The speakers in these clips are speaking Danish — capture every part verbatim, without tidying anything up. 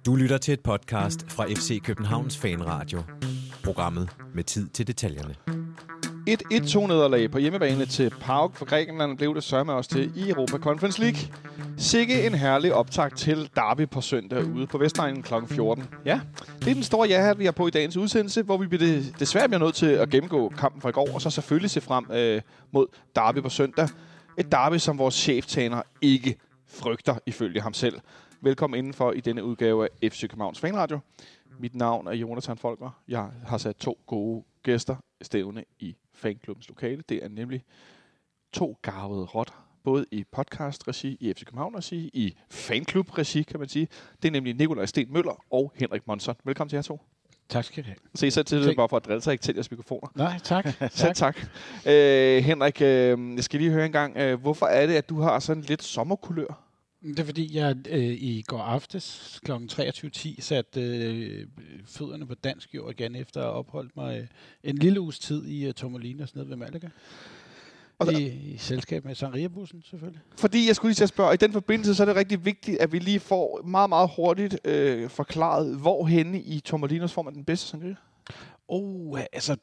Du lytter til et podcast fra F C Københavns Fanradio. Programmet med tid til detaljerne. et et-to nederlag på hjemmebane til PAOK for Grækenland blev det sørme også til i Europa Conference League. Sikke en herlig optakt til Derby på søndag ude på Vestegnen klokken fjorten. Ja, det er den store ja-hat, vi har på i dagens udsendelse, hvor vi desværre bliver nødt til at gennemgå kampen fra i går, og så selvfølgelig se frem øh, mod Derby på søndag. Et Derby, som vores cheftræner ikke frygter, ifølge ham selv. Velkommen indenfor i denne udgave af F C Københavns Fanradio. Mit navn er Jonathan Folker. Jeg har sat to gode gæster stævne i fanklubbens lokale. Det er nemlig to garvede rotter, både i podcast-regi, i F C København-regi, i fanklub-regi, kan man sige. Det er nemlig Nikolaj Sten Møller og Henrik Monson. Velkommen til jer to. Tak skal I have. Se så til det bare for at drille sig ikke til jeres mikrofoner. Nej, tak. tak. tak. Øh, Henrik, øh, jeg skal lige høre en gang, øh, hvorfor er det, at du har sådan lidt sommerkulør? Det er fordi, jeg øh, i går aftes klokken treogtyve ti satte øh, fødderne på dansk jord igen, efter at have opholdt mig øh, en lille uges tid i uh, Torremolinos nede ved Malaga. Og I, I selskab med Sangria-bussen, selvfølgelig. Fordi jeg skulle lige til at spørge, og i den forbindelse, så er det rigtig vigtigt, at vi lige får meget, meget hurtigt øh, forklaret, hvor henne i Torremolinos får man den bedste sangria? Oh, altså...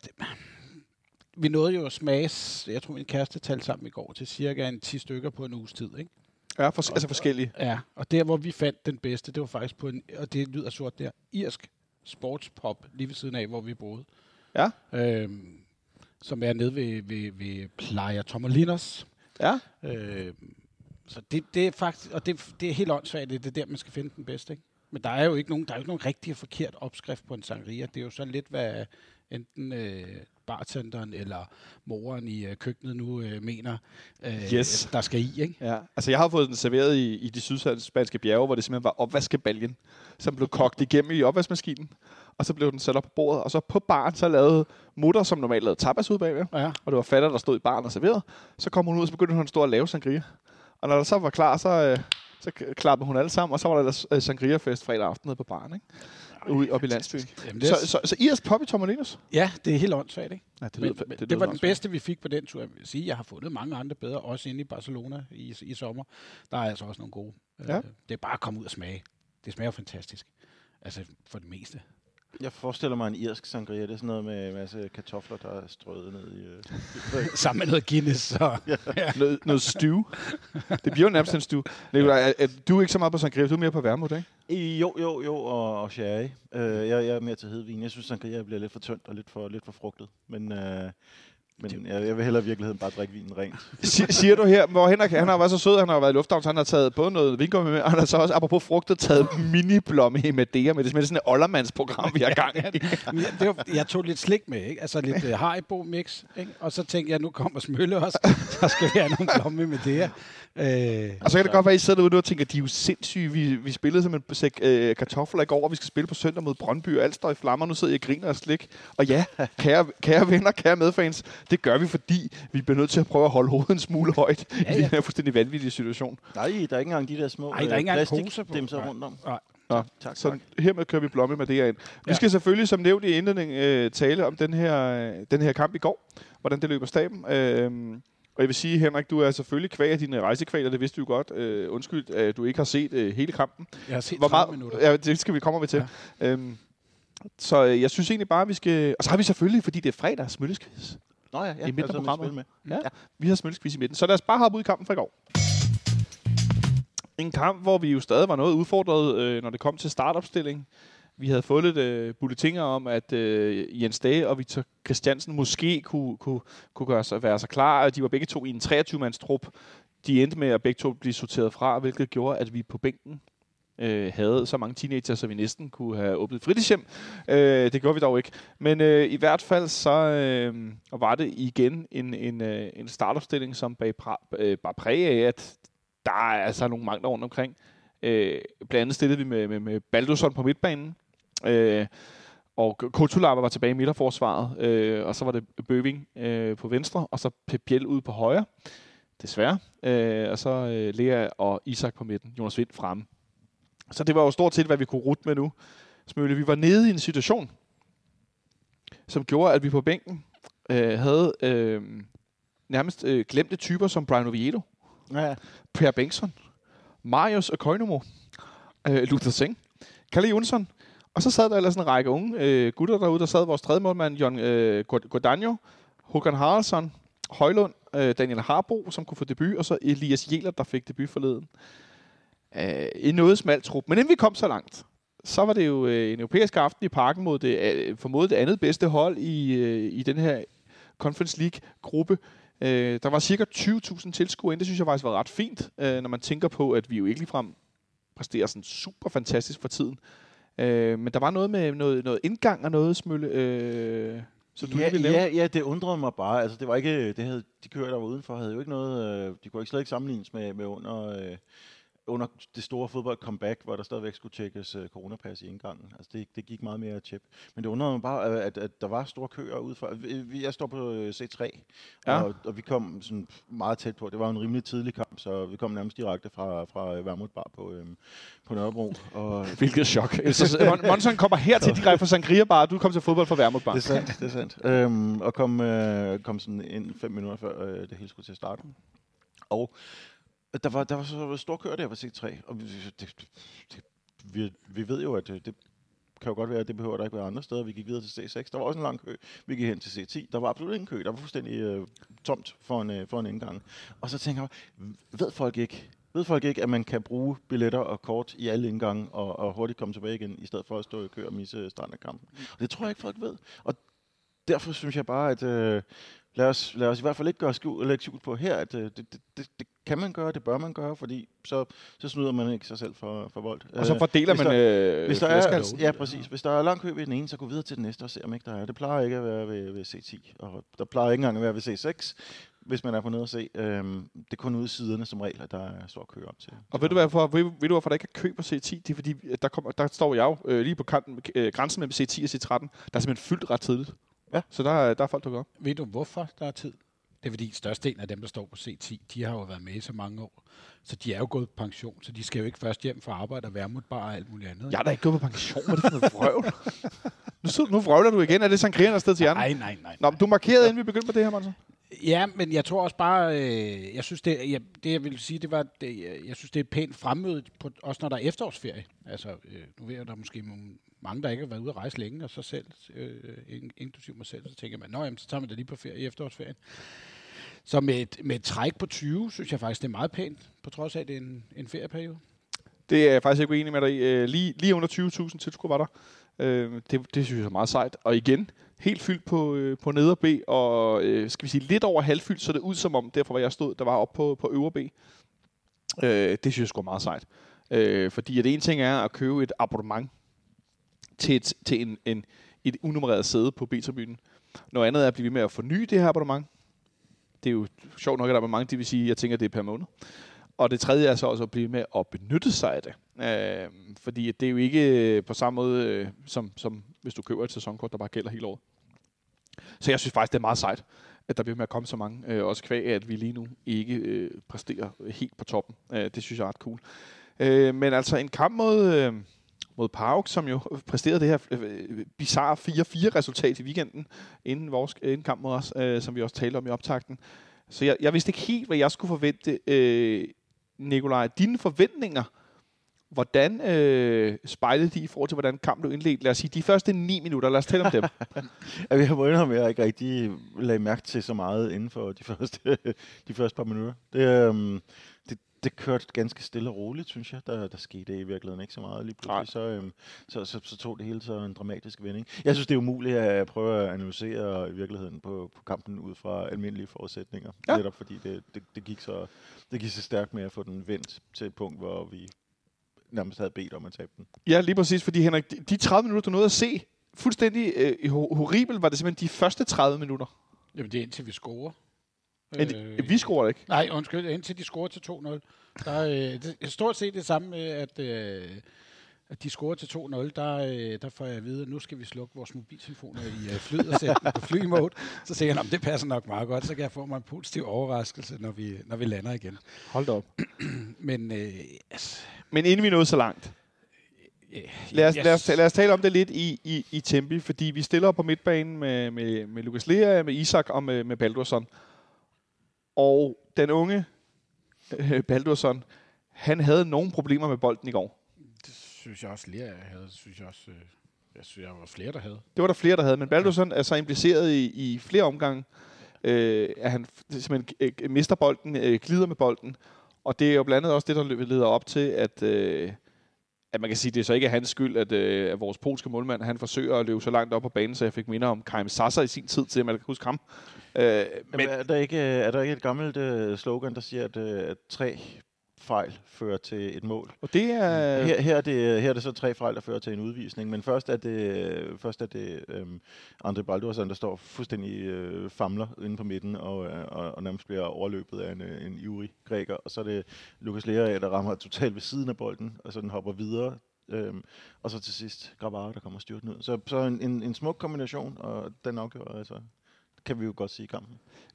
Vi nåede jo at smage, jeg tror min kæreste talte sammen i går, til cirka en ti stykker på en uges tid, ikke? Ja, for, altså forskellige. Ja, og der hvor vi fandt den bedste, det var faktisk på en, og det lyder sort der, irsk sportspop, lige ved siden af, hvor vi boede. Ja. Øhm, som er nede ved, ved, ved Playa Torremolinos. Ja. Øhm, så det, det er faktisk, og det, det er helt åndssvagt, det er der, man skal finde den bedste, ikke? Men der er jo ikke nogen, der er jo ikke nogen rigtig forkert opskrift på en sangria. Det er jo sådan lidt, hvad enten øh, bartenderen eller moren i øh, køkkenet nu øh, mener, øh, yes. der skal i, ikke? Ja, altså jeg har fået den serveret i, i de sydspanske bjerge, hvor det simpelthen var opvaskebaljen, som blev kogt igennem i opvaskemaskinen, og så blev den sat op på bordet, og så på baren så lavede mutter, som normalt lavede tapas ud bagved, ja. Og det var fatter, der stod i baren og serverede. Så kom hun ud, og så begyndte hun at stå og lave sangria. Og når der så var klar, så, øh, så klappede hun alle sammen, og så var der øh, sangria-fest fredag aften nede på baren, ikke? Ude op i landsbyen. Jamen, så, så, så irsk pop i Torremolinos? Ja, det er helt åndssvagt, ikke? Ja, det, men, lyder, men, det, det var den bedste, vi fik på den tur. Jeg vil sige, jeg har fundet mange andre bedre, også inde i Barcelona i, i sommer. Der er altså også nogle gode. Ja. Uh, det er bare at komme ud og smage. Det smager fantastisk. Altså, for det meste. Jeg forestiller mig en irsk sangria. Det er sådan noget med en masse kartofler, der er strøget ned i... Øh. Sammen med noget Guinness. Og, ja. noget, noget stew. Det bliver jo nærmest en stew. Nikolaj, er, er, du er ikke så meget på sangria, du er mere på vermouth, ikke? Jo, jo, jo, og, og sherry. Uh, jeg, jeg er mere til hedvin. Jeg synes, sangria bliver lidt for tyndt og lidt for, lidt for frugtet. Men... Uh, Men jeg, jeg vil hellere i virkeligheden bare drikke vinen rent. S- siger du her, hvor Henrik, han har været så sød, han har været i lufthavn, så han har taget både noget vingummi med, og han har så også, apropos frugter, taget mini-blomme i Madeira med. Det er sådan et oldermandsprogram, vi har gang i. det var, jeg tog lidt slik med, ikke? Altså lidt uh, Haribo-mix, ikke? Og så tænkte jeg, nu kommer Smølle også, så skal vi have nogle blomme med det her. Øh, og så kan det godt være, at I sidder derude og tænker, at de er jo sindssyge. Vi, vi spillede som en sæk øh, kartofler i går, og vi skal spille på søndag mod Brøndby, og alt står i flammer. Nu sidder jeg og griner og slik. Og ja, kære, kære venner, kære medfans, det gør vi, fordi vi bliver nødt til at prøve at holde hovedet en smule højt ja, ja. i den her fuldstændig vanvittige situation. Nej, der er ikke engang de der små Ej, der er ikke øh, plastikdimser rundt om. Nej. Nå, tak, tak, så tak. hermed kører vi blomme med det her ind. Vi ja. skal selvfølgelig, som nævnt i indledning, øh, tale om den her, øh, den her kamp i går. Hvordan det løber staben. Øh, og jeg vil sige, Henrik, du er selvfølgelig kvæg af dine rejsekvaler. Det vidste du godt. Øh, undskyld, at du ikke har set øh, hele kampen. Jeg har set Hvor meget, minutter. Ja, det skal vi komme til. Ja. Øhm, så øh, jeg synes egentlig bare, vi skal... Og så har vi selvfølgelig, fordi det er fredag, smølleskvids. Nå ja, ja. I midten af programmet. Med. Ja, ja, vi har smølleskvids i midten. Så lad os bare hoppe ud i kampen fra i går. En kamp, hvor vi jo stadig var noget udfordret, øh, når det kom til startopstilling. Vi havde fået lidt øh, bulletinger om, at øh, Jens Dage og Victor Christiansen måske kunne, kunne, kunne gøre sig, være så klar. De var begge to i en treogtyve-mands trup. De endte med at begge to blive sorteret fra, hvilket gjorde, at vi på bænken øh, havde så mange teenager, så vi næsten kunne have åbnet fritidshjem. Øh, det gjorde vi dog ikke. Men øh, i hvert fald så øh, var det igen en, en, øh, en startopstilling, som bag pra- øh, bare præg af, at der er altså nogle mangler rundt omkring. Øh, blandt andet stillede vi med, med, med Baldursson på midtbanen. Øh, og Kutulava var tilbage i midterforsvaret. Øh, og så var det Bøving øh, på venstre, og så Pep Biel ude på højre. Desværre. Øh, og så øh, Lea og Isak på midten. Jonas Vind fremme. Så det var jo stort set, hvad vi kunne rute med nu. Smølle, vi var nede i en situation, som gjorde, at vi på bænken øh, havde øh, nærmest øh, glemte typer som Brian Oviedo, ja. Per Bengtsson, Marius og Koinomo, øh, Luther Singh, Kalle Jonsson. Og så sad der ellers en række unge øh, gutter derude. Der sad vores tredje målmand, John øh, Guadagno, Håkan Haraldsson, Højlund, øh, Daniel Harbo, som kunne få debut, og så Elias Jæler, der fik debut forleden. Øh, en noget smalt trup. Men inden vi kom så langt, så var det jo øh, en europæisk aften i Parken mod det, øh, formodet det andet bedste hold i, øh, i den her Conference League-gruppe. Øh, der var cirka tyve tusind tilskuere ind. Det synes jeg faktisk var ret fint, øh, når man tænker på, at vi jo ikke ligefrem præsterer sådan super fantastisk for tiden. Øh, men der var noget med noget, noget indgang og noget smølle. Øh, så du ja, vil nævne. ja, ja, det undrede mig bare. Altså, det var ikke, det havde, de kører der var udenfor havde jo ikke noget. Øh, de kunne ikke slet ikke sammenlignes med, med under. Øh, under det store fodbold-comeback, hvor der stadigvæk skulle tjekkes uh, coronapas i indgangen. Altså, det, det gik meget mere chip. Men det undrede mig bare, at, at der var store køer udefra. Jeg står på C tre, ja. og, og vi kom sådan meget tæt på. Det var en rimelig tidlig kamp, så vi kom nærmest direkte fra, fra Vermut Bar på, øhm, på Nørrebro. Og hvilket chok. Så Monson kommer her til direkte fra Sangria Bar, og du kom til fodbold fra Vermut Bar. Det er sandt, det er sandt. Øhm, og kom, øh, kom sådan ind fem minutter før øh, det hele skulle til at starte. Og Der var, der var så stor kør der på C tre, og vi, det, det, vi, vi ved jo, at det, det kan jo godt være, at det behøver der ikke være andre steder. Vi gik videre til C seks, der var også en lang kø. Vi gik hen til C ti, der var absolut ingen kø, der var fuldstændig øh, tomt for en, øh, for en indgang. Og så tænker jeg, ved folk ikke, ved folk ikke, at man kan bruge billetter og kort i alle indgange, og, og hurtigt komme tilbage igen, i stedet for at stå i kø og misse standardkampen? Og det tror jeg ikke, folk ved. Og derfor synes jeg bare, at øh, lad, os, lad os i hvert fald ikke gøre skjul, lægge skjul på her, at øh, det, det, det, det kan man gøre, det bør man gøre, fordi så, så snyder man ikke sig selv for, for vold. Og så fordeler hvis man der, øh, hvis der er, ja, præcis. Hvis der er lang kø ved den ene, så gå videre til den næste og se, om ikke der er. Det plejer ikke at være ved, ved C ti, og der plejer ikke engang at være ved C seks, hvis man er på nede og se. Øhm, det er kun ude i siderne som regel, at der er stor kø op til. Og ved du, hvorfor, ved, ved du, hvorfor der ikke er kø på C ti? Det er fordi, der, kommer, der står jeg jo øh, lige på kanten, øh, grænsen mellem C ti og C tretten. Der er simpelthen fyldt ret tidligt. Ja. Så der, der er folk, der går op. Ved du, hvorfor der er tid? Det er fordi størstedelen af dem, der står på C ti, de har jo været med i så mange år. Så de er jo gået på pension, så de skal jo ikke først hjem fra arbejde og Vermut Bar og alt muligt andet. Jeg er da ikke gået på pension, hvad er det for noget vrøvl? nu, så, nu vrøvler du igen. Er det Sangria, der sted til hjernen? Nej, nej, nej. Nå, du markerede, inden vi begyndte på det her, Monson. Ja, men jeg tror også bare, øh, jeg synes det, jeg, det jeg vil sige, det var, det, jeg synes det er et pænt fremmøde, på, også når der er efterårsferie. Altså, øh, nu ved jeg, der er måske mange, der ikke har været ude at rejse længe, og så selv, øh, inklusiv mig selv, så tænker man, nå jamen, så tager man da lige på ferie i efterårsferien. Så med et, med et træk på tyve, synes jeg faktisk, det er meget pænt, på trods af, at det er en, en ferieperiode. Det er jeg faktisk ikke uenig med dig i. Lige, lige under tyve tusind tilskuere var der. Øh, det, det synes jeg er meget sejt. Og igen, helt fyldt på, øh, på neder B, og øh, skal vi sige lidt over halvfyldt, så det ud som om, derfor hvor jeg stod, der var oppe på, på øvre B. Øh, det synes jeg sgu er meget sejt. Øh, fordi at en ting er at købe et abonnement til, et, til en, en, et unummereret sæde på B-tribunen. Noget andet er at blive ved med at forny det her abonnement. Det er jo sjovt nok et abonnement, det vil sige, jeg tænker, det er per måned. Og det tredje er så også at blive med at benytte sig af det. Øh, fordi det er jo ikke på samme måde, øh, som, som hvis du køber et sæsonkort, der bare gælder hele året. Så jeg synes faktisk, det er meget sejt, at der bliver med at komme så mange. Øh, også kvæg, at vi lige nu ikke øh, præsterer helt på toppen. Øh, det synes jeg er ret cool. Øh, men altså en kamp mod, øh, mod PAOK, som jo præsterede det her øh, bizarre fire fire resultat i weekenden, inden vores inden kamp mod os, øh, som vi også talte om i optakten. Så jeg, jeg vidste ikke helt, hvad jeg skulle forvente. Øh, Nikolaj, dine forventninger, hvordan øh, spejlede de i forhold til, hvordan kampen blev indledt? Lad os sige, de første ni minutter, lad os tale om dem. Ja, vi har må indrømme, at jeg ikke rigtig lagde mærke til så meget inden for de første, de første par minutter. Det, øhm, det, det kørte ganske stille og roligt, synes jeg. Der, der skete i virkeligheden ikke så meget. Lige pludselig så, øhm, så, så, så tog det hele så en dramatisk vending. Jeg synes, det er umuligt at prøve at analysere i virkeligheden på, på kampen ud fra almindelige forudsætninger. Ja. Netop fordi det, det, det, gik så, det gik så stærkt med at få den vendt til et punkt, hvor vi nærmest havde bedt om at tabe den. Ja, lige præcis, fordi Henrik, de, de tredive minutter, du nåede at se, fuldstændig øh, horribelt, var det simpelthen de første tredive minutter. Jamen, det er indtil vi scorer. Men øh, vi scorer ikke? Nej, undskyld, indtil de scorer til to nul. Der er øh, det er stort set det samme med, at, øh, at de scorer til to nul. Der, øh, der får jeg at vide, at nu skal vi slukke vores mobiltelefoner i øh, flyet og sætte den på flymode. Så siger jeg, det passer nok meget godt, så kan jeg få mig en positiv overraskelse, når vi, når vi lander igen. Hold da op. Men, øh, altså, Men inden vi nåede så langt, yeah, lad, os, yes. lad, os, lad os tale om det lidt i, i, i Tempe, fordi vi stiller på midtbanen med, med, med Lukas Lea, med Isak og med, med Baldursson. Og den unge øh, Baldursson, han havde nogle problemer med bolden i går. synes jeg også, Lea havde. Synes jeg også, øh, jeg synes, jeg var flere, der havde. Det var der flere, der havde, men Baldursson er så impliceret i, i flere omgange, øh, at han simpelthen øh, mister bolden, øh, glider med bolden, og det er jo blandt andet også det, der leder op til, at, øh, at man kan sige, at det så ikke er hans skyld, at, øh, at vores polske målmand, han forsøger at løbe så langt op på banen, så jeg fik minder om Karim Sasser i sin tid, til at man kan huske ham. Øh, men er der, ikke, er der ikke et gammelt uh, slogan, der siger, at, uh, at tre fejl fører til et mål? Og det er... Her, her, er det, her er det så tre fejl, der fører til en udvisning, men først er det, først er det um, André Baldursson, der står fuldstændig uh, famler inde på midten, og, og, og nærmest bliver overløbet af en, en ivrig græker, og så er det Lukas Lea, der rammer totalt ved siden af bolden, og så den hopper videre, um, og så til sidst Grabara, der kommer styrten ud. Så, så en, en, en smuk kombination, og den afgjorde altså, kan vi jo godt sige i kampen.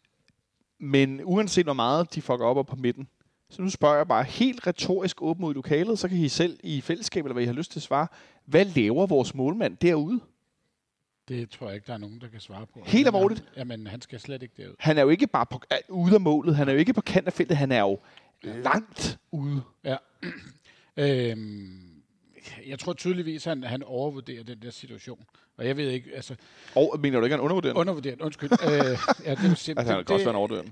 Men uanset hvor meget de fucker op på midten, så nu spørger jeg bare helt retorisk åbent ud i lokalet, så kan I selv i fællesskab, eller hvad I har lyst til at svare, hvad laver vores målmand derude? Det tror jeg ikke, der er nogen, der kan svare på. Helt alvorligt? Jamen, han skal slet ikke derud. Han er jo ikke bare på, uh, ude af målet, han er jo ikke på kant af feltet, han er jo langt ude. Ja. øhm, jeg tror tydeligvis, at han, han overvurderer den der situation. Og jeg ved ikke, altså... Og mener du ikke, han undervurderer den? Undervurderet, undskyld. øh, ja, det er simpelthen... Altså, han kan også være en overdøren.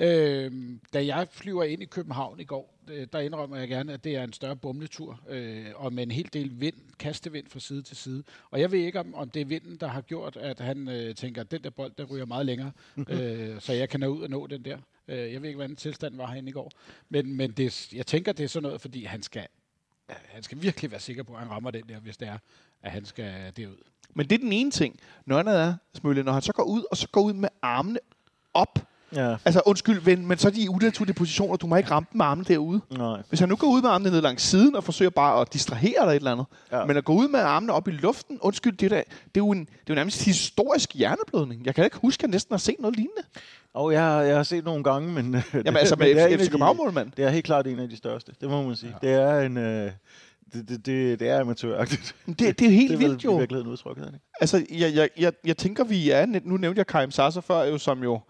Øh, da jeg flyver ind i København i går, øh, der indrømmer jeg gerne, at det er en større bumletur, øh, og med en hel del vind, kastevind fra side til side. Og jeg ved ikke, om, om det er vinden, der har gjort, at han øh, tænker, at den der bold, der ryger meget længere, øh, så jeg kan nå ud og nå den der. Øh, jeg ved ikke, hvordan tilstanden var herinde i går. Men, men det, jeg tænker, det er sådan noget, fordi han skal, han skal virkelig være sikker på, at han rammer den der, hvis det er, at han skal derud. Men det er den ene ting. Noget andet er, Smølle, når han så går ud, og så går ud med armene op. Ja. Altså, undskyld, ven, men så er de i unaturlige positioner. Du må ikke ramme med armene derude. Nej. Hvis han nu går ud med armene ned langs siden og forsøger bare at distrahere dig et eller andet, ja. Men at gå ud med armene op i luften, undskyld, det, der, det, er jo en, det er jo nærmest historisk hjerneblødning. Jeg kan ikke huske, at jeg næsten har set noget lignende. Og jeg har, jeg har set nogle gange, men... Jamen altså, med F C København-målmand. Det er helt klart en af de største, det må man sige. Ja. Det er en... Øh, det, det, det, det er amatøragtigt. Det, det er helt det vildt, jo. Det er virkelig en udtryk, ikke? Altså, jeg, jeg, jeg, jeg tænker, vi er... Nu nævnte jeg Karim Sasser før, jo, som jo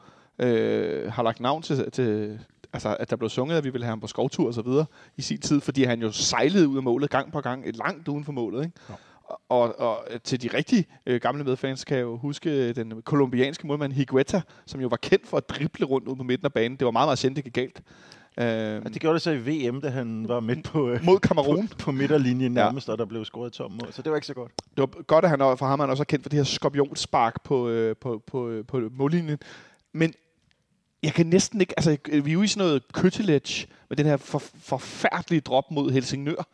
øh, har lagt navn til, til... Altså, at der blev sunget, at vi ville have ham på skovtur og så videre i sin tid, fordi han jo sejlede ud af målet gang på gang, et langt uden for målet, ikke? Ja. Og, og til de rigtig øh, gamle medfans kan jeg jo huske den kolumbianske målmand Higuita, som jo var kendt for at drible rundt ud på midten af banen. Det var meget, meget sjældent, det gik galt. Uh, ja, det gjorde det så i V M, da han var midt på, uh, mod Cameroon på, på midterlinjen nærmest, ja. Og der blev scoret tom mål. Så det var ikke så godt. Det var godt, at han, for ham er han også kendt for det her skorpionspark på, øh, på, på, på mållinjen. Men jeg kan næsten ikke... Altså, vi er jo i sådan noget køtteledge med den her for, forfærdelige drop mod Helsingør.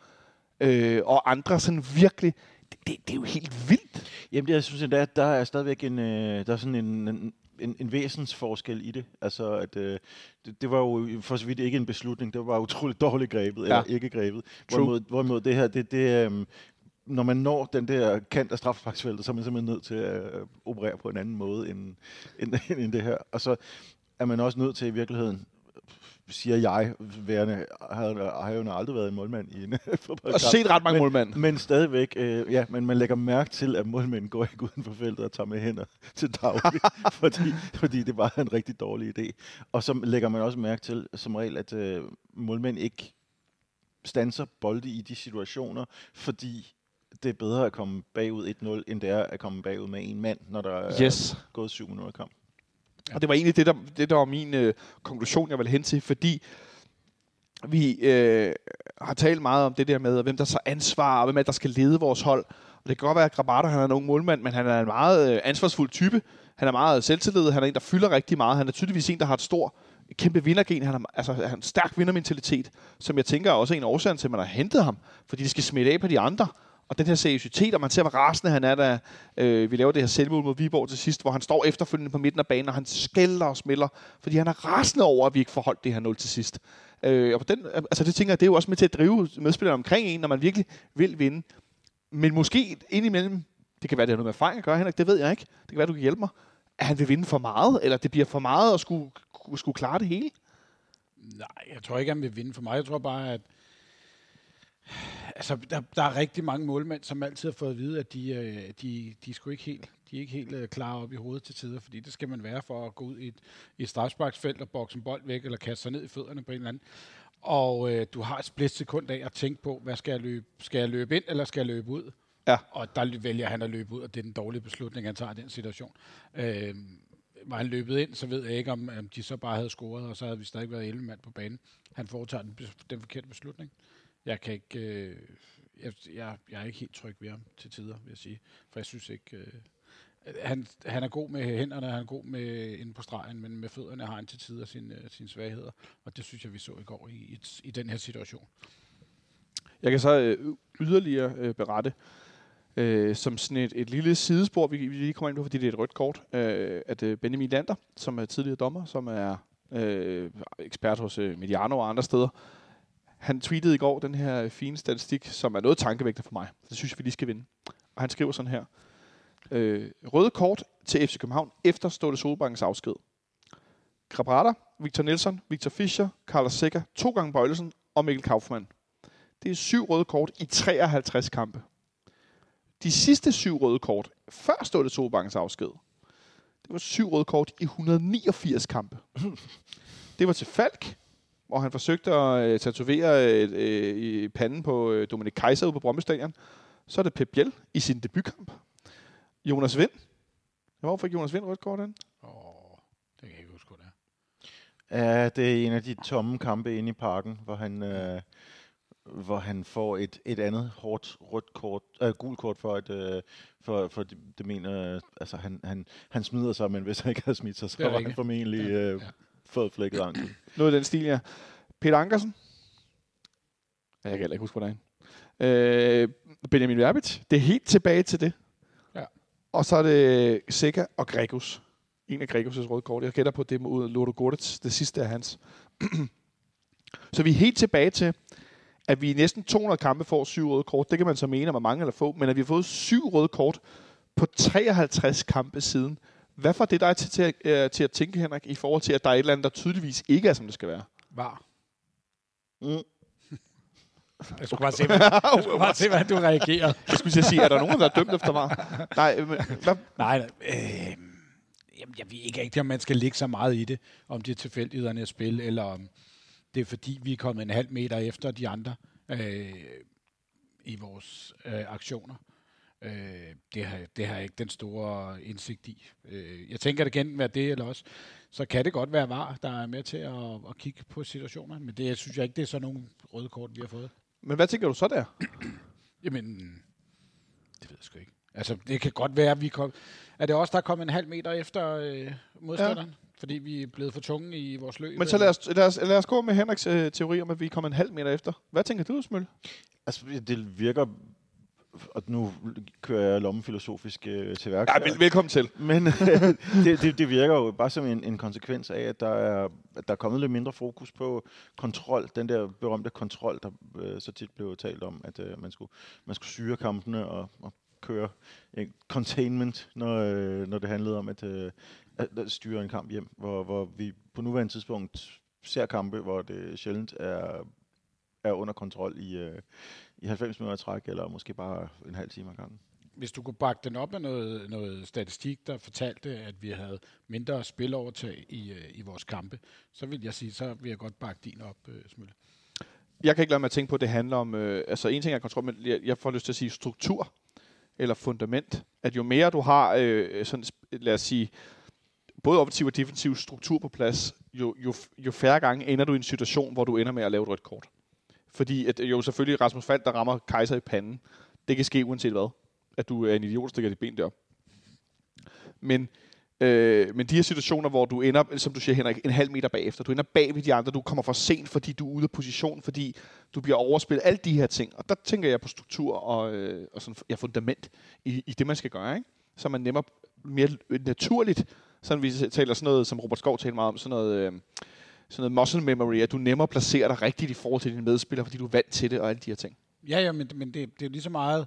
Øh, og andre sådan virkelig... Det, det, det er jo helt vildt. Jamen, det, jeg synes, at der, der er stadigvæk en... Øh, der er sådan en... en En, en væsensforskel i det. Altså, at, øh, det, det var jo for så vidt ikke en beslutning. Det var utroligt dårligt grebet, ja. Eller ikke grebet. Hvorimod, hvorimod det her, det, det, øh, når man når den der kant af straffesparksfeltet, så er man simpelthen nødt til at øh, operere på en anden måde end, end, end det her. Og så er man også nødt til i virkeligheden, siger jeg, værende, har, har jo aldrig været en målmand i en fodboldkamp. Og set ret mange men, målmænd. Men stadigvæk, øh, ja, men man lægger mærke til, at målmænd går ikke uden for feltet og tager med hænder til daglig, fordi, fordi det bare er en rigtig dårlig idé. Og så lægger man også mærke til, som regel, at øh, målmænd ikke standser bolde i de situationer, fordi det er bedre at komme bagud et nul, end det er at komme bagud med en mand, når der yes. er gået syv minutter kamp. Ja. Og det var egentlig det, der, det, der var min øh, konklusion, jeg ville hen til, fordi vi øh, har talt meget om det der med, hvem der så ansvar, og hvem er der skal lede vores hold. Og det kan godt være, at Grabara, han er en ung målmand, men han er en meget øh, ansvarsfuld type. Han er meget selvtillid, han er en, der fylder rigtig meget. Han er tydeligvis en, der har et stort, kæmpe vindergen. Han har, altså, han har en stærk vindermentalitet, som jeg tænker er også en årsag til, at man har hentet ham, fordi det skal smitte af på de andre. Og den her seriøsitet, og man ser, hvor rasende han er, da øh, vi laver det her selvmål mod Viborg til sidst, hvor han står efterfølgende på midten af banen, og han skælder og smelter, fordi han er rasende over, at vi ikke får holdt det her nul til sidst. Øh, og på den, altså det tænker jeg, det er jo også med til at drive medspillerne omkring en, når man virkelig vil vinde. Men måske indimellem, det kan være, det har noget med erfaring at gøre, Henrik, det ved jeg ikke. Det kan være, du kan hjælpe mig. At han vil vinde for meget, eller det bliver for meget at skulle, skulle klare det hele? Nej, jeg tror ikke, han vil vinde for meget. Jeg tror bare, at altså, der, der er rigtig mange målmænd, som altid har fået at vide, at de, øh, de, de er sgu ikke helt, de er ikke helt øh, klar op i hovedet til tider, fordi det skal man være for at gå ud i et, i et strafsparksfelt og bokse en bold væk, eller kaste sig ned i fødderne på en eller anden. og øh, du har et splitsekund af at tænke på, hvad skal jeg løbe? Skal jeg løbe ind, eller skal jeg løbe ud? Ja. Og der vælger han at løbe ud, og det er den dårlige beslutning, han tager i den situation. Øh, var han løbet ind, så ved jeg ikke, om, om de så bare havde scoret, og så havde vi stadig været elleve mand på banen. Han foretager den, den forkerte beslutning. Jeg kan ikke... Øh, jeg, jeg, jeg er ikke helt tryg ved ham til tider, vil jeg sige. For jeg synes ikke... Øh, han, han er god med hænderne, han er god med inde på stregen, men med fødderne har han til tider sine, sine svagheder. Og det synes jeg, vi så i går i, i, i den her situation. Jeg kan så øh, yderligere øh, berette, øh, som sådan et, et lille sidespor, vi, vi lige kommer ind på, fordi det er et rødt kort, øh, at øh, Benjamin Lander, som er tidligere dommer, som er øh, ekspert hos øh, Mediano og andre steder, han tweetede i går den her fine statistik, som er noget tankevægter for mig. Det synes jeg, vi lige skal vinde. Og han skriver sådan her. Øh, røde kort til F C København efter Ståle Solbakkens afsked. Grabrata, Victor Nielsen, Victor Fischer, Carlos Seca, to gange Bøjlesen og Mikkel Kaufmann. Det er syv røde kort i treoghalvtreds kampe. De sidste syv røde kort, før Ståle Solbakkens afsked, det var syv røde kort i et hundrede og niogfirs kampe. Det var til Falk, hvor han forsøgte at øh, tatovere øh, øh, i panden på øh, Dominik Kaiser ude på Brøndby Stadion. Så er det Pep Biel i sin debutkamp. Jonas Vind. Hvorfor fik Jonas Vind rødt kort den? Åh, oh, det kan jeg ikke huske, hvad det er. Ja, det er en af de tomme kampe inde i parken, hvor han, øh, hvor han får et, et andet hårdt rødt kort, øh, gult kort for et, øh, for, for det, det mener, altså han, han, han smider sig, men hvis han ikke havde smidt sig, så var rigtigt. han formentlig Ja, øh, ja. fået flækket ankel. Noget af den stil, ja. Peter Ankersen. Jeg kan heller ikke huske, hvordan. Øh, Benjamin Verbic. Det er helt tilbage til det. Ja. Og så er det Seca og Gregus. En af Gregus' røde kort. Jeg gætter på det mod Lodo Gordets. Det sidste er hans. Så vi er helt tilbage til, at vi i næsten to hundrede kampe får syv røde kort. Det kan man så mene, om er mange eller få. Men at vi har fået syv røde kort på treoghalvtreds kampe siden. Hvad får det dig til, til, til, til at tænke, Henrik, i forhold til, at der er et eller andet, der tydeligvis ikke er, som det skal være? Var. Mm. Jeg skulle bare se, hvad, jeg skulle bare se, hvordan du reagerer. Jeg skulle til at sige, er der nogen, der er dømt efter var? Nej, men, hvad? Nej, øh, jamen, jeg ved ikke rigtig, om man skal ligge så meget i det, om det er tilfældighederne at spille, eller om det er fordi, vi er kommet en halv meter efter de andre øh, i vores øh, aktioner. Øh, det, har, det har jeg ikke den store indsigt i. Øh, jeg tænker, det kan være det, eller også, så kan det godt være var, der er med til at, at kigge på situationerne, men det jeg synes jeg ikke, det er sådan nogle røde kort, vi har fået. Men hvad tænker du så der? Jamen, det ved jeg sgu ikke. Altså, det kan godt være, at vi kom... Er det også der er kommet en halv meter efter øh, modstanderen? Ja. Fordi vi er blevet for tunge i vores løb? Men så lad os, lad os, lad os gå med Henriks øh, teori om, at vi kommer en halv meter efter. Hvad tænker du, Smøl? Altså, det virker... Og nu kører jeg lommefilosofisk øh, til værk. Ja, vel, velkommen til. Men det, det, det virker jo bare som en, en konsekvens af, at der er, at der er kommet lidt mindre fokus på kontrol. Den der berømte kontrol, der øh, så tit blev talt om, at øh, man, skulle, man skulle syre kampene og, og køre en containment, når, øh, når det handlede om at, øh, at styre en kamp hjem. Hvor, hvor vi på nuværende tidspunkt ser kampe, hvor det sjældent er, er under kontrol i... Øh, i halvfems minutter træk, eller måske bare en halv time ad gangen. Hvis du kunne bakke den op med noget, noget statistik, der fortalte, at vi havde mindre spilovertag i, i vores kampe, så vil jeg sige, så vil jeg godt bakke din op, Smølle. Jeg kan ikke lade mig at tænke på, at det handler om... Øh, altså, en ting er kontrol, men jeg, jeg får lyst til at sige struktur eller fundament. At jo mere du har, øh, sådan, lad os sige, både offensiv og defensiv struktur på plads, jo, jo, jo færre gange ender du i en situation, hvor du ender med at lave et rødt kort. Fordi at, jo selvfølgelig Rasmus Falk, der rammer Kaiser i panden. Det kan ske uanset hvad. At du er en idiot, der stikker dit ben derop. Men, øh, men de her situationer, hvor du ender, som du siger Henrik, en halv meter bagefter. Du ender bag ved de andre. Du kommer for sent, fordi du er ude af position. Fordi du bliver overspillet. Alle de her ting. Og der tænker jeg på struktur og, øh, og sådan, ja, fundament i, i det, man skal gøre. Ikke? Så man nemmer mere naturligt. Sådan vi taler sådan noget, som Robert Skov taler meget om. Sådan noget... Øh, sådan noget muscle memory, at du nemmere placerer dig rigtigt i forhold til dine medspillere, fordi du er vant til det og alle de her ting. Ja, ja, men, men det, det er jo lige så meget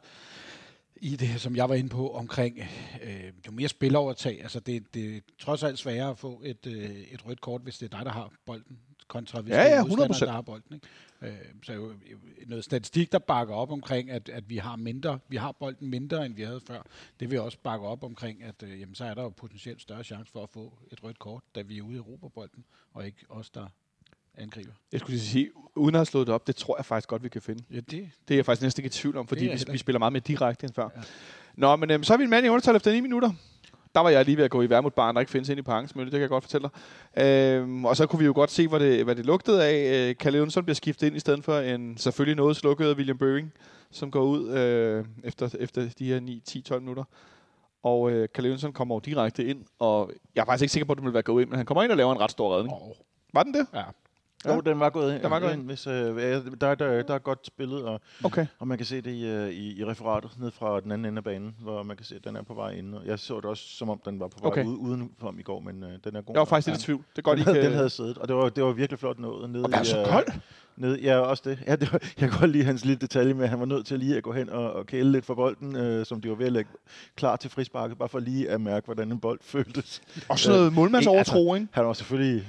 i det, som jeg var inde på, omkring øh, jo mere spilovertag. Altså det, det er trods alt sværere at få et, øh, et rødt kort, hvis det er dig, der har bolden, kontra hvis ja, det er ja, modstanderen, hundrede procent. der har bolden. Ikke? Øh, så jo noget statistik, der bakker op omkring, at, at vi har mindre, vi har bolden mindre, end vi havde før. Det vil også bakke op omkring, at øh, jamen, så er der jo potentielt større chance for at få et rødt kort, da vi er ude i Europabolden, og ikke os, der... angriber. Jeg skulle lige sige, uden at have slået det op, det tror jeg faktisk godt, vi kan finde. Ja, det, Det er jeg faktisk næsten ikke i tvivl om, fordi vi, heller vi ikke. spiller meget mere direkte end før. Ja. Nå, men øhm, så er vi en mand i undertal efter ni minutter. Der var jeg lige ved at gå i Værmut-baren, der ikke findes ind i Parkens Mølle, det kan jeg godt fortælle dig. Øhm, og så kunne vi jo godt se, hvad det, hvad det lugtede af. Øh, Kalle Jonsson bliver skiftet ind i stedet for en selvfølgelig noget slukket William Bøving, som går ud øh, efter, efter de her ni ti tolv minutter. Og øh, Kalle Jonsson kommer jo direkte ind, og jeg er faktisk ikke sikker på, at det vil være gået ind, men han kommer ind og laver en ret stor redning. oh, Var den det? ja. Jo, den var gået ind. Den var gået ind. Hvis, øh, der, der, der, der er godt spillet, og, Okay. og man kan se det i, øh, i, i referatet ned fra den anden ende af banen, hvor man kan se, at den er på vej ind. Jeg så det også, som om den var på vej Okay. ude, udenfor i går, men øh, den er god. Jeg var faktisk lidt i tvivl. Det er godt, den, I havde, kan... den havde siddet, og det var, det var virkelig flot nået. Nede Og det er i, så øh, koldt. Nede, ja, også det. Ja, det var, jeg kan godt lide hans lille detalje med, at han var nødt til lige at gå hen og, og kæle lidt for bolden, øh, som de var ved at lægge klar til frisparket, bare for lige at mærke, hvordan en bold føltes. Også noget målmandsovertro, ikke? Han var selvfølgelig...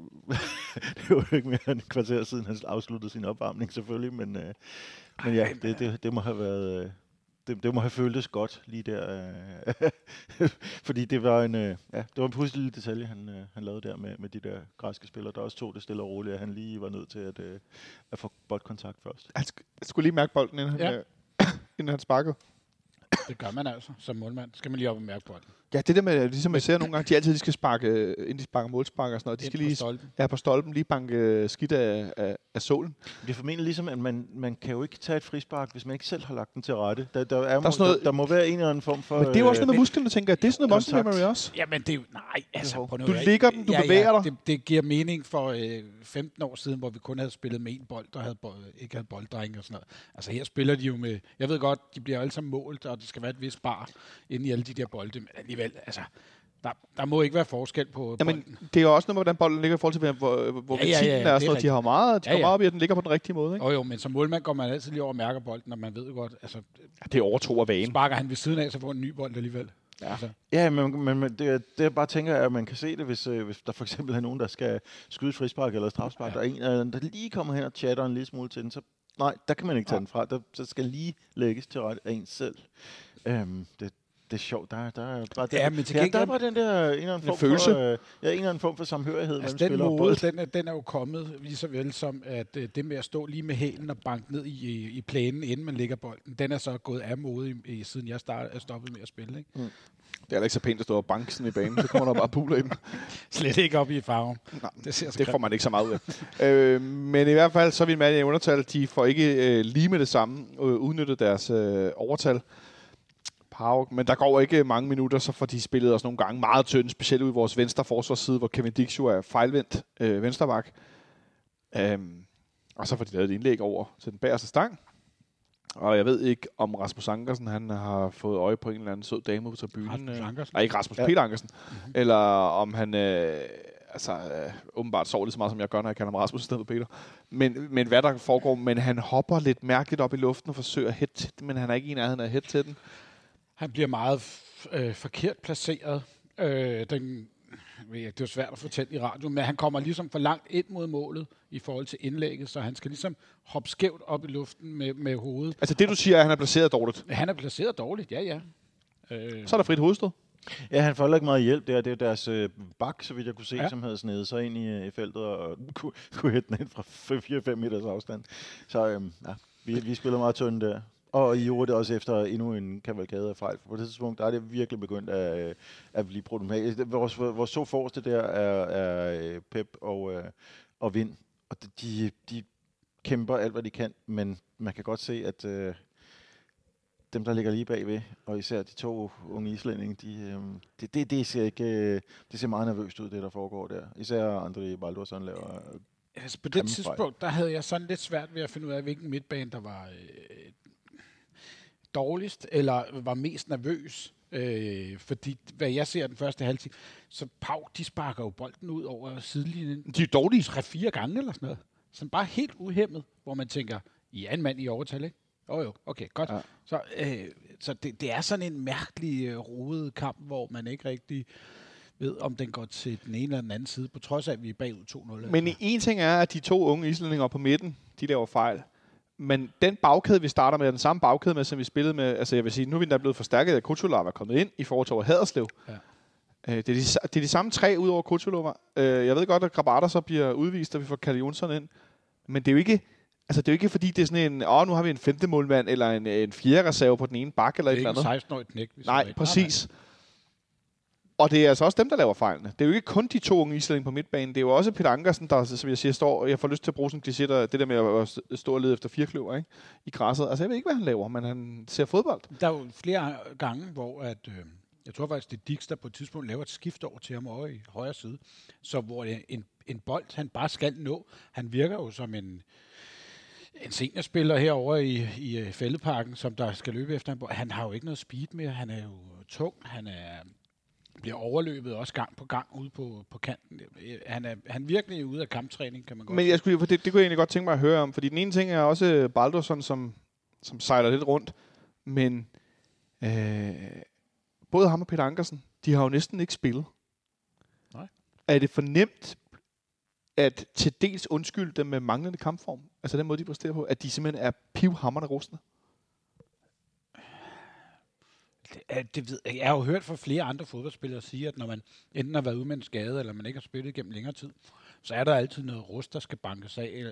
det var jo ikke mere end et kvarter siden, han afsluttede sin opvarmning, selvfølgelig, men, øh, men ja, det, det, det må have været... Øh, det, det må have føltes godt lige der, øh, fordi det var en, øh, ja, det var en pudselig lille detalje, han, øh, han lavede der med, med de der græske spillere, der også tog det stille og roligt, at han lige var nødt til at, øh, at få boldkontakt først. Han sk- skulle lige mærke bolden, inden, Ja. han, øh, inden han sparkede. Det gør man altså som målmand. Skal man lige op og mærke bolden. Ja, det der med, ligesom jeg ser nogle gange, de altid de skal sparke, inden de sparker målsparker og sådan noget, de Ind skal på lige stolpen. ja, på stolpen lige banke øh, skidt af, af, af solen. Det er formentlig ligesom, at man, man kan jo ikke tage et frispark, hvis man ikke selv har lagt den til rette. Der, der, er, Der er må, sådan noget- der, der må være en eller anden form for... Men det er jo også øh, noget med musklerne, tænker jeg. Det er sådan noget muscle kontakt. memory også. Jamen, det er jo... Nej, altså... Jo. Prøv nu Du at- ligger den, du ja, bevæger ja, dig. Det, det giver mening for øh, femten år siden, hvor vi kun havde spillet med en bold, der havde bold, ikke havde bolddrenge og sådan noget. Altså, her spiller de jo med... Jeg ved godt, de bliver alle sammen målt, og det skal være et vist bar inde i alle de der bolde, men alligevel, altså... Der, der må ikke være forskel på Jamen, bolden. det er jo også noget med, hvordan bolden ligger i forhold til, hvor, hvor Ja, ja, ja, ventilen ja, er. Og det sådan er noget. De har meget, de Ja, går ja. meget op i, at den ligger på den rigtige måde. Ikke? Jo, jo, men som målmand går man altid lige over og mærker bolden, og man ved godt, altså... Det er overtro af vanen. Sparker han ved siden af, så får en ny bold alligevel. Ja. Altså, Ja, men, men, men det, det jeg bare tænker, er, at man kan se det, hvis, øh, hvis der for eksempel er nogen, der skal skyde et frispark eller et strafspark, ja. Der er en, øh, der lige kommer hen og chatter en lille smule til den, så nej, der kan man ikke tage ja. den fra. Der, så skal lige lægges til ret af en selv. Øhm, det, det er sjovt. Der, der er bare den, Ja, men til ja, gengæld- der er bare den der en eller anden form følelse. for, øh, ja, en eller anden form for samhørighed altså mellem den spillere og mode, bold. den er, den er jo kommet lige så vel som, at øh, det med at stå lige med hælen og banke ned i, i, i plænen, inden man lægger bolden, den er så gået af mode, i, i, siden jeg start, er stoppet med at spille. Ikke? Det er heller ikke så pænt at stå og banke sådan i banen. Så kommer der bare puler i den. Slet ikke op i farven. Nej, Det ser så det får grimt. man ikke så meget ud af. øh, men i hvert fald, så er vi en mand i undertal. De får ikke øh, lige med det samme øh, udnyttet deres øh, overtal. Pauk. Men der går ikke mange minutter, så får de spillet os nogle gange meget tyndt, specielt ud i vores venstre forsvarsside, hvor Kevin Dixu er fejlvendt øh, vensterbak. Øhm, og så får de lavet et indlæg over til den bagerste stang. Og jeg ved ikke, om Rasmus Ankersen han har fået øje på en eller anden sød dame på tribunen. Rasmus øh. Ankersen? Nej, ikke Rasmus, Ja. Peter Ankersen. Mm-hmm. Eller om han øh, altså, øh, åbenbart sover lige så meget, som jeg gør, når jeg kalder ham Rasmus i stedet for Peter. Men, men hvad der foregår, men han hopper lidt mærkeligt op i luften og forsøger at hætte til den, men han er ikke en af, han er hætte til den. Han bliver meget f- øh, forkert placeret. Øh, den, ved jeg, det er jo svært at fortælle i radio, men han kommer ligesom for langt ind mod målet i forhold til indlægget, så han skal ligesom hoppe skævt op i luften med, med hovedet. Altså det, du siger, er, at han er placeret dårligt. Han er placeret dårligt, ja, ja. Øh, Så er der frit hovedstød. Ja, han får heller ikke meget hjælp der. Det er deres øh, bak, så vidt jeg kunne se, Ja. ja. som havde snedet sig ind i, øh, i feltet og kunne, kunne hætte den ind fra fire fem meters afstand. Så øhm, ja, vi, vi spiller meget tyndt der. Og i øvrigt også efter endnu en kavalkade af fejl. For på det tidspunkt, der er det virkelig begyndt at, at blive problematisk. Vores, vores to forreste der er, er Pep og, øh, og Vind. Og de, de kæmper alt, hvad de kan, men man kan godt se, at øh, dem, der ligger lige bagved, og især de to unge islændinge, de, øh, det, det, det, ser ikke, øh, det ser meget nervøst ud, det der foregår der. Især André Baldursson laver... Øh, altså på det grimme tidspunkt, der havde jeg sådan lidt svært ved at finde ud af, hvilken midtbane, der var øh, dårligst, eller var mest nervøs. Øh, fordi, hvad jeg ser den første halvtid, så Pau, de sparker jo bolden ud over sidelinjen De er dårlige. tre-fire gange eller sådan noget. Sådan bare helt uhæmmet, hvor man tænker, I er en mand i overtal, ikke? Jo jo, okay, godt. Ja. Ja. Så, øh, så det, det er sådan en mærkelig øh, rodet kamp, hvor man ikke rigtig ved, om den går til den ene eller den anden side, på trods af, at vi er bagud to nul. Men en ting er, at de to unge islændinge på midten, de laver fejl. Men den bagkæde, vi starter med, er den samme bagkæde med, som vi spillede med. Altså jeg vil sige, nu er vi da blevet forstærket, at Kutular var kommet ind i forhold til over Haderslev. Øh, det, er de, det er de samme tre ud over Kucherlova. Øh, jeg ved godt, at Grabata så bliver udvist, og vi får Kalle Jonsson ind. Men det er jo ikke... Altså, det er jo ikke, fordi det er sådan en, åh, nu har vi en femte målmand, eller en, en fjerde reserve på den ene bakke, eller et eller andet. Det er ikke en seksten-årig knæk. Nej, præcis. Og det er altså også dem, der laver fejlene. Det er jo ikke kun de to unge islændinge på midtbanen. Det er jo også Peter Ankersen, der, som jeg siger, står... Jeg får lyst til at bruge sådan en kliché, der, det der med at stå og lede efter firkløver, ikke? I græsset. Altså, jeg ved ikke, hvad han laver, men han ser fodbold. Der er jo flere gange, hvor at... Øh, jeg tror faktisk, det er Dix, der på et tidspunkt laver et skift over til ham over i højre side. Så hvor det en, en bold, han bare skal nå. Han virker jo som en... En seniorspiller herovre i, i Fældeparken, som der skal løbe efter en bold. Han har jo ikke noget speed mere. Han er jo tung. Han er... bliver overløbet også gang på gang ude på, på kanten. Han er han virkelig ude af kamptræning, kan man godt Men jeg skulle, det, det kunne jeg egentlig godt tænke mig at høre om, fordi den ene ting er også Baldursson, som, som sejler lidt rundt, men øh, både ham og Peter Ankersen, de har jo næsten ikke spillet. Nej. Er det for nemt at til dels undskylde dem med manglende kampform? Altså den måde, de præsterer på, at de simpelthen er pivhamrende rustne? Det, det ved jeg. Jeg har jo hørt fra flere andre fodboldspillere sige, at når man enten har været ude med en skade, eller man ikke har spillet gennem længere tid, så er der altid noget rust, der skal bankes af.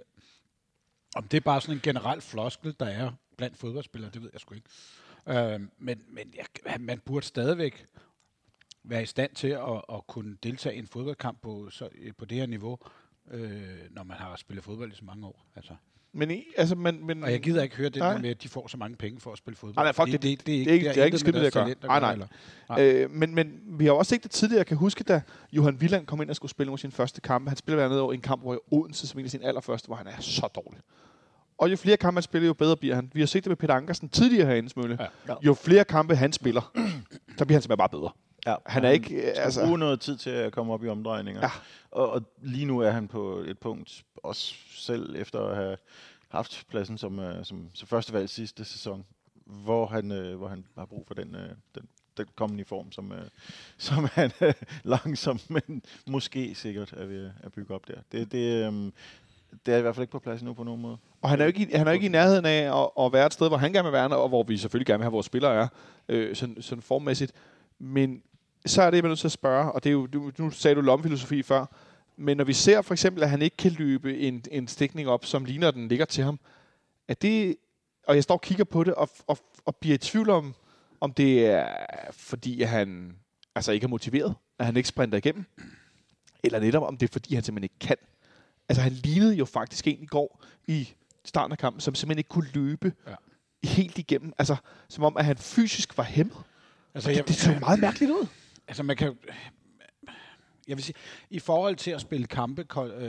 Om det er bare sådan en generel floskel, der er blandt fodboldspillere, det ved jeg sgu ikke. Øh, men men jeg, man burde stadigvæk være i stand til at, at kunne deltage i en fodboldkamp på, så, på det her niveau, øh, når man har spillet fodbold i så mange år. Altså. Men, i, altså, men, men, og jeg gider ikke høre det nej. med, at de får så mange penge for at spille fodbold. Nej, nej, fuck det. Det, det, det, det er ikke, det er ikke skidt, det gør. Nej, nej. Eller, nej. Øh, men, men vi har også set det tidligere. Jeg kan huske, da Johan Wieland kom ind og skulle spille nogle af sine første kampe. Han spiller blandt andet over en kamp, hvor i Odense, som en af sine allerførste, hvor han er så dårlig. Og jo flere kampe han spiller, jo bedre bliver han. Vi har set det med Peter Ankersen tidligere herinde, Smølle. Ja. Jo flere kampe han spiller, så bliver han simpelthen bare bedre. Ja, han er han ikke... Altså, bruge noget tid til at komme op i omdrejninger. Ja. Og, og lige nu er han på et punkt, også selv efter at have haft pladsen som, uh, som, som første valg sidste sæson, hvor han, uh, hvor han har brug for den, uh, den, den kommende form, som, uh, som han uh, langsomt, men måske sikkert er ved at bygge op der. Det, det, um, det er i hvert fald ikke på plads nu på nogen måde. Og han er jo ikke, han er ikke i nærheden af at, at være et sted, hvor han gerne vil være, og hvor vi selvfølgelig gerne vil have vores spillere er, øh, sådan, sådan formmæssigt. Men så er det, jeg er nødt til at spørge, og det er jo, du, nu sagde du lommefilosofi før, men når vi ser for eksempel, at han ikke kan løbe en, en stikning op, som ligner, den ligger til ham, er det, og jeg står og kigger på det, og, og, og bliver i tvivl om, om det er fordi, at han altså ikke er motiveret, at han ikke sprinter igennem, eller netop om det er fordi, han simpelthen ikke kan. Altså han lignede jo faktisk en i går i starten af kampen, som simpelthen ikke kunne løbe ja. helt igennem. Altså som om, at han fysisk var hæmmet. Altså, det, jeg, det så meget mærkeligt ud. Altså man kan jeg vil sige, i forhold til at spille kampe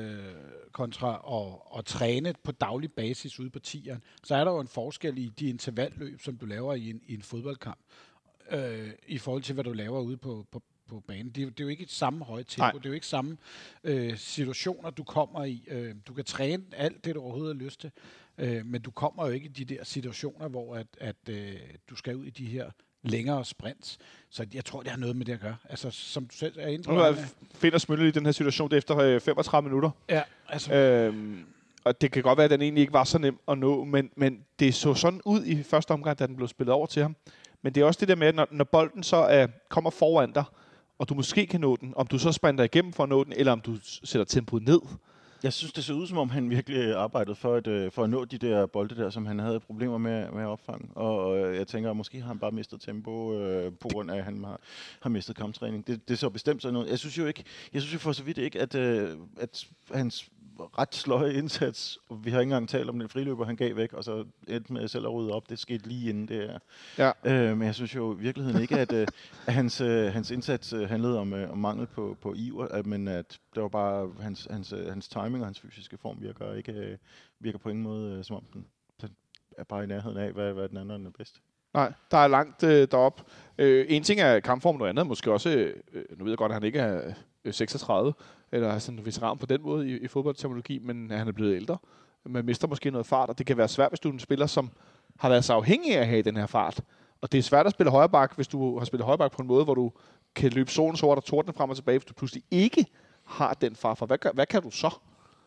kontra og, og træne på daglig basis ude på tieren, så er der jo en forskel i de intervalløb, som du laver i en, i en fodboldkamp, øh, i forhold til, hvad du laver ude på, på, på banen. Det er, det er jo ikke et samme høje tempo, Nej. Det er jo ikke samme øh, situationer, du kommer i. Øh, du kan træne alt det, du overhovedet har lyst til, øh, men du kommer jo ikke i de der situationer, hvor at, at, øh, du skal ud i de her længere sprints. Så jeg tror, det har noget med det at gøre. Altså, som du selv er inde på. Nu er fedt at smølle i den her situation, det efter øh, femogtredive minutter. Ja, altså. Øhm, og det kan godt være, at den egentlig ikke var så nem at nå, men, men det så sådan ud i første omgang, da den blev spillet over til ham. Men det er også det der med, at når, når bolden så er, kommer foran dig, og du måske kan nå den, om du så sprinter igennem for at nå den, eller om du sætter tempoet ned. Jeg synes, det så ud, som om han virkelig arbejdede for at, for at nå de der bolde der, som han havde problemer med, med at opfange. Og øh, jeg tænker, at måske har han bare mistet tempo, øh, på grund af, at han har, har mistet kamptræning. Det, det er så bestemt sådan noget. Jeg synes jo ikke, jeg synes jo for så vidt ikke, at, øh, at hans ret sløje indsats, og vi har ikke engang talt om den friløber, han gav væk, og så endte med selv at rydde op. Det skete lige inden det her. Ja. Øh, men jeg synes jo i virkeligheden ikke, at, øh, at hans, øh, hans indsats øh, handlede om, øh, om mangel på, på iver, øh, men at det var bare hans, hans, øh, hans timing og hans fysiske form virker ikke øh, virker på ingen måde, øh, som om den, den er bare i nærheden af, hvad, hvad den anden er bedst. Nej, der er langt øh, derop. Øh, en ting er kampform, noget andet måske også, øh, nu ved jeg godt, at han ikke er øh, seksogtredive, eller sådan en veteran på den måde i, i fodboldterminologi, men han er blevet ældre. Man mister måske noget fart, og det kan være svært, hvis du er en spiller, som har været så afhængig af at have den her fart. Og det er svært at spille højreback, hvis du har spillet højreback på en måde, hvor du kan løbe solen sort og tordne frem og tilbage, hvis du pludselig ikke har den fart. For hvad, gør, hvad kan du så?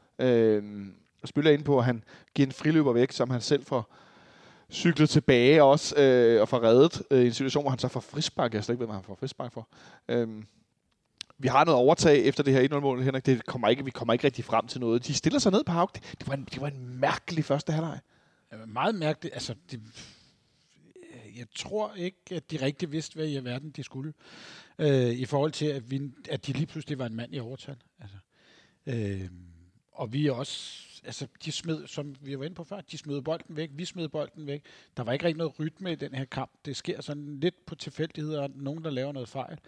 Øh, spiller ind på, at han giver en friløber væk, som han selv får cyklet tilbage også, øh, og får reddet øh, i en situation, hvor han så får frispark. Jeg slet ikke ved, hvad han får frispark for. Øhm, vi har noget overtag efter det her en nul-mål, Henrik. Det kommer ikke, vi kommer ikke rigtig frem til noget. De stiller sig ned på Hauk. Det, det, var, en, det var en mærkelig første halvleg. Ja, meget mærkeligt. Altså, det, jeg tror ikke, at de rigtig vidste, hvad i verden de skulle. Øh, I forhold til, at, vi, at de lige pludselig var en mand i overtal. Altså, øh, og vi også... Altså, de smed, som vi var inde på før, de smed bolden væk, vi smed bolden væk. Der var ikke rigtig noget rytme i den her kamp. Det sker sådan lidt på tilfældigheder, nogen der laver noget fejl.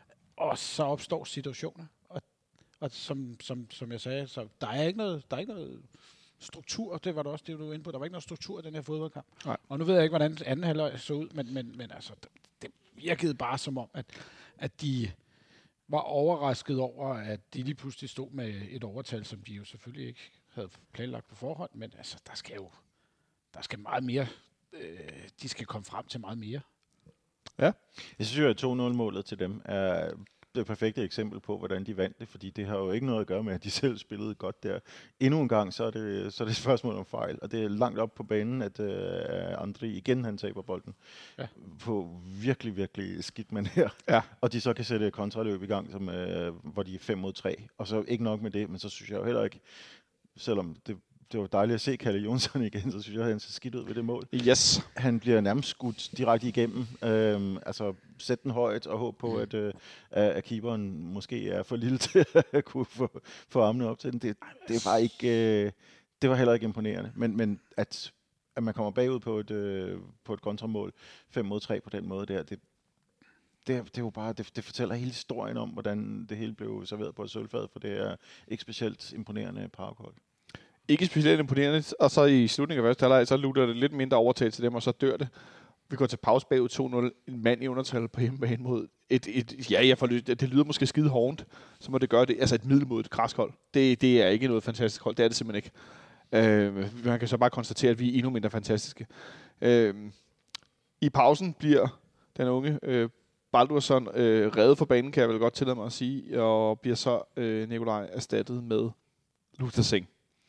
Og så opstår situationer. Og, og som, som, som jeg sagde, så der er ikke noget, der er ikke noget struktur. Det var det også det, du var inde på. Der var ikke noget struktur i den her fodboldkamp. Nej. Og nu ved jeg ikke, hvordan anden halvleg så ud, men, men, men altså, det virkede bare som om, at, at de var overrasket over, at de lige pludselig stod med et overtal, som de jo selvfølgelig ikke havde planlagt på forhånd, men altså, der skal jo der skal meget mere. Øh, de skal komme frem til meget mere. Ja. Jeg synes jo, at to nul-målet til dem er det perfekte eksempel på, hvordan de vandt det, fordi det har jo ikke noget at gøre med, at de selv spillede godt der. Endnu en gang, så er det, så er det et spørgsmål om fejl, og det er langt op på banen, at uh, André igen, han taber bolden. Ja. På virkelig, virkelig skidt manér. Ja. Og de så kan sætte kontraløb i gang, som, uh, hvor de er fem mod tre. Og så ikke nok med det, men så synes jeg jo heller ikke, selvom det det var dejligt at se Kalle Jonsson igen, så synes jeg, at han ser skidt ud ved det mål. Yes. Han bliver nærmest skudt direkte igennem. Øhm, altså, sæt den højt og håb på, mm. at, øh, at keeperen måske er for lille til at kunne få, få armene op til den. Det, det var ikke, øh, det var heller ikke imponerende. Men, men at, at man kommer bagud på et, øh, på et kontramål, fem mod tre på den måde der, det, det, det, er jo bare, det, det fortæller hele historien om, hvordan det hele blev serveret på et sølvfad, for det er ikke specielt imponerende parkhold. Ikke specielt imponerende, og så i slutningen af første halvleg, så lutter det lidt mindre overtag til dem, og så dør det. Vi går til pause bagud to nul, en mand i undertal på hjemmebane mod et, et ja, jeg får lyst, det lyder måske skide hårdt, så må det gøre det, altså et middelmodigt græshold. Det, det er ikke noget fantastisk hold, det er det simpelthen ikke. Øh, man kan så bare konstatere, at vi er endnu mindre fantastiske. Øh, I pausen bliver den unge øh, Baldursson øh, reddet for banen, kan jeg vel godt tillade mig at sige, og bliver så øh, Nikolaj erstattet med Luther Singh.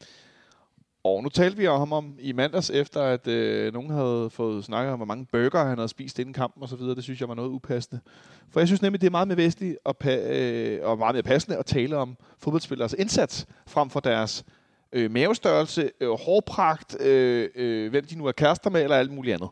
Og nu talte vi om ham i mandags, efter at øh, nogen havde fået snakket om, hvor mange burger han havde spist inden kampen og så videre. Det synes jeg var noget upassende. For jeg synes nemlig, det er meget mere væsentligt og, pa- øh, og meget mere passende at tale om fodboldspillers indsats, frem for deres øh, mavestørrelse, øh, hårpragt, øh, øh, hvem de nu er kærester med, eller alt muligt andet.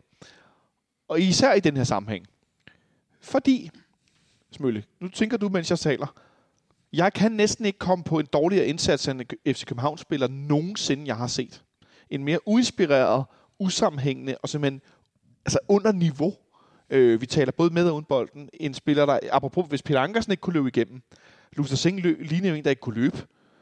Og især i den her sammenhæng. Fordi, Smølle, nu tænker du, mens jeg taler, jeg kan næsten ikke komme på en dårligere indsats end F C København-spiller nogensinde, jeg har set. En mere uinspireret, usammenhængende og simpelthen altså under niveau. Øh, vi taler både med og uden bolden. En spiller, der, apropos, hvis Peter Ankersen ikke kunne løbe igennem. Luther Singh lø- lignede en, der ikke kunne løbe.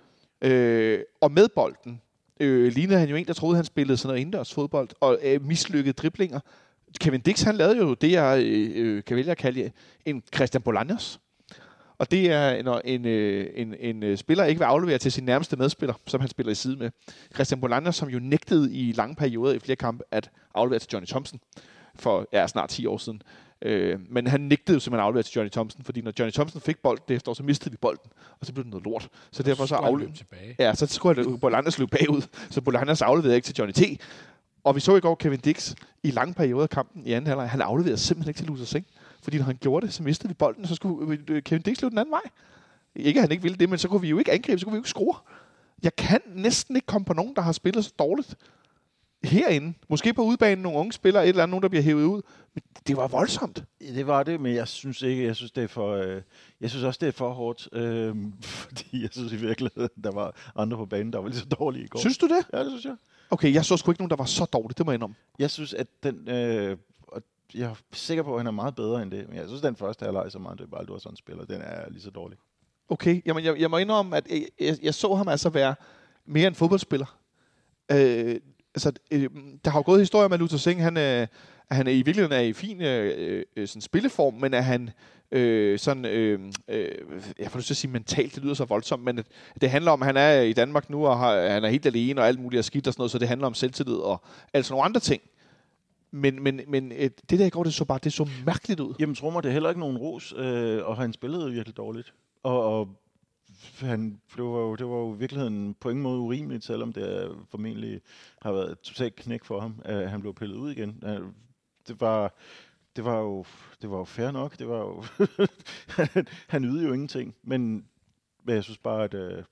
Øh, og med bolden øh, lignede han jo en, der troede, han spillede sådan noget indendørs fodbold. Og øh, mislykkede driblinger. Kevin Dix, han lavede jo det, jeg øh, kan vælge at kalde en Christian Bolaños. Og det er, når en, en, en, en spiller ikke vil aflevere til sin nærmeste medspiller, som han spiller i side med. Christian Bolaños, som jo nægtede i lange perioder i flere kampe at aflevere til Johnny Thompson for ja, snart ti år siden. Øh, men han nægtede jo simpelthen at aflevere til Johnny Thompson, fordi når Johnny Thompson fik bolden det efterår, så mistede vi bolden, og så blev det noget lort. Så derfor så afleverede tilbage. Ja, så skulle Bolaños løbe bagud, så Bolaños afleverede ikke til Johnny T. Og vi så i går Kevin Dix i lange perioder af kampen i anden halvleg. Han afleverede simpelthen ikke til Luther Singh. Fordi når han gjorde det, så mistede vi bolden, og så skulle Kevin Dix løbe den anden vej. Ikke at han ikke ville det, men så kunne vi jo ikke angribe, så kunne vi jo ikke score. Jeg kan næsten ikke komme på nogen, der har spillet så dårligt herinde. Måske på udbanen nogle unge spillere, et eller andet, nogen, der bliver hævet ud. Men det var voldsomt. Det var det, men jeg synes ikke, jeg synes det er for, øh, jeg synes også, det er for hårdt, øh, fordi jeg synes i virkeligheden, der var andre på banen, der var lige så dårlige i går. Synes du det? Ja, det synes jeg. Okay, jeg så sgu ikke nogen, der var så dårligt, det må jeg indrømme. Jeg synes, at den... Øh, Jeg er sikker på, at han er meget bedre end det. Men jeg synes, at den første halvleg, som André Baldursson spiller, den er lige så dårlig. Okay, jamen jeg, jeg må indrømme, at jeg, jeg, jeg så ham altså være mere en fodboldspiller. Øh, altså, øh, der har jo gået historier med Luther Singh, han, øh, han er i virkeligheden er i fin øh, øh, sådan spilleform, men er han øh, sådan, øh, øh, jeg får lyst til at sige mentalt, det lyder så voldsomt, men det handler om, at han er i Danmark nu, og har, han er helt alene, og alt muligt er skidt og sådan noget, så det handler om selvtillid og altså nogle andre ting. Men, men, men det der i går, det så bare det så mærkeligt ud. Jamen, tror mig, det er heller ikke nogen ros, øh, og han spillede virkelig dårligt. Og, og han, det, var jo, det var jo i virkeligheden på ingen måde urimeligt, selvom det formentlig har været et totalt knæk for ham, at han blev pillet ud igen. Det var, det var jo, det var jo fair nok. Det var jo han, han ydede jo ingenting, men, men jeg synes bare, at, øh,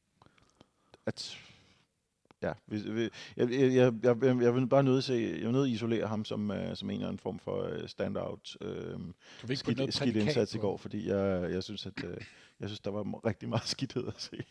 at ja, vi, vi, jeg, jeg, jeg, jeg, jeg vil bare nødt se, jeg vil nødt isolere ham som, uh, som en eller anden form for uh, standout uh, skidt, skidt indsats i går, fordi jeg, jeg synes, at uh, jeg synes, der var rigtig meget skidthed at se.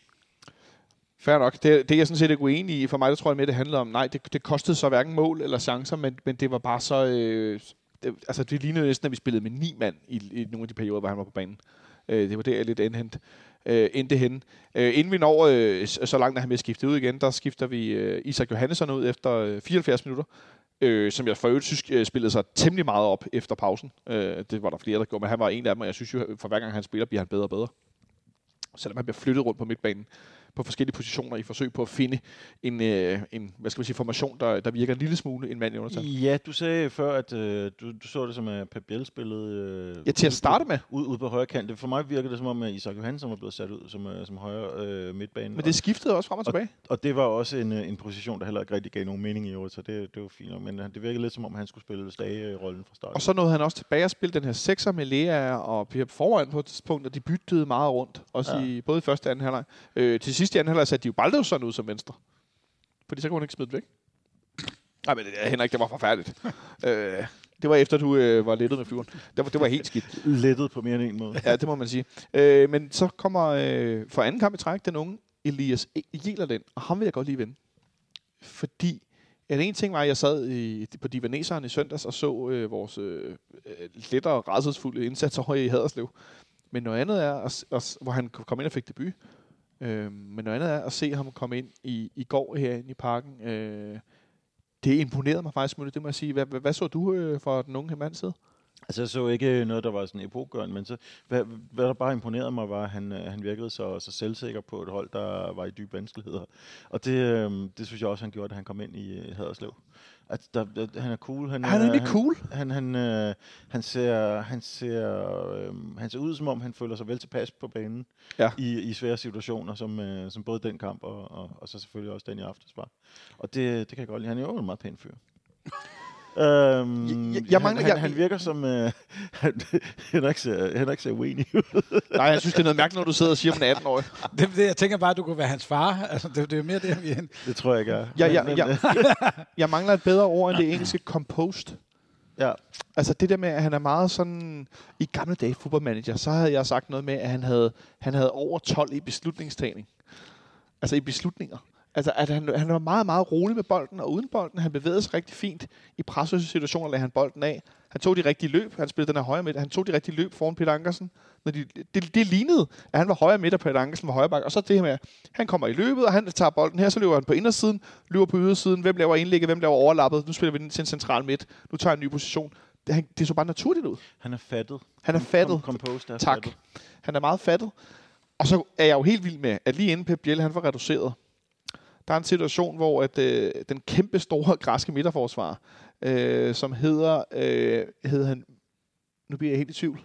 Fair nok. Det, det er jeg sådan set ikke uenig i. For mig, der tror jeg med, det handlede om, nej, det, det kostede så hverken mål eller chancer, men, men det var bare så, øh, det, altså det lignede næsten, at vi spillede med ni mand i, i nogle af de perioder, hvor han var på banen. Øh, det var der, jeg lidt endte, øh, endte hen. Øh, inden vi når øh, så langt, at han bliver skiftet ud igen, der skifter vi øh, Isak Johannesson ud efter øh, fireoghalvfjerds minutter, øh, som jeg for øvrigt synes øh, spillede sig temmelig meget op efter pausen. Øh, det var der flere, der gjorde, men han var en af dem, og jeg synes jo, for hver gang han spiller, bliver han bedre og bedre. Selvom han bliver flyttet rundt på midtbanen på forskellige positioner i forsøg på at finde en, øh, en hvad skal man sige, formation, der, der virker en lille smule en mand i undertal. Ja, du sagde før, at øh, du, du så det som at Pep Biel spillede øh, ja, til at starte med. Ud, ud på højre kant. For mig virker det som om, at Isak Johannesson var blevet sat ud som, øh, som højre øh, midtbane. Men det skiftede også frem og tilbage. Og, og det var også en, en position, der heller ikke rigtig gav nogen mening i øvrigt, så det, det var fint. Men det virkede lidt som om, han skulle spille Stage-rollen fra start. Og så nåede han også tilbage og spille den her sekser med Lea og Pep foran på et tidspunkt, og de byttede meget rundt. Også ja. i både første og anden halvleg. Øh, til sidst i anden halvleg satte de jo Baldo sådan ud som venstre. Fordi så kunne han ikke smide væk. Nej, men det, Henrik, det var forfærdeligt. øh, det var efter, du øh, var lettet med flyveren. Det var, det var helt skidt. Lettet på mere end en måde. Ja, det må man sige. Øh, men så kommer øh, for anden kamp i træk den unge Elias Jelerden, og ham vil jeg godt lige vende. Fordi ja, det ene ting var, at jeg sad i, på Divaneseren i søndags og så øh, vores øh, lettere rædselsfulde indsats over i Haderslev. Men noget andet er, at, at, hvor han kom ind og fik debut. Øh, men noget andet er at se ham komme ind i, i går herinde i parken. Øh, det imponerede mig faktisk muligt, det må jeg sige. Hvad, hvad, hvad så du øh, for den unge mands side? Altså, jeg så ikke noget, der var sådan epokegørende, men så, hvad, hvad der bare imponerede mig, var, at han, han virkede så, så selvsikker på et hold, der var i dybe vanskeligheder. Og det, øh, det synes jeg også, han gjorde, da han kom ind i Haderslev. At der, der, han er cool. Han, han er nemlig cool. Han, han, øh, han, ser, han, ser, øh, han ser ud, som om han føler sig vel tilpas på banen ja. i, i svære situationer, som, øh, som både den kamp og, og, og så selvfølgelig også den i aftes var. Og det, det kan jeg godt lide. Han er jo en meget pæn fyr. Øhm, jeg, jeg mangler, han, han, han virker som øh, Henrik ser, Henrik ser uenig ud. Nej, jeg synes, det er noget mærkeligt, når du sidder og siger om en atten-årig. Det, det, jeg tænker bare, at du kunne være hans far. Altså, det, det er mere det, vi er. Det tror jeg ikke er. Ja, ja, ja. jeg, jeg mangler et bedre ord end det engelske composed. Ja. Altså det der med, at han er meget sådan... I gamle dage fodboldmanager, så havde jeg sagt noget med, at han havde, han havde over tolv i beslutningstagning. Altså i beslutninger. Altså, at han, han var meget, meget rolig med bolden og uden bolden. Han bevægede sig rigtig fint. I pressesituationer lagde han bolden af. Han tog de rigtige løb. Han spillede den her højre midt. Han tog de rigtige løb foran Peter Ankersen. Når de, det, det lignede, at han var højre midt, og Peter Ankersen var højre bak. Og så det her med, han kommer i løbet, og han tager bolden her. Så løber han på indersiden, løber på ydersiden. Hvem laver indlægget? Hvem laver overlappet? Nu spiller vi den til en central midt. Nu tager han en ny position. Det, han, det så bare naturligt ud. Han er fattet. Han er fattet. Kom, composed er tak. Fattet. Han er meget fattet. Og så er jeg jo helt vild med, at lige inden Pep Biel, han var reduceret. Der er en situation, hvor at, øh, den kæmpe store græske midterforsvar, øh, som hedder, øh, hedder han, nu bliver jeg helt i tvivl,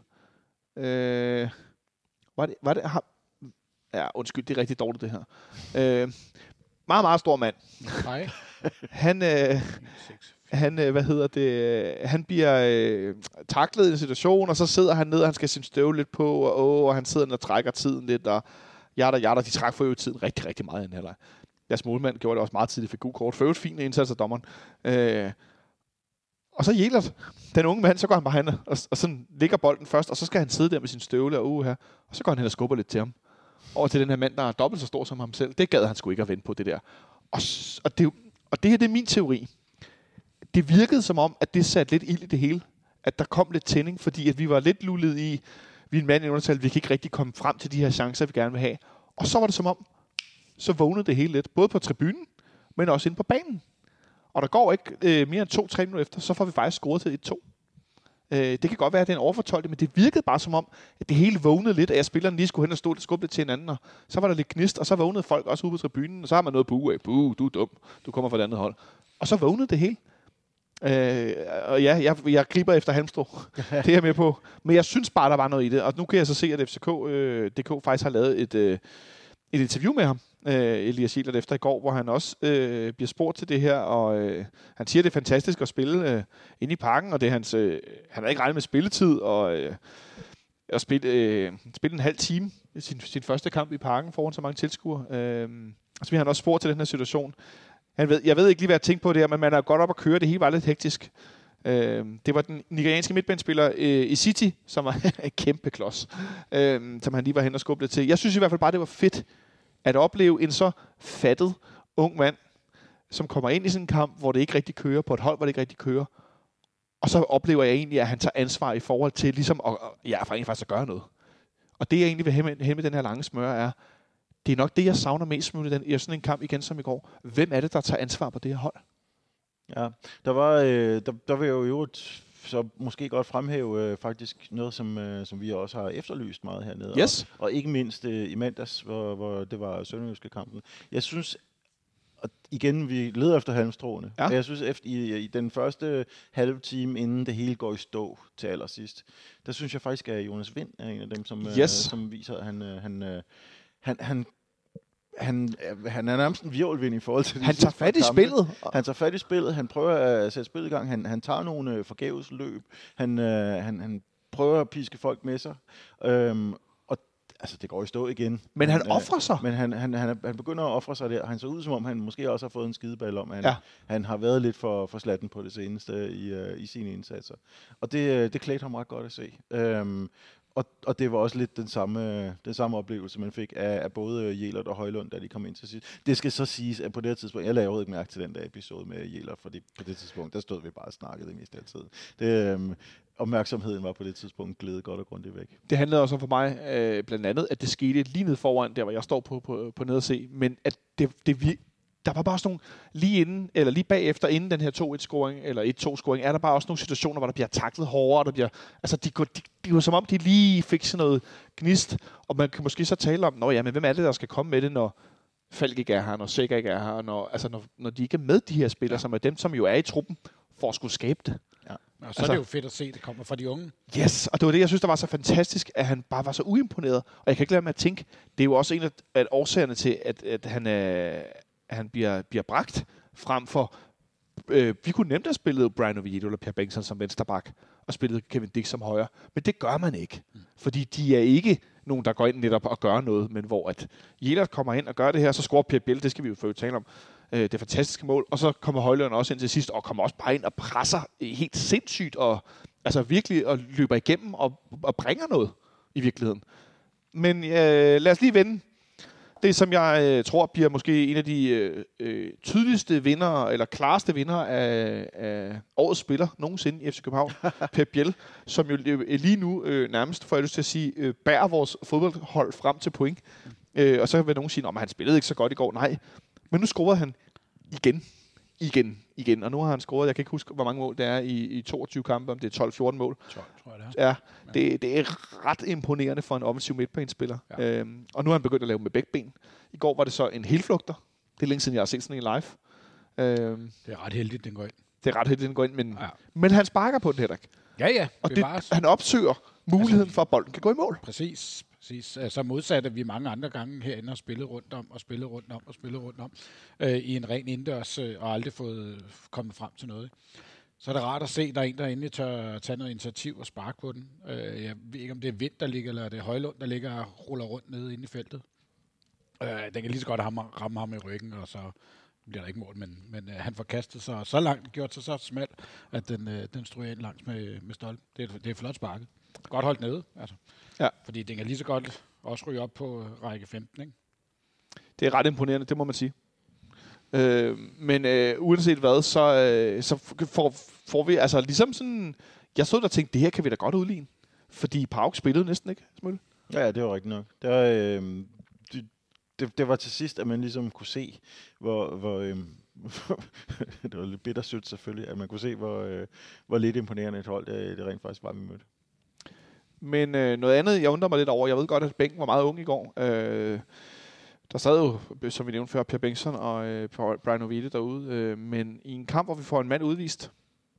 øh, var det, var det, har, ja undskyld, det er rigtig dårligt det her, øh, meget, meget stor mand. Nej. han, øh, han, øh, hvad hedder det, han bliver øh, taklet i en situation, og så sidder han ned, og han skal sin støvle lidt på, og, åh, og han sidder og trækker tiden lidt, og jatter, jatter, de trækker for jo tiden rigtig, rigtig meget i den her leg. Deres målmand gjorde det også meget tidligt, fik god kort. Ført fint indsats af dommeren. Øh, og så Jelert, den unge mand, så går han bare hen og, og sådan ligger bolden først, og så skal han sidde der med sin støvle og uge her. Og så går han hen og skubber lidt til ham. Over til den her mand, der er dobbelt så stor som ham selv. Det gad han sgu ikke at vente på, det der. Og, og, det, og det her, det er min teori. Det virkede som om, at det satte lidt ild i det hele. At der kom lidt tænding, fordi at vi var lidt lullet i, vi er en mand i undertal, vi kan ikke rigtig komme frem til de her chancer, vi gerne vil have. Og så var det som om, så vågnede det hele lidt, både på tribunen, men også inde på banen. Og der går ikke øh, mere end to-tre minutter efter, så får vi faktisk scoret til et to. Øh, det kan godt være, at det er en overfortolkning, men det virkede bare som om, at det hele vågnede lidt, at jeg spilleren lige skulle hen og stå og skubbe lidt til hinanden, og så var der lidt gnist, og så vågnede folk også ude på tribunen, og så har man noget buh af, buh, du er dum, du kommer fra et andet hold. Og så vågnede det hele. Øh, og ja, jeg, jeg griber efter halmstrå. Det er jeg med på. Men jeg synes bare, der var noget i det. Og nu kan jeg så se, at F C K punktum d k øh, faktisk har lavet et, øh, et interview med ham, øh, Elias Jelert, efter i går, hvor han også øh, bliver spurgt til det her, og øh, han siger, det er fantastisk at spille øh, inde i parken, og det er hans, øh, han har ikke regnet med spilletid, og øh, at spille, øh, spille en halv time i sin, sin første kamp i parken foran så mange tilskuere. Øh, så bliver han også spurgt til den her situation. Han ved, jeg ved ikke lige, hvad jeg tænkte på det her, men man er godt op at køre, det hele var lidt hektisk. Øh, det var den nigerianske midtbanespiller øh, i City, som var en kæmpe klods, øh, som han lige var hen og skubbede til. Jeg synes i hvert fald bare, det var fedt at opleve en så fattet ung mand, som kommer ind i sådan en kamp, hvor det ikke rigtig kører, på et hold, hvor det ikke rigtig kører. Og så oplever jeg egentlig, at han tager ansvar i forhold til ligesom at, ja, for egentlig faktisk at gøre noget. Og det jeg egentlig vil hen med, hen med den her lange smør er, det er nok det, jeg savner mest muligt den, i sådan en kamp igen som i går. Hvem er det, der tager ansvar på det her hold? Ja, der var, øh, der, der vil jeg jo så måske godt fremhæve øh, faktisk noget, som, øh, som vi også har efterlyst meget hernede. Yes. Og, og ikke mindst øh, i mandags, hvor, hvor det var Sønderjyske kampen. Jeg synes, og igen, vi leder efter halmstråene. Ja. Jeg synes, efter i, i den første halve time, inden det hele går i stå til allersidst, der synes jeg faktisk, at Jonas Vind er en af dem, som, yes. øh, som viser, at han, øh, han, øh, han, han Han, han er nærmest en virvelvind i forhold til... Han tager fat i kampe. spillet. Han tager fat i spillet. Han prøver at sætte spillet i gang. Han, han tager nogle øh, forgæves løb. Han, øh, han, han prøver at piske folk med sig. Øhm, og altså, det går i stå igen. Men han, han offrer sig. Men han, han, han, han begynder at ofre sig der. Han så ud, som om han måske også har fået en skideball om, at han, ja. han har været lidt for, for slatten på det seneste i, uh, i sine indsatser. Og det, det klædte ham ret godt at se. Øhm, Og, og det var også lidt den samme, den samme oplevelse, man fik af, af både Jelert og Højlund, da de kom ind til sidst. Det skal så siges, at på det tidspunkt, jeg lavede ikke mærke til den der episode med Jelert, fordi på det tidspunkt, der stod vi bare og snakkede det meste af tiden. Det, øhm, opmærksomheden var på det tidspunkt glædet godt og grundigt væk. Det handlede også for mig øh, blandt andet, at det skete lige ned foran, der hvor jeg står på, på, på ned og se, men at det, det vi der var bare også nogle, lige inden, eller lige bagefter, inden den her to et-scoring, eller et to-scoring, er der bare også nogle situationer, hvor der bliver taklet hårdere, der bliver, altså de går, de, de går som om, de lige fik sådan noget gnist, og man kan måske så tale om, nå ja, men hvem er det, der skal komme med det, når Falk ikke er her, når Sækker ikke er her, når, altså når, når de ikke er med, de her spillere, ja. Som er dem, som jo er i truppen, for at skulle skabe det. Ja. Og så altså, er det jo fedt at se, at det kommer fra de unge. Yes, og det var det, jeg synes, der var så fantastisk, at han bare var så uimponeret, og jeg kan ikke lade mig at tænke, det er jo også en af, af årsagerne til, at, at han er... at han bliver, bliver bragt frem for... Øh, vi kunne nemt have spillet Brian Oviedo eller Per Bengtsson som vensterbak, og spillet Kevin Dix som højre. Men det gør man ikke. Mm. Fordi de er ikke nogen, der går ind netop og gør noget, men hvor at Jelert kommer ind og gør det her, så scorer Per Biel, det skal vi jo få tale om, øh, det fantastiske mål, og så kommer Højlund også ind til sidst, og kommer også bare ind og presser helt sindssygt, og altså virkelig og løber igennem og, og bringer noget i virkeligheden. Men øh, lad os lige vende det, som jeg øh, tror bliver måske en af de øh, øh, tydeligste vinder eller klareste vinder af, af årets spiller nogensinde i F C København, Pep Biel, som jo lige nu øh, nærmest, får jeg lyst til at sige, øh, bærer vores fodboldhold frem til point. Øh, og så vil nogen sige, at han spillede ikke så godt i går. Nej, men nu scorede han igen, igen, igen. Og nu har han scoret, jeg kan ikke huske, hvor mange mål det er i, i toogtyve kampe, om det er tolv fjorten mål. tolv, tror jeg det er. Ja, det, det er ret imponerende for en offensiv midtbanespiller. Ja. Øhm, og nu har han begyndt at lave med begge ben. I går var det så en helflugter. Det er længe siden, jeg har set sådan en live. Øhm, det er ret heldigt, den går ind. Det er ret heldigt, den går ind, men, ja. men han sparker på den, Henrik. Ja, ja. Og det, han opsøger muligheden altså, for, at bolden kan gå i mål. Præcis. Præcis. Så modsatte vi mange andre gange herinde og spillet rundt om, og spillet rundt om, og spillet rundt om, øh, i en ren indendørs, øh, og aldrig fået kommet frem til noget. Så er det rart at se, at der er en, der endelig tør tage noget initiativ og sparke på den. Øh, jeg ved ikke, om det er Vind, der ligger, eller det er Højlund, der ligger og ruller rundt nede inde i feltet. Øh, den kan lige så godt ramme, ramme ham i ryggen, og så bliver der ikke mål, men, men øh, han får kastet sig så langt, gjort sig så smalt, at den, øh, den stryger ind langs med, med stolpen. Det er, det er flot sparket. Godt holdt nede, altså. Ja. Fordi den kan lige så godt også ryge op på række femten, ikke? Det er ret imponerende, det må man sige. Øh, men øh, uanset hvad, så, øh, så får, får vi altså ligesom sådan... Jeg stod der og tænkte, det her kan vi da godt udligne. Fordi Pauk spillede næsten ikke, Smølle. Ja, ja, det var rigtigt nok. Det var, øh, det, det, det var til sidst, at man ligesom kunne se, hvor... hvor øh, det var lidt bittersødt selvfølgelig, at man kunne se, hvor, øh, hvor lidt imponerende et hold det, det rent faktisk var, vi mødte. Men øh, noget andet, jeg undrer mig lidt over, jeg ved godt, at bænken var meget ung i går. Øh, der sad jo, som vi nævnte før, Per Bengtsson og øh, Brian Oviedo derude. Øh, men i en kamp, hvor vi får en mand udvist,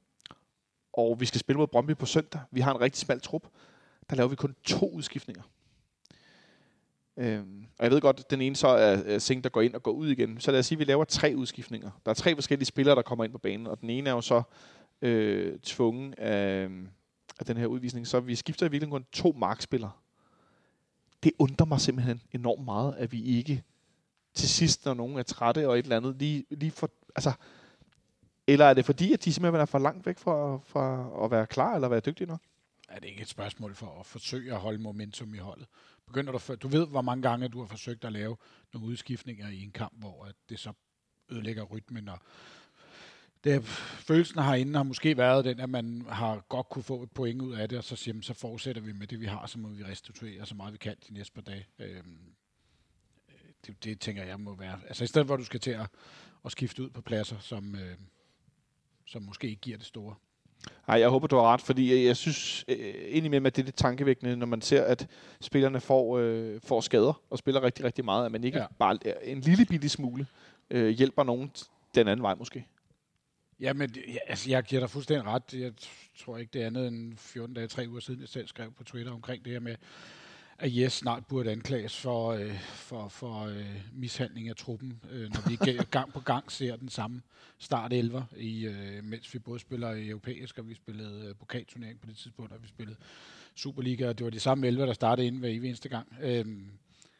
og vi skal spille mod Brøndby på søndag, vi har en rigtig smal trup, der laver vi kun to udskiftninger. Øhm, og jeg ved godt, at den ene så er, er Singh, der går ind og går ud igen. Så lad os sige, at vi laver tre udskiftninger. Der er tre forskellige spillere, der kommer ind på banen, og den ene er jo så øh, tvungen af, af den her udvisning. Så vi skifter i virkeligheden kun to markspillere. Det undrer mig simpelthen enormt meget, at vi ikke til sidst, når nogen er trætte og et eller andet, lige, lige for... Altså, eller er det fordi, at de simpelthen er for langt væk fra, fra at være klar, eller være dygtige nok? Er det ikke et spørgsmål for at forsøge at holde momentum i holdet? Begynder du, for, du ved, hvor mange gange du har forsøgt at lave nogle udskiftninger i en kamp, hvor at det så ødelægger rytmen. Og det, følelsen herinde har måske været den, at man har godt kunne få et point ud af det, og så siger man, så fortsætter vi med det, vi har, så må vi restituere så meget vi kan de næste par dage. Øhm, det, det tænker jeg må være... Altså i stedet for, at du skal til at, at skifte ud på pladser, som, øh, som måske ikke giver det store. Nej, jeg håber, du har ret, fordi jeg, jeg synes øh, indimellem, at det er lidt tankevækkende, når man ser, at spillerne får, øh, får skader og spiller rigtig, rigtig meget, at man ikke ja. bare en lille bitte smule øh, hjælper nogen den anden vej måske. Ja, men ja, altså, jeg giver dig fuldstændig ret. Jeg tror ikke, det er andet end fjorten dage, tre uger siden, jeg selv skrev på Twitter omkring det her med, at Jes snart burde anklages for, øh, for, for øh, mishandling af truppen, øh, når vi gang på gang ser den samme start-elver, i, øh, mens vi både spiller i europæisk, og vi spillede øh, pokalturnering på det tidspunkt, og vi spillede Superliga, og det var de samme elver, der startede inden hver eneste gang. Øhm,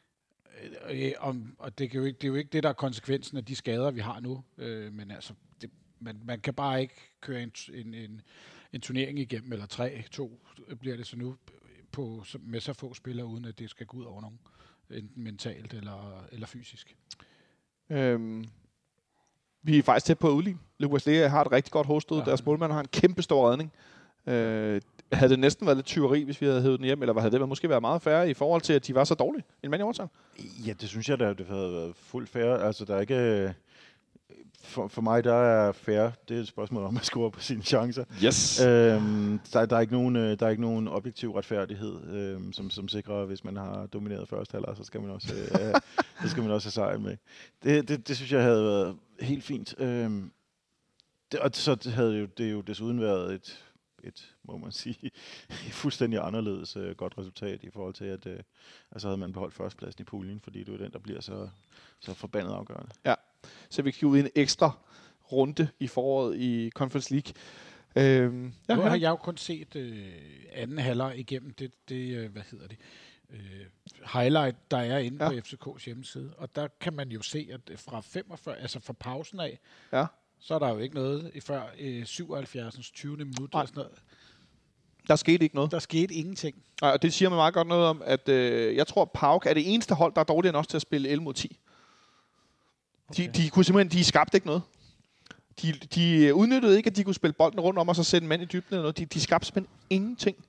øh, og og det, er jo ikke, det er jo ikke det, der er konsekvensen af de skader, vi har nu, øh, men altså, det, man, man kan bare ikke køre en, en, en, en turnering igennem, eller tre, to bliver det så nu, på, med så få spillere, uden at det skal gå ud over nogen, enten mentalt eller, eller fysisk. Øhm, vi er faktisk tæt på at udligne. Lukas Lea har et rigtig godt hovedstød. Ja. Deres målmand har en kæmpe stor redning. Øh, havde det næsten været lidt tyveri, hvis vi havde hævet den hjem, eller havde det måske været meget færre i forhold til, at de var så dårlige? En mand i overtal? Ja, det synes jeg, det havde været fuldt fair. Altså, der er ikke... For, for mig, der er fair. Det er et spørgsmål om at score på sine chancer. Yes. Øhm, der, der, er ikke nogen, der er ikke nogen objektiv retfærdighed, øhm, som, som sikrer, hvis man har domineret første halvleg, så skal man også, øh, så skal man også have sejren med. Det, det, det synes jeg havde været helt fint. Øhm, det, og så havde jo, det jo desuden været et, et, må man sige, fuldstændig anderledes øh, godt resultat i forhold til, at øh, altså havde man beholdt førstepladsen i puljen, fordi det er den, der bliver så, så forbandet afgørende. Ja. Så vi kan ud i en ekstra runde i foråret i Conference League. Øhm, ja, nu har jeg jo kun set øh, anden halvleg igennem det, det øh, hvad hedder det, øh, highlight, der er inde ja. på F C K's hjemmeside. Og der kan man jo se, at fra femogfyrre, altså fra pausen af, ja. så er der jo ikke noget i før øh, syvoghalvfjerds tyvende minut. Eller sådan noget. Der skete ikke noget. Der skete ingenting. Nej, og det siger mig meget godt noget om, at øh, jeg tror, at Pauk er det eneste hold, der er dårligere end os til at spille elleve mod ti. Okay. De, de kunne simpelthen, de skabte ikke noget. De, de udnyttede ikke, at de kunne spille bolden rundt om og så sætte en mand i dybden eller noget. De, de skabte simpelthen ingenting.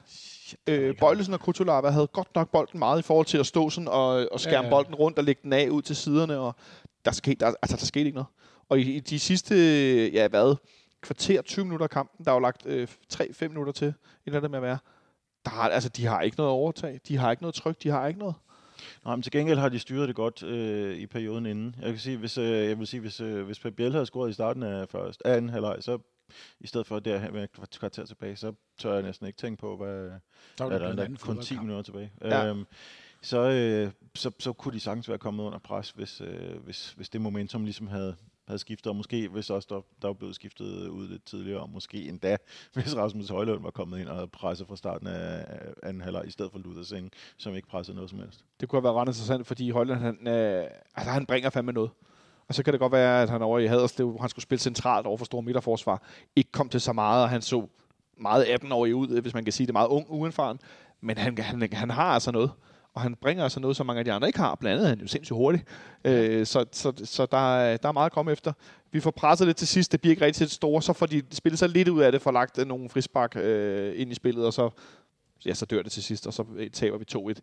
Øh, Bøjlesen og Kutularva havde godt nok bolden meget i forhold til at stå sådan og, og skærme ja, ja. bolden rundt og lægge den af ud til siderne, og der skete, der, altså, der skete ikke noget. Og i, i de sidste, ja hvad, kvarter, tyve minutter af kampen, der er jo lagt øh, tre til fem minutter til, eller det med at være, der har, altså, de har ikke noget overtag, de har ikke noget tryk, de har ikke noget. Nej, men til gengæld har de styret det godt øh, i perioden inden. Jeg kan sige, hvis øh, jeg vil sige, hvis øh, hvis Pep Biel havde scoret i starten af første, anden halvleg, så i stedet for der med et kvarter tilbage, så tør jeg næsten ikke tænke på, hvad der, hvad der er kun ti minutter tilbage. Ja. Øhm, så, øh, så så kunne de sagtens være kommet under pres, hvis øh, hvis hvis det momentum ligesom havde havde skiftet, og måske hvis også der, der var blevet skiftet ud lidt tidligere, og måske endda, hvis Rasmus Højlund var kommet ind og havde presset fra starten af anden halvleg, i stedet for Luther Singh, som ikke pressede noget som helst. Det kunne have været ret interessant, fordi Højlund, han, øh, altså, han bringer fandme noget. Og så kan det godt være, at han over i Haderslev, hvor han skulle spille centralt over for store midterforsvar, ikke kom til så meget, og han så meget atten-årig ud, hvis man kan sige det, meget ung, uerfaren. Men han, han, han har altså noget. Og han bringer altså noget, som mange af de andre ikke har. Blandt andet er han jo sindssygt hurtigt. Øh, så så, så der, er, der er meget at komme efter. Vi får presset lidt til sidst. Det bliver ikke rigtig til det store. Så får de spillet sig lidt ud af det, får lagt øh, nogle frispark øh, ind i spillet, og så, ja, så dør det til sidst, og så taber vi to et.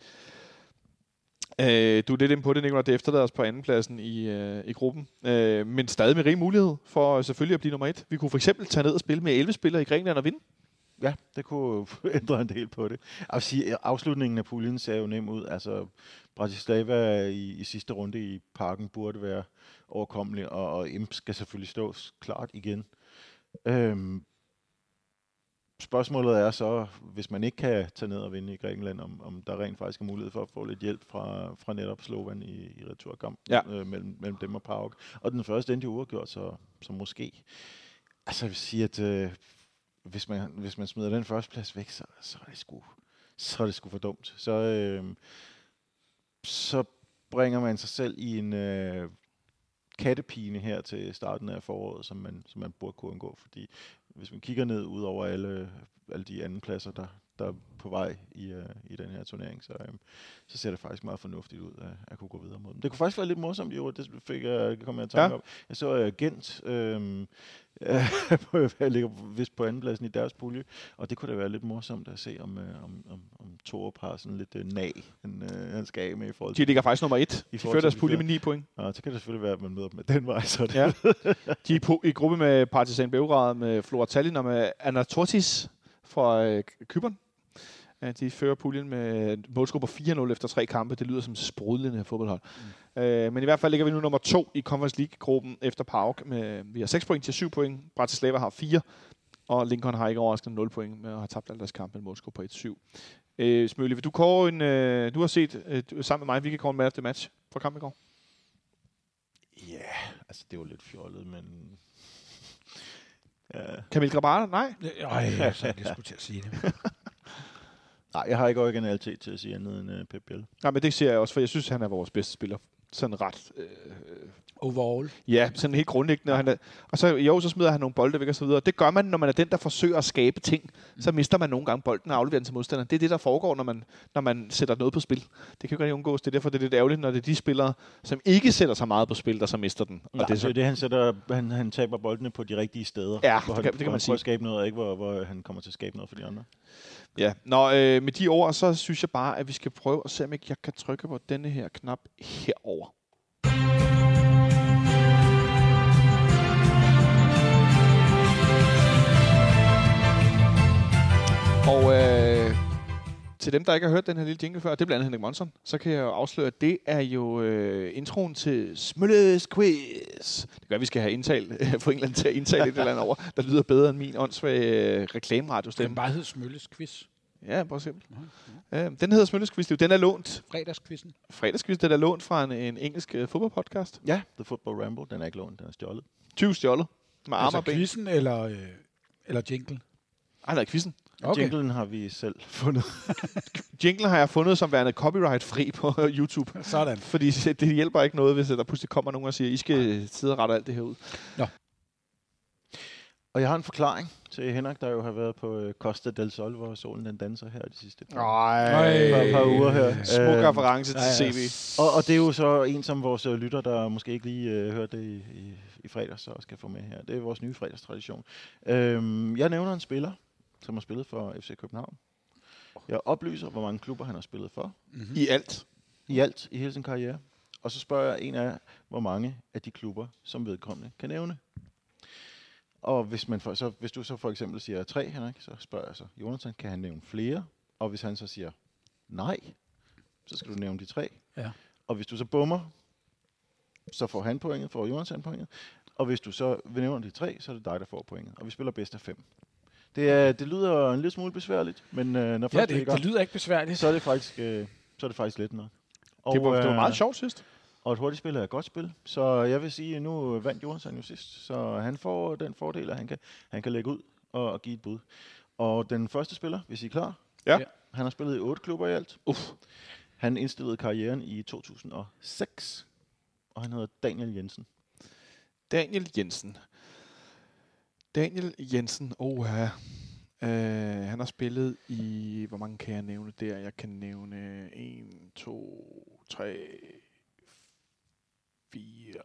Øh, du er lidt inde på det, Nicolai. Det efterlader os på andenpladsen i, øh, i gruppen. Øh, men stadig med rig mulighed for øh, selvfølgelig at blive nummer et. Vi kunne for eksempel tage ned og spille med elleve spillere i Grækenland og vinde. Ja, det kunne ændre en del på det. Jeg sige, afslutningen af puljen ser jo nem ud. Altså, Bratislava i, i sidste runde i parken burde være overkommelig, og, og Imp skal selvfølgelig stå klart igen. Øhm, spørgsmålet er så, hvis man ikke kan tage ned og vinde i Grækenland, om, om der rent faktisk er mulighed for at få lidt hjælp fra, fra netop Slovan i, i returkamp ja. øh, mellem, mellem dem og PAOK. Og den første endte jo uafgjort, så, så måske. Altså jeg vil sige, at øh, hvis, man, hvis man smider den første plads væk, så, så, er, det sgu, så er det sgu for dumt. Så, øh, så bringer man sig selv i en øh, kattepine her til starten af foråret, som man, som man burde kunne undgå, fordi hvis man kigger ned ud over alle, alle de anden pladser, der, der er på vej i, uh, i den her turnering, så, um, så ser det faktisk meget fornuftigt ud at, at kunne gå videre mod dem. Det kunne faktisk være lidt morsomt i år, det fik jeg, kom jeg at tanke ja. op. Jeg så uh, Gent, øhm, jeg ligger vist på andenpladsen i deres pulje, og det kunne da være lidt morsomt at se, om, uh, om, om, om Torup har sådan lidt uh, nag, han, uh, han skal af med i forhold til. De ligger faktisk nummer et. De fører deres pulje med ni point. Ja, så kan det selvfølgelig være, at man møder dem med den vej. Så det. Ja. De er på, i gruppe med Partizan Beograd, med Flora Tallinn og med Anatortis fra øh, Cypern. Ja, de fører puljen med målscore på fire nul efter tre kampe. Det lyder som sprudlende fodboldhold. Mm. Øh, men i hvert fald ligger vi nu nummer to i Conference League-gruppen efter PAOK. Med, vi har seks point til syv point. Bratislava har fire. Og Lincoln har ikke overraskende nul point med at have tabt alle deres kampe med målscore på et syv. Øh, Smølle, vil du kåre en... Øh, du har set øh, sammen med mig, vi kan kåre en man of the match fra kampen i går. Ja, yeah, altså det var lidt fjollet, men... Ja. Kamil Grabara? Nej. Nej, jeg så jeg skulle til at sige det. Nej, jeg har ikke originalitet til at sige andet end uh, Pep Biel. Nej, men det ser jeg også, for jeg synes, han er vores bedste spiller. Sådan ret... Øh, overall. Ja, sådan helt grundlæggende. Og, han er, og så jo, så smider han nogle bolde væk og så videre. Det gør man, når man er den, der forsøger at skabe ting. Mm. Så mister man nogle gange bolden og afleverer den til modstanderen. Det er det, der foregår, når man, når man sætter noget på spil. Det kan jo ikke undgås. Det er derfor, det er lidt ærgerligt, når det er de spillere, som ikke sætter så meget på spil, der så mister den. Nej, og det er så det, han, sætter, han, han taber boldene på de rigtige steder. Ja, hvor det han, kan, det kan man hvor sige. At skabe noget, og ikke hvor, hvor han kommer til at skabe noget for de andre. Ja, Nå, øh, med de ord, så synes jeg bare, at vi skal prøve at se, om ikke jeg kan trykke på denne her knap herover. Og øh, til dem, der ikke har hørt den her lille jingle før, det er blandt andet Henrik Monson, så kan jeg jo afsløre, at det er jo øh, introen til Smølles Quiz. Det gør, at vi skal have indtalt, få England til at indtale et eller andet over, der lyder bedre end min åndssvage øh, reklameradio-stemme. Den bare hedder Smølles Quiz. Ja, på eksempel. Ja, ja. Øh, den hedder Smølles Quiz. Den er lånt. Fredagsquizzen. Fredagsquiz, den er lånt fra en, en engelsk øh, fodboldpodcast. Ja, The Football Ramble. Den er ikke lånt, den er stjålet. tyve stjålet. Med arme altså og ben. quizzen eller, øh, eller jingle? Ej, nej, quizzen. Okay. Jinglen har vi selv fundet. Jinglen har jeg fundet som værende copyright-fri på YouTube. Sådan. Fordi det hjælper ikke noget, hvis der pludselig kommer nogen og siger, I skal sidde og rette alt det her ud. Nå. Og jeg har en forklaring til Henrik, der jo har været på uh, Costa del Sol, hvor solen den danser her de sidste par, par, par uger her. Smuk uh, reference til C V. Og, og det er jo så en, som vores uh, lytter, der måske ikke lige uh, hørte det i, i, i fredags, så skal få med her. Det er vores nye fredagstradition. Uh, jeg nævner en spiller, som har spillet for F C København. Jeg oplyser, hvor mange klubber han har spillet for. Mm-hmm. I alt? I alt, i hele sin karriere. Og så spørger jeg en af, hvor mange af de klubber, som vedkommende kan nævne. Og hvis, man for, så, hvis du så for eksempel siger tre, Henrik, så spørger jeg så, Jonathan, kan han nævne flere? Og hvis han så siger nej, så skal du nævne de tre. Ja. Og hvis du så bummer, så får han pointet, får Jonathan pointet. Og hvis du så vil nævne de tre, så er det dig, der får pointet. Og vi spiller bedst af fem. Det, er, det lyder en lille smule besværligt, men øh, når ja, det, det lyder ikke besværligt. Så er det faktisk, øh, så er det faktisk let nok. Og, det, var, det var meget sjovt sidst. Og et hurtigt spil er et godt spil. Så jeg vil sige, at nu vandt Jonathan jo sidst. Så han får den fordel, at han kan, han kan lægge ud og, og give et bud. Og den første spiller, hvis I er klar. Ja. Han har spillet i otte klubber i alt. Uff. Han indstillede karrieren i to tusind og seks. Og han hedder Daniel Jensen. Daniel Jensen. Daniel Jensen. Åh, ja. Uh, han har spillet i... Hvor mange kan jeg nævne der? Jeg kan nævne en, to, tre... Fire.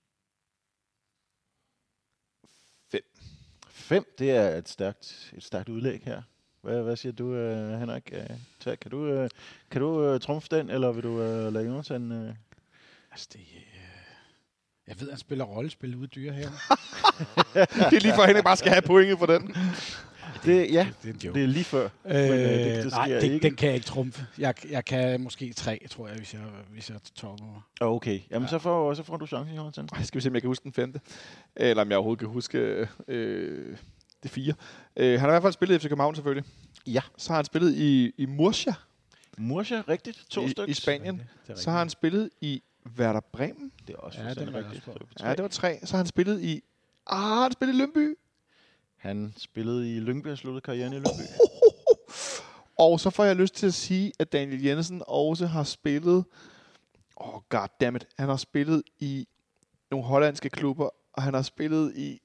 Fem. Fem, det er et stærkt, et stærkt udlæg her. Hvad, hvad siger du, uh, Henrik? Uh, kan du, uh, kan du uh, trumfe den, eller vil du uh, lade Jonathan... Uh... Altså, det... Uh... Jeg ved, han spiller rollespil ude i dyre her. Det er lige for, at Henrik bare skal have pointet for den. Det, ja, det er, det er lige før. Øh, men, øh, det, det nej, det, ikke. den kan jeg ikke trumfe. Jeg, jeg kan måske tre, tror jeg, hvis jeg, hvis jeg topper mig. Okay, jamen ja. så, får, så får du chancen, Jonathan. Skal vi se, om jeg kan huske den femte? Eller om jeg overhovedet kan huske... Øh, Det er fire. Øh, han har i hvert fald spillet i F C København selvfølgelig. Ja. Så har han spillet i, i Murcia. Murcia, rigtigt. To I, stykker. i Spanien. Det er Så har han spillet i Werder Bremen. Det er også Ja, fuldstændig den er rigtigt. også på. Så Ja, det var tre. Så har han spillet i... Ah, han har spillet i Lyngby. Han spillede i Lyngby og sluttede karrieren i Lyngby. Og så får jeg lyst til at sige, at Daniel Jensen også har spillet... Åh, oh, goddammit. Han har spillet i nogle hollandske klubber, og han har spillet i...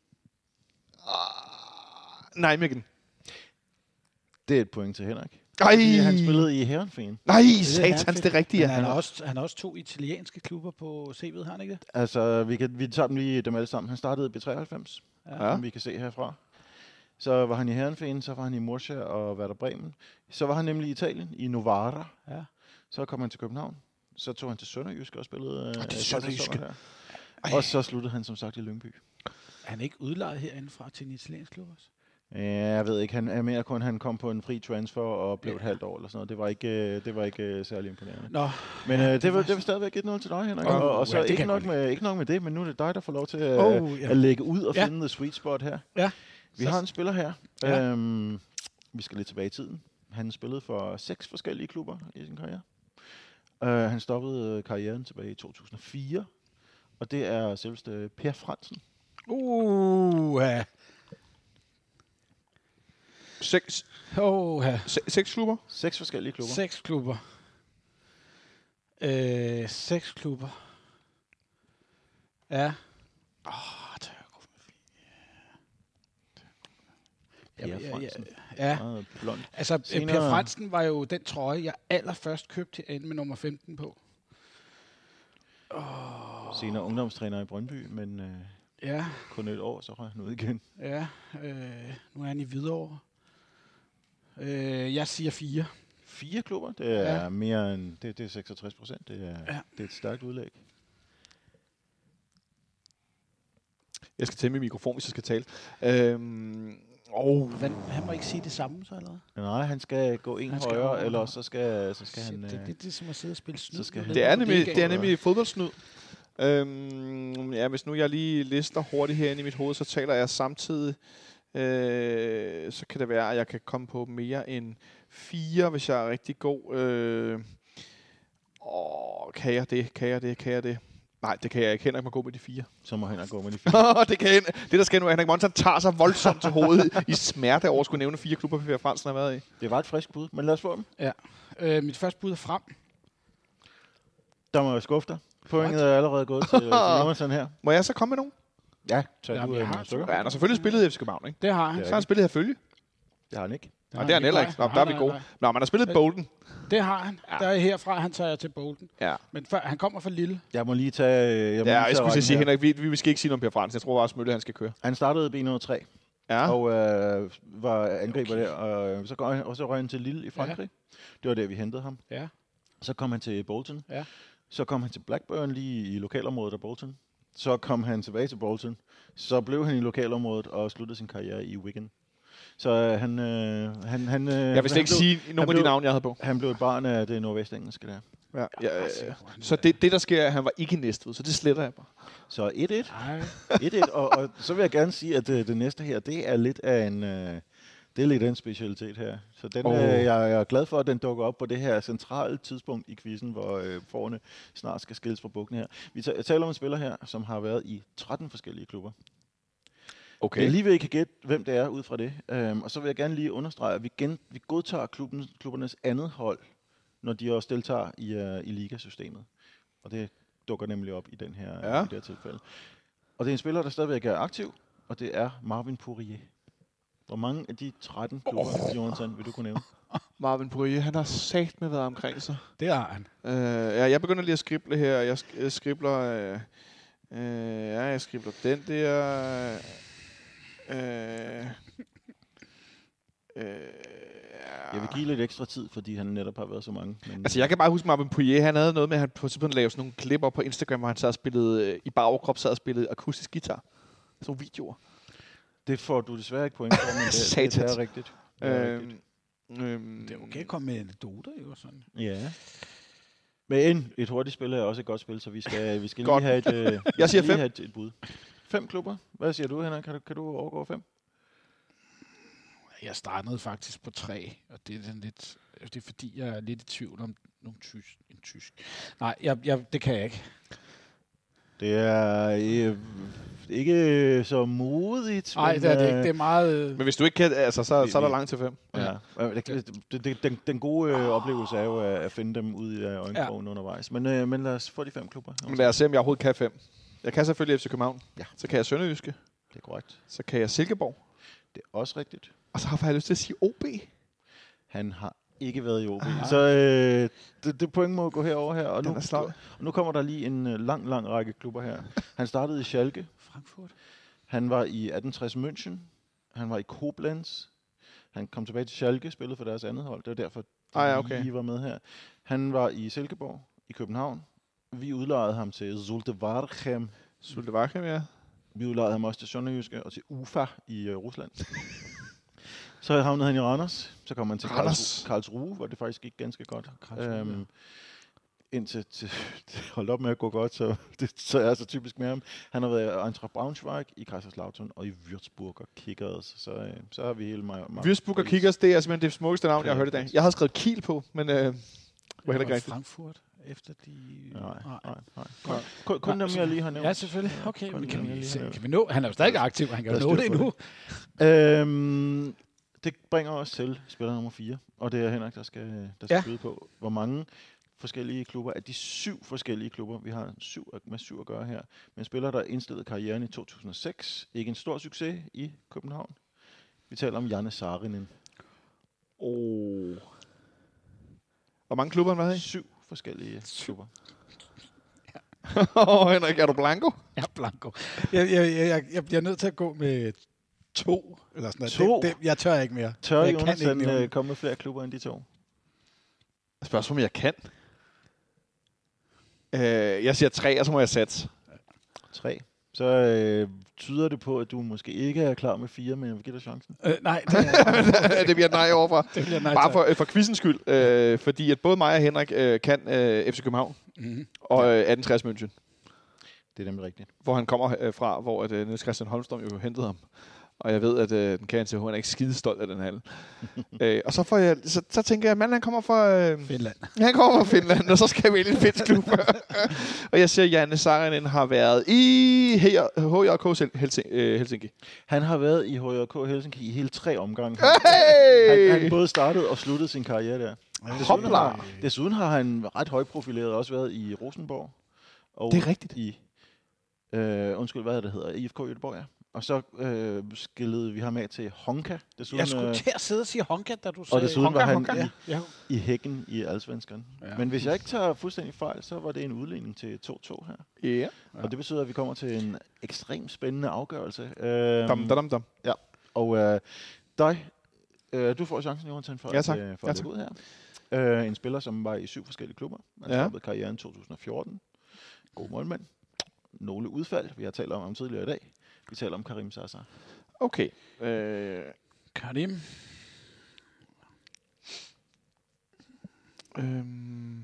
Ah, Nijmegen. Det er et point til Henrik. Ej! Fordi han spillede i Heerenveen. Nej, Det er satans, fedt. det er rigtigt. Men Ja. han har også, han har også to italienske klubber på C V'et, har han ikke det? Altså, vi, kan, vi tager dem lige dem alle sammen. Han startede i B treoghalvfems, Ja. Ja. som vi kan se herfra. Så var han i Heerenveen, så var han i Murcia og Werder Bremen. Så var han nemlig i Italien, i Novara. Ja. Så kom han til København. Så tog han til Sønderjyske og spillede øh, det er et par Sønderjyske. sæsoner her. Og så sluttede han som sagt i Lyngby. Er han ikke udlejet herindefra til en italiensk klub også? Ja, jeg ved ikke. Han er mere kun, han kom på en fri transfer og blev Ja. et halvt år eller sådan noget. Det var ikke, øh, det var ikke øh, særlig imponerende. Nå, Men ja, øh, det det, var, var det var stadigvæk et nul til dig, Henrik. Oh, og, og så ja, det ikke, kan nok jeg med, ikke nok med det, men nu er det dig, der får lov til at, Oh, ja. at lægge ud og Ja. finde the sweet spot her. Ja. Vi Så- har en spiller her. Ja. Øhm, vi skal lidt tilbage i tiden. Han spillede for seks forskellige klubber i sin karriere. Uh, han stoppede karrieren tilbage i to tusind og fire. Og det er selveste Per Fransen. Uh, ja. Seks, Oh, ja. se, seks klubber. Seks forskellige klubber. Seks klubber. Øh, seks klubber. Ja. Åh, det er godt. Per Ja, ja, Fransen. ja. Meget blond. Altså, Senere- Per Fransen var jo den trøje, jeg allerførst købte til ende med nummer femten på. Senere ungdomstræner i Brøndby, men øh, Ja, kun et år, så røg han ud igen. ja. Øh, nu er han i Hvidovre. Øh, jeg siger fire. Fire klubber, det er Ja. mere end, det, det er seksogtres procent. Det er, Ja. det er et stærkt udlæg. Jeg skal tænde min mikrofon, hvis jeg skal tale. Øhm, oh. Hvad, han må ikke sige det samme, så eller? Nej, han skal gå en Han skal højere, over. eller så skal, så skal Shit, han... det, øh, det, det er som at sidde og spille snyd. så skal med han- Det er den nemlig, bodega. det er nemlig fodboldsnyd. Øhm, ja, hvis nu jeg lige lister hurtigt herinde i mit hoved, så taler jeg samtidig. Øh, så kan det være, at jeg kan komme på mere end fire, hvis jeg er rigtig god. Øh, åh, kan jeg det? Kan jeg det? Kan jeg det? Nej, det kan jeg ikke. Henrik må gå med de fire. Så må han gå med de fire. det, kan, det, der sker nu, er, at Henrik Monsen tager sig voldsomt til hovedet i smerte over at skulle nævne fire klubber, Per Fransen har været i. Det var et frisk bud, men lad os få dem. Ja. Øh, mit første bud er frem. Der må jeg skuffe dig. Pointet er allerede gået til, til Jonasen her. Må jeg så komme med nogen? Ja, tag Jamen, du jeg øh, har nogle stykker. Ja, han har selvfølgelig spillet i F C København, ikke? Det har han. Det Så har han spillet her følge. Det har han ikke. Nej, det er han heller ikke. Nå, Nej, der er vi nej, gode. nej. Nå, man har spillet Bolden. Det har han. Ja. Der er herfra, han tager til Bolden. Ja. Men før, han kommer fra Lille. Jeg må lige tage... øh, Jeg må Ja, lige jeg skulle rækken sige, her. Henrik, vi, vi skal ikke sige noget om Per Fransen. Jeg tror også, Mølle, han skal køre. Han startede i B et nul tre, Ja. og øh, var angriber der, og øh, så, går han, og så røg han til Lille i Frankrig. Det var der, vi hentede ham. Ja. Så kom han til Bolton. Ja. Så kom han til Blackburn lige i lokalområdet af Bolton. Så kom han tilbage til Bolton. Så blev han i lokalområdet og sluttede sin karriere i Wigan. Så øh, han... Øh, han, han øh, Jeg vil slet ikke sige nogle af de blev- navne, jeg havde på. Han blev et barn af det nordvestengelske der. Ja. Ja, Ah, øh, se, hvor han- så det, det, der sker, er, at han var ikke i Næstved, så det sletter jeg bare. Så et et. Nej. et et, og, og så vil jeg gerne sige, at det, det næste her, det er lidt af en... Øh, det er lidt af en specialitet her. Så den, Oh. oh. øh, jeg, jeg er glad for, at den dukker op på det her centrale tidspunkt i quizzen, hvor øh, forerne snart skal skilles fra bukken her. Vi ta- jeg taler om en spiller her, som har været i tretten forskellige klubber. Okay. Jeg er lige ved, at I kan gætte, hvem det er ud fra det. Øhm, og så vil jeg gerne lige understrege, at vi, gen, vi godtager klubben, klubbernes andet hold, når de også deltager i, uh, i ligasystemet. Og det dukker nemlig op i, den her, Ja. i det her tilfælde. Og det er en spiller, der stadigvæk er aktiv, og det er Marvin Poirier. Hvor mange af de tretten klubber, oh. Jonathan, vil du kunne nævne? Marvin Poirier, han har sagt med været omkring sig. Det har han. Øh, ja, jeg begynder lige at skrible her. Jeg, sk- jeg skribler... Øh, øh, ja, jeg skribler den der... Øh, øh, Jeg vil give lidt ekstra tid, fordi han netop har været så mange. Men Altså, jeg kan bare huske Marvin Poirier, han havde noget med, at han på simpelthen lavede sådan nogle klipper på Instagram, hvor han sad og spillede, øh, i bare overkrop sad og spillede akustisk guitar. Sådan nogle videoer. det får du desværre ikke point for, men det, det, det Satans. er rigtigt. Det er rigtigt. Øhm, øhm, Det er okay at komme med anekdoter, jo sådan. Ja. Men et hurtigt spil er også et godt spil, så vi skal, vi skal lige Godt. have et, øh, vi Jeg siger skal lige fem. have et, et bud. Fem klubber. Hvad siger du, Henrik? Kan du, kan du overgå fem? Jeg startede faktisk på tre, og det er, den lidt, det er fordi, jeg er lidt i tvivl om nogle tysk, en tysk. Nej, jeg, jeg, det kan jeg ikke. Det er øh, ikke så modigt. Nej, det er det ikke. Det er meget... Men hvis du ikke kan, altså, så, så er der langt til fem. Ja. Ja. Det, det, det, den, den gode øh, oplevelse er jo at finde dem ud i øjenkrogen ja. undervejs. Men, øh, men lad os få de fem klubber. Men lad os se, om jeg overhovedet kan fem. Jeg kan selvfølgelig F C København. Ja. Så kan jeg Sønderjyske. Det er korrekt. Så kan jeg Silkeborg. Det er også rigtigt. Og så har jeg lyst til at sige O B. Han har ikke været i O B. Ah. Så øh, det, det point må gå herover her. Og nu, og nu kommer der lige en uh, lang, lang række klubber her. Han startede i Schalke. Frankfurt. Han var i atten tres München. Han var i Koblenz. Han kom tilbage til Schalke, spillede for deres andet hold. Det var derfor, de ah, ja, okay. lige var med her. Han var i Silkeborg, i København. Vi udlejede ham til Zulte Waregem. Zulte Waregem, ja. Vi udlejede ham også til Sønderjyske og til Ufa i uh, Rusland. Så havnede han i Randers. Så kom han til Karls, Karlsruhe, hvor det faktisk gik ganske godt. Øhm, indtil til, holdt op med at gå godt, så det så er så typisk med ham. Han har været i Eintracht Braunschweig, i Kaiserslautern og i Würzburg og Kickers. Så, øh, så har vi hele meget... Würzburg og Kickers, det er simpelthen det smukkeste navn, jeg har hørt i dag. Jeg havde skrevet Kiel på, men øh, var heller ikke rigtigt. Frankfurt efter de... Nej, nej, nej. nej. Kun, kun dem, jeg lige har nævnt. Ja, selvfølgelig. Okay, men kan vi, se, kan vi nå? Han er jo stadig aktiv, han kan jo nå det endnu. Øhm, det bringer os til spiller nummer fire, og det er Henrik, der skal, der skal ja. byde på, hvor mange forskellige klubber, af de syv forskellige klubber, vi har syv, med syv at gøre her, med en spiller, der indstillede karrieren i to tusind og seks, ikke en stor succes i København. Vi taler om Janne Saarinen. Oh. Hvor mange klubber har han været i? Syv forskellige klubber. Åh, Henrik, er du blanco? Ja, blanco. Jeg, jeg, jeg, jeg bliver nødt til at gå med to. Eller sådan to? Det, det, jeg tør ikke mere. Tør jeg Jonas han komme med flere klubber end de to? Spørgsmål, om jeg kan. Øh, jeg siger tre, og så må jeg satse. Tre. Så øh, tyder det på, at du måske ikke er klar med fire, men jeg vil give dig chancen. Øh, nej, det, er, det bliver nej overfra. Det bliver nej. Bare for, for quizens skyld. Øh, fordi at både mig og Henrik øh, kan øh, F C København mm-hmm. og øh, atten tres München. Det er nemlig rigtigt. Hvor han kommer øh, fra, hvor at, øh, Niels Christian Holmstrøm jo hentede ham. Og jeg ved, at øh, den kan til han er ikke skide stolt af den halv. øh, og så, får jeg, så, så tænker jeg, at manden han kommer fra... Øh, Finland. Han kommer fra Finland, og så skal jeg vælge en finsk klub. Og jeg siger, at Janne Saarinen har været i H J K Helsinki. Han har været i H J K Helsinki i hele tre omgange. Hey! Han, han både startede og sluttede sin karriere der. Desuden har, desuden har han ret højprofileret også været i Rosenborg. Og det er rigtigt. I, øh, undskyld, hvad det hedder? I F K Göteborg, ja. Og så øh, skillede vi ham af til Honka. Desuden, jeg skulle til at sidde og sige Honka, da du sagde og desuden Honka, var han Honka. I, ja. i Hækken i Allsvenskan. Ja. Men hvis jeg ikke tager fuldstændig fejl, så var det en udligning til to to her. Ja. Og det betyder, at vi kommer til en ekstremt spændende afgørelse. Øhm, dam, dam, dam. Ja. Og øh, dig, øh, du får chancen, Jonathan, for ja, tak. at, for ja, at lægge ud her. Øh, en spiller, som var i syv forskellige klubber. Han ja. startede karrieren to tusind og fjorten. God målmand. Nogle udfald, vi har talt om ham tidligere i dag. Vi taler om Karim Zaza. Okay. Øh. Karim. Øhm.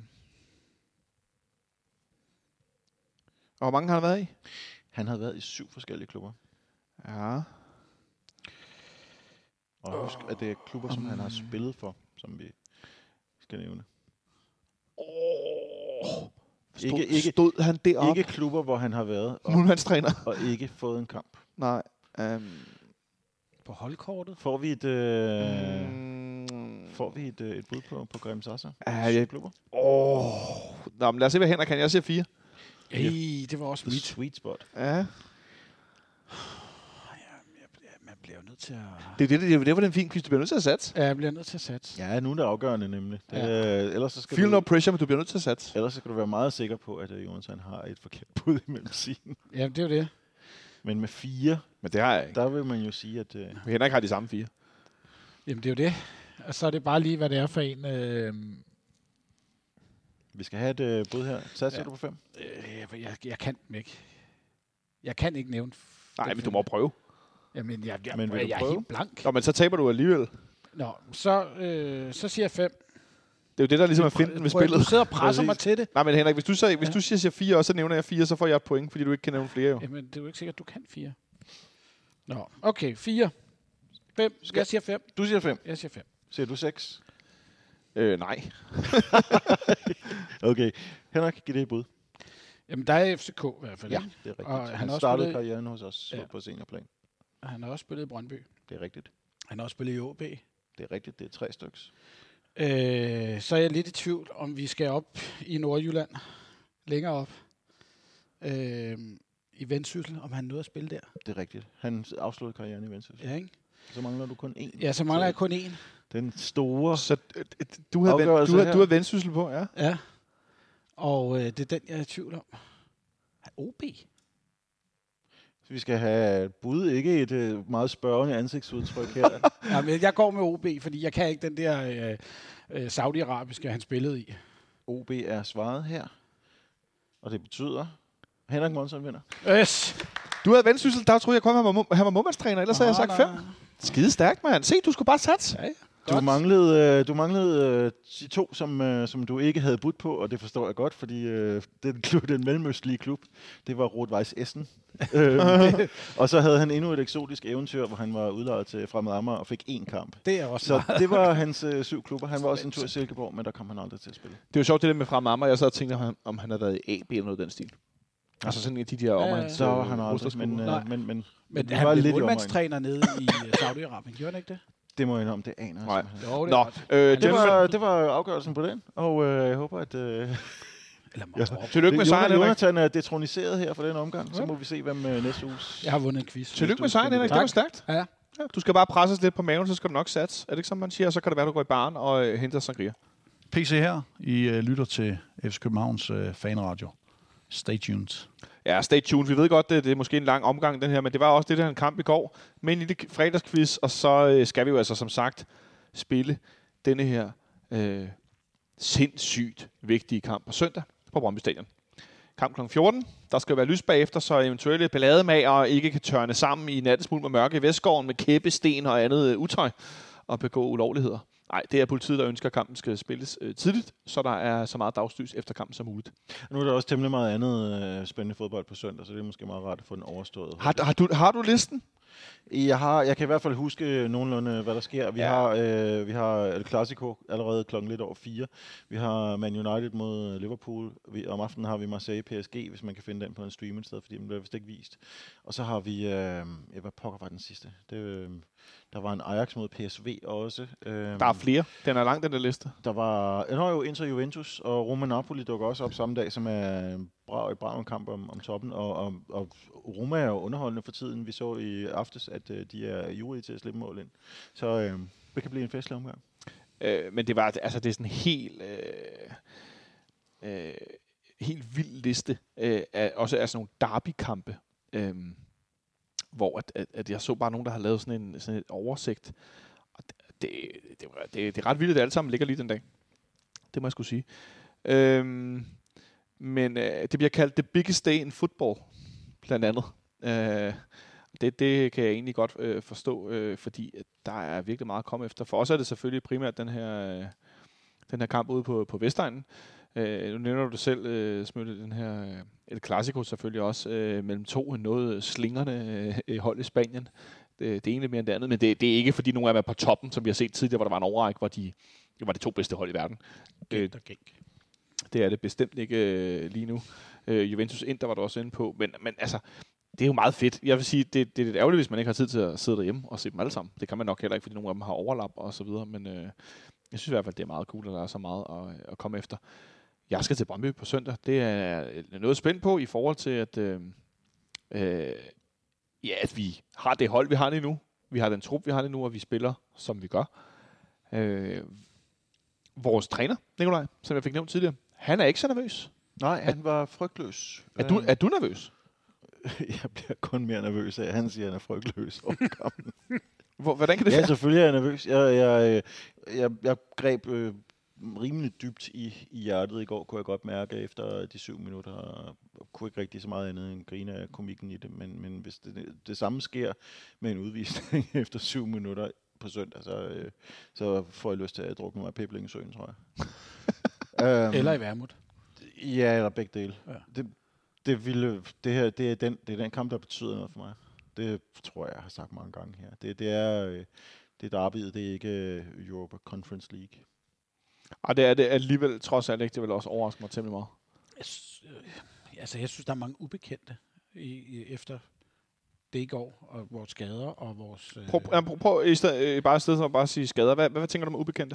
Og hvor mange har han været i? Han har været i syv forskellige klubber. Ja. Og husk, at det er klubber, som um. han har spillet for, som vi skal nævne. Oh. Stod, ikke, ikke, stod han deroppe? Ikke klubber, hvor han har været. Og, nu er hans træner. Og ikke fået en kamp. Nej. Um. På holdkortet? Får vi et, øh, mm. får vi et, øh, et bud på, på Karim Zaza? Ja, jeg... Åh. Oh. Nå, men lad os se, hvad Henrik kan. Jeg siger fire. Ej, det var også mit sweet spot. Ja. Man bliver jo nødt til at... Det er det, det, det var den fine quiz, du bliver nødt til at satse. Ja, jeg bliver nødt til at satse. Ja, nu er det afgørende nemlig. Det, ja. øh, ellers så skal Feel du, no pressure, men du bliver nødt til at satse. Ellers så skal du være meget sikker på, at uh, Jonathan har et forkert bud i medicinen. Ja, det er jo det. Men med fire, men det har jeg ikke. Der vil man jo sige, at... Uh, Henrik har de samme fire. Jamen, det er jo det. Og så er det bare lige, hvad det er for en... Øh... Vi skal have et uh, bud her. Satser ja. du på fem? Øh, jeg, jeg kan dem ikke. Jeg kan ikke nævne... Nej, men du må prøve. Jamen, jeg, jeg, men jeg, jeg er helt blank. Nå, men så taber du alligevel. Nå, så, øh, så siger jeg fem. Det er jo det, der ligesom er finten ved spillet. Du sidder og presser mig til det. Nej, men Henrik, hvis du, så, ja. hvis du siger, siger fire, og så nævner jeg fire, så får jeg et point, fordi du ikke kan nævne flere jo. Jamen, det er jo ikke sikkert, at du kan fire. Nå, okay, fire. fem. Jeg siger fem. Du siger fem. Jeg siger fem. Siger du seks? Øh, nej. Okay. Henrik, giv det et bud. Jamen, der er F C K i hvert fald. Ja, Ikke? det er rigtigt. Og Han, han han har også startede spillet- karrieren hos os Ja. på seniorplan. Han har også spillet i Brøndby. Det er rigtigt. Han har også spillet i O B. Det er rigtigt. Det er tre styks. Øh, så er jeg lidt i tvivl, om vi skal op i Nordjylland. Længere op. Øh, I Vendsyssel, om han nåede at spille der. Det er rigtigt. Han afsluttede karrieren i Vendsyssel. Ja, ikke? Så mangler du kun én. Ja, så mangler jeg kun én. Den store... Så øh, øh, du har, ven, Afgørelse du har, her. du har vendsyssel på, ja? Ja. Og øh, det er den, jeg er i tvivl om. O B. Vi skal have et bud, ikke et øh, meget spørgende ansigtsudtryk her. Ja, men jeg går med O B, fordi jeg kan ikke den der øh, øh, saudi-arabiske, han spillede i. O B er svaret her. Og det betyder... Henrik Monson vinder. Yes. Du havde vendsyssel, der troede jeg kun, han var, han var målmandstræner, ellers havde jeg sagt fem. Skide stærkt, mand. Se, du skulle bare satse. Ja, ja. Du Godt. manglede, øh, du manglede øh, de to, som, øh, som du ikke havde budt på, og det forstår jeg godt, fordi øh, den, klub, den mellemøstlige klub, det var Rot-Weiss Essen. øhm, og så havde han endnu et eksotisk eventyr, hvor han var udlejet til Fremad Amager og fik én kamp. Det er også Så meget. det var hans øh, syv klubber. Han var også en tur i Silkeborg, men der kom han aldrig til at spille. Det er jo sjovt, det der med fra mamma. Jeg sad og tænkte, om han, om han havde været i A B eller noget af den stil. Altså sådan en af de der omegns. Så var han øh, aldrig, Rostorsklubber. men, Nej. øh, men, men, Men vi han var blev lidt i omegn. målmandstræner nede i øh, Saudi-Arabien. Gjorde han ikke det? Det må jeg indrømme, det aner jeg Nej. simpelthen. Jo, det Nå, er godt. øh, Det var, gentlemen, det var afgørelsen på den, og øh, jeg håber, at... Øh, Eller Montrop. tillykke med sejren, Henrik. Jonathan er detroniseret her for den omgang, så må vi se, hvem øh, næste uges... Jeg har vundet en quiz. Tillykke med sejren, Henrik. Det var stærkt. Ja. Ja, du skal bare presses lidt på maven, så skal du nok satse. Er det ikke sådan, man siger? Og så kan det være, du går i baren og øh, henter sangria. P C her. I øh, lytter til F C Københavns øh, fanradio. Stay tuned. Ja, stay tuned. Vi ved godt, det, det er måske en lang omgang, den her, men det var også det, der en kamp i går. Med en lille fredagsquiz, og så øh, skal vi jo altså som sagt spille denne her øh, sindssygt vigtige kamp på søndag på Brøndby Stadion. Kamp klokken fjorten. Der skal være lys bagefter, så eventuelle ballademager ikke kan tørne sammen i nattens mulm og mørke i Vestgården med kæppe, sten og andet øh, utøj og begå ulovligheder. Nej, det er politiet, der ønsker, at kampen skal spilles øh, tidligt, så der er så meget dagslys efter kampen som muligt. Nu er der også temmelig meget andet øh, spændende fodbold på søndag, så det er måske meget rart at få den overstået. Har, har, du, har du listen? Jeg, har, jeg kan i hvert fald huske nogenlunde, hvad der sker. Vi Ja. har, øh, vi har El Clasico allerede klokken lidt over fire. Vi har Man United mod Liverpool. Vi, om aftenen har vi Marseille P S G, hvis man kan finde den på en stream et sted, fordi den bliver vist ikke vist. Og så har vi, øh, ja, hvad pokker var den sidste? Det, øh, der var en Ajax mod P S V også. Øh, Der er flere. Den er lang, den der liste. Der var der var jo Inter Juventus, og Roma Napoli dukker også op samme dag, som er en brav, brav kamp om, om toppen. Og, og, og Roma er jo underholdende for tiden. Vi så i aftes, at øh, de er ivrige til at slippe mål ind. Så øh, det kan blive en festlig omgang. Øh, men det var altså det er sådan en helt øh, øh, helt vild liste øh, af, også af sådan nogle derby-kampe, øh, hvor at, at, at jeg så bare nogen, der har lavet sådan en sådan et oversigt. Og det, det, det, var, det, det er ret vildt, at det alle sammen ligger lige den dag. Det må jeg skulle sige. Øh, men øh, det bliver kaldt the biggest day in football, blandt andet. Øh, Det, det kan jeg egentlig godt øh, forstå, øh, fordi at der er virkelig meget at komme efter. For os er det selvfølgelig primært den her, øh, den her kamp ude på, på Vestegnen. Øh, nu nævner du det selv, øh, Smølle, den her øh, El Clasico selvfølgelig også øh, mellem to noget slingrende øh, hold i Spanien. Det, det ene mere end det andet, men det, det er ikke fordi nogen af dem er på toppen, som vi har set tidligere, hvor der var en overrække, hvor de det var de to bedste hold i verden. Gent og Genk. Det er det bestemt ikke øh, lige nu. Øh, Juventus Inter var der også inde på, men, men altså det er jo meget fedt. Jeg vil sige, det, det er lidt ærgerligt, hvis man ikke har tid til at sidde derhjemme og se dem alle sammen. Det kan man nok heller ikke, fordi nogle af dem har overlap og så videre, men øh, jeg synes i hvert fald, det er meget cool, at der er så meget at, at komme efter. Jeg skal til Brøndby på søndag. Det er noget spændt på i forhold til, at, øh, øh, ja, at vi har det hold, vi har lige nu. Vi har den trup, vi har lige nu, og vi spiller, som vi gør. Øh, vores træner, Nikolaj, som jeg fik nævnt tidligere, han er ikke så nervøs. Nej, han var frygtløs. Er du, er du nervøs? Jeg bliver kun mere nervøs af, at han siger, at han er frygtløs over kampen. Hvor, hvordan kan det Ja, være? selvfølgelig er jeg nervøs. Jeg, jeg, jeg, jeg greb øh, rimelig dybt i, i hjertet i går, kunne jeg godt mærke efter de syv minutter. Og kunne ikke rigtig så meget andet end grine af komikken i det. Men, men hvis det, det, det samme sker med en udvisning efter syv minutter på søndag, så, øh, så får jeg lyst til at drukne mig af Peblingesøen, tror jeg. um, Eller i Vermut. Ja, eller begge dele. Ja. Det, det, ville, det her det er, den, det er den kamp, der betyder noget for mig. det tror jeg, jeg har sagt mange gange her. Det, det er øh, det er derbyet, det er ikke øh, Europa Conference League. Og det er det alligevel trods alt ikke. Det vil også overraske mig temmelig meget. Jeg, sy- øh, altså, jeg synes, der er mange ubekendte i, i, efter det i går, og vores skader og vores... Øh, Prøv, prøv, prøv i sted, øh, bare i stedet for at bare sige skader. Hvad, hvad, hvad tænker du om ubekendte?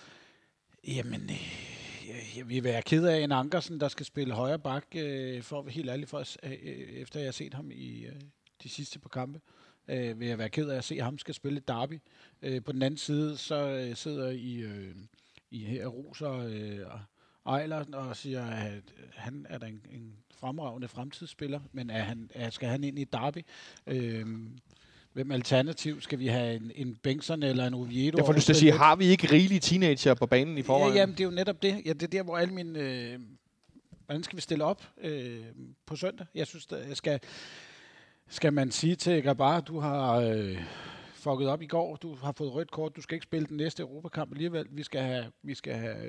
Jamen, øh, jeg, jeg vil være ked af en Ankersen, der skal spille højre bak, øh, for at være helt ærlig, for at, øh, efter jeg har set ham i øh, de sidste par kampe. Øh, vil jeg være ked af at se, at ham skal spille et derby. Øh, på den anden side, så øh, sidder I, øh, I her roser øh, Ejler og siger, at han er da en, en fremragende fremtidsspiller, men er han, er, skal han ind i et derby? Øh, Hvem alternativ? Skal vi have en, en Bengtsson eller en Oviedo? Jeg får lyst til at sige, har vi ikke rigelige teenager på banen i forvejen? Ja, jamen, det er jo netop det. Ja, det er der, hvor alle mine... Øh, hvordan skal vi stille op øh, på søndag? Jeg synes, der skal, skal man sige til Grabar, du har øh, fucket op i går, du har fået rødt kort, du skal ikke spille den næste Europakamp alligevel. Vi skal have, vi skal have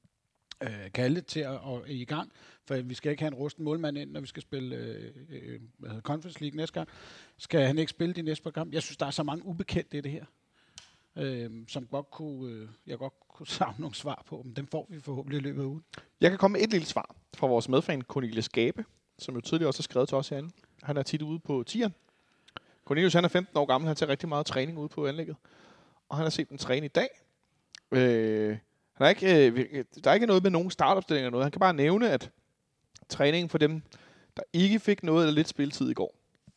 øh, Kalle til at, at, at i gang, for vi skal ikke have en rusten målmand ind, når vi skal spille øh, øh, hvad hedder, Conference League næste gang. Skal han ikke spille de næste par kampe? Jeg synes, der er så mange ubekendte i det her, øh, som godt kunne, øh, jeg godt kunne savne nogle svar på, men dem får vi forhåbentlig i løbet af ugen. Jeg kan komme med et lille svar fra vores medfan, Cornelius Gabe, som jo tidligere også har skrevet til os herinde. Han er tit ude på tieren. Cornelius, han er femten år gammel, han tager rigtig meget træning ude på anlægget, og han har set den træne i dag. Øh, han er ikke, øh, der er ikke noget med nogen startopstilling eller noget. Han kan bare nævne, at træningen for dem, der ikke fik noget eller lidt spilletid i går.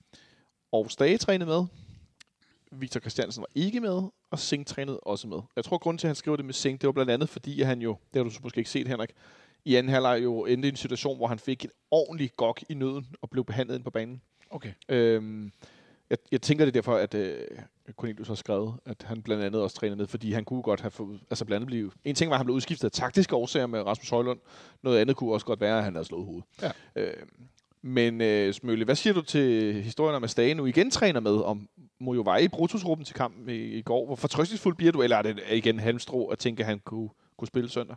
Og Stage trænede med. Victor Christiansen var ikke med, og Singh trænede også med. Jeg tror, grunden til, at han skrev det med Singh, det var blandt andet, fordi at han jo, det har du måske ikke set, Henrik, i anden halvleg jo endte i en situation, hvor han fik et ordentligt gok i nøden og blev behandlet ind på banen. Okay. Øhm, jeg, jeg tænker det derfor, at øh, Cornelius har skrevet, at han blandt andet også træner med, fordi han kunne godt have fået, altså blandt andet blive, en ting var, at han blev udskiftet af taktiske årsager med Rasmus Højlund, noget andet kunne også godt være, at han havde slået hovedet. Ja. Øhm, men øh, Smølle, hvad siger du til historien om, at Stage nu igen træner med, om må jo veje i brutusgruppen til kampen i, i går? Hvor fortrøstningsfuld bliver du, eller er det igen halmstrå at tænke, at han kunne, kunne spille søndag?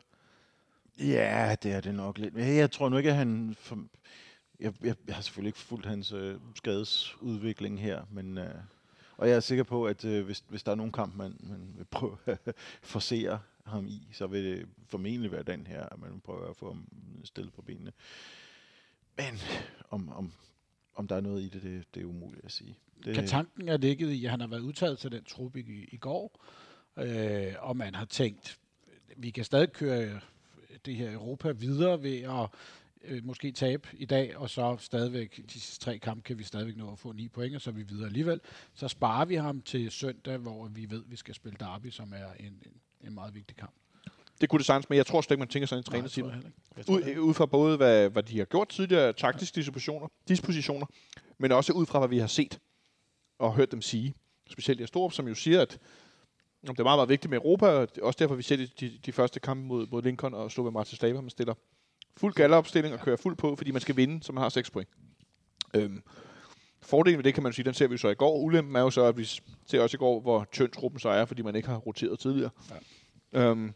Ja, det er det nok lidt. Jeg tror nu ikke, at han... For, jeg, jeg, jeg har selvfølgelig ikke fulgt hans øh, skadesudvikling her, men... Øh, og jeg er sikker på, at øh, hvis, hvis der er nogen kamp, man, man vil prøve at forsere ham i, så vil det formentlig være den her, at man prøver at få ham stillet på benene. Men om, om, om der er noget i det, det, det er umuligt at sige. Det, kan tanken er ligget i, at han har været udtaget til den trup i, i går, øh, og man har tænkt, vi kan stadig køre det her Europa videre ved at øh, måske tabe i dag, og så stadigvæk de sidste tre kampe kan vi stadigvæk nå at få ni point, og så er vi videre alligevel. Så sparer vi ham til søndag, hvor vi ved, at vi skal spille derby, som er en, en, en meget vigtig kamp. Det kunne det sagtens, men jeg tror slet ikke, man tænker sådan en træner til ud, ud fra både, hvad, hvad de har gjort tidligere, taktiske dispositioner, dispositioner, men også ud fra, hvad vi har set og hørt dem sige. Specielt i Storup, som jo siger, at det er meget, meget vigtigt med Europa, og også derfor, vi ser de, de, de første kampe mod, mod Lincoln og slå ved Bratislava, man stiller fuld galleopstilling og kører fuld på, fordi man skal vinde, så man har seks point. Øhm, fordelen ved det, kan man sige, den ser vi så i går. Ulempen er jo så, at vi ser også i går, hvor tynd truppen så er, fordi man ikke har roteret tidligere. Ja. Øhm,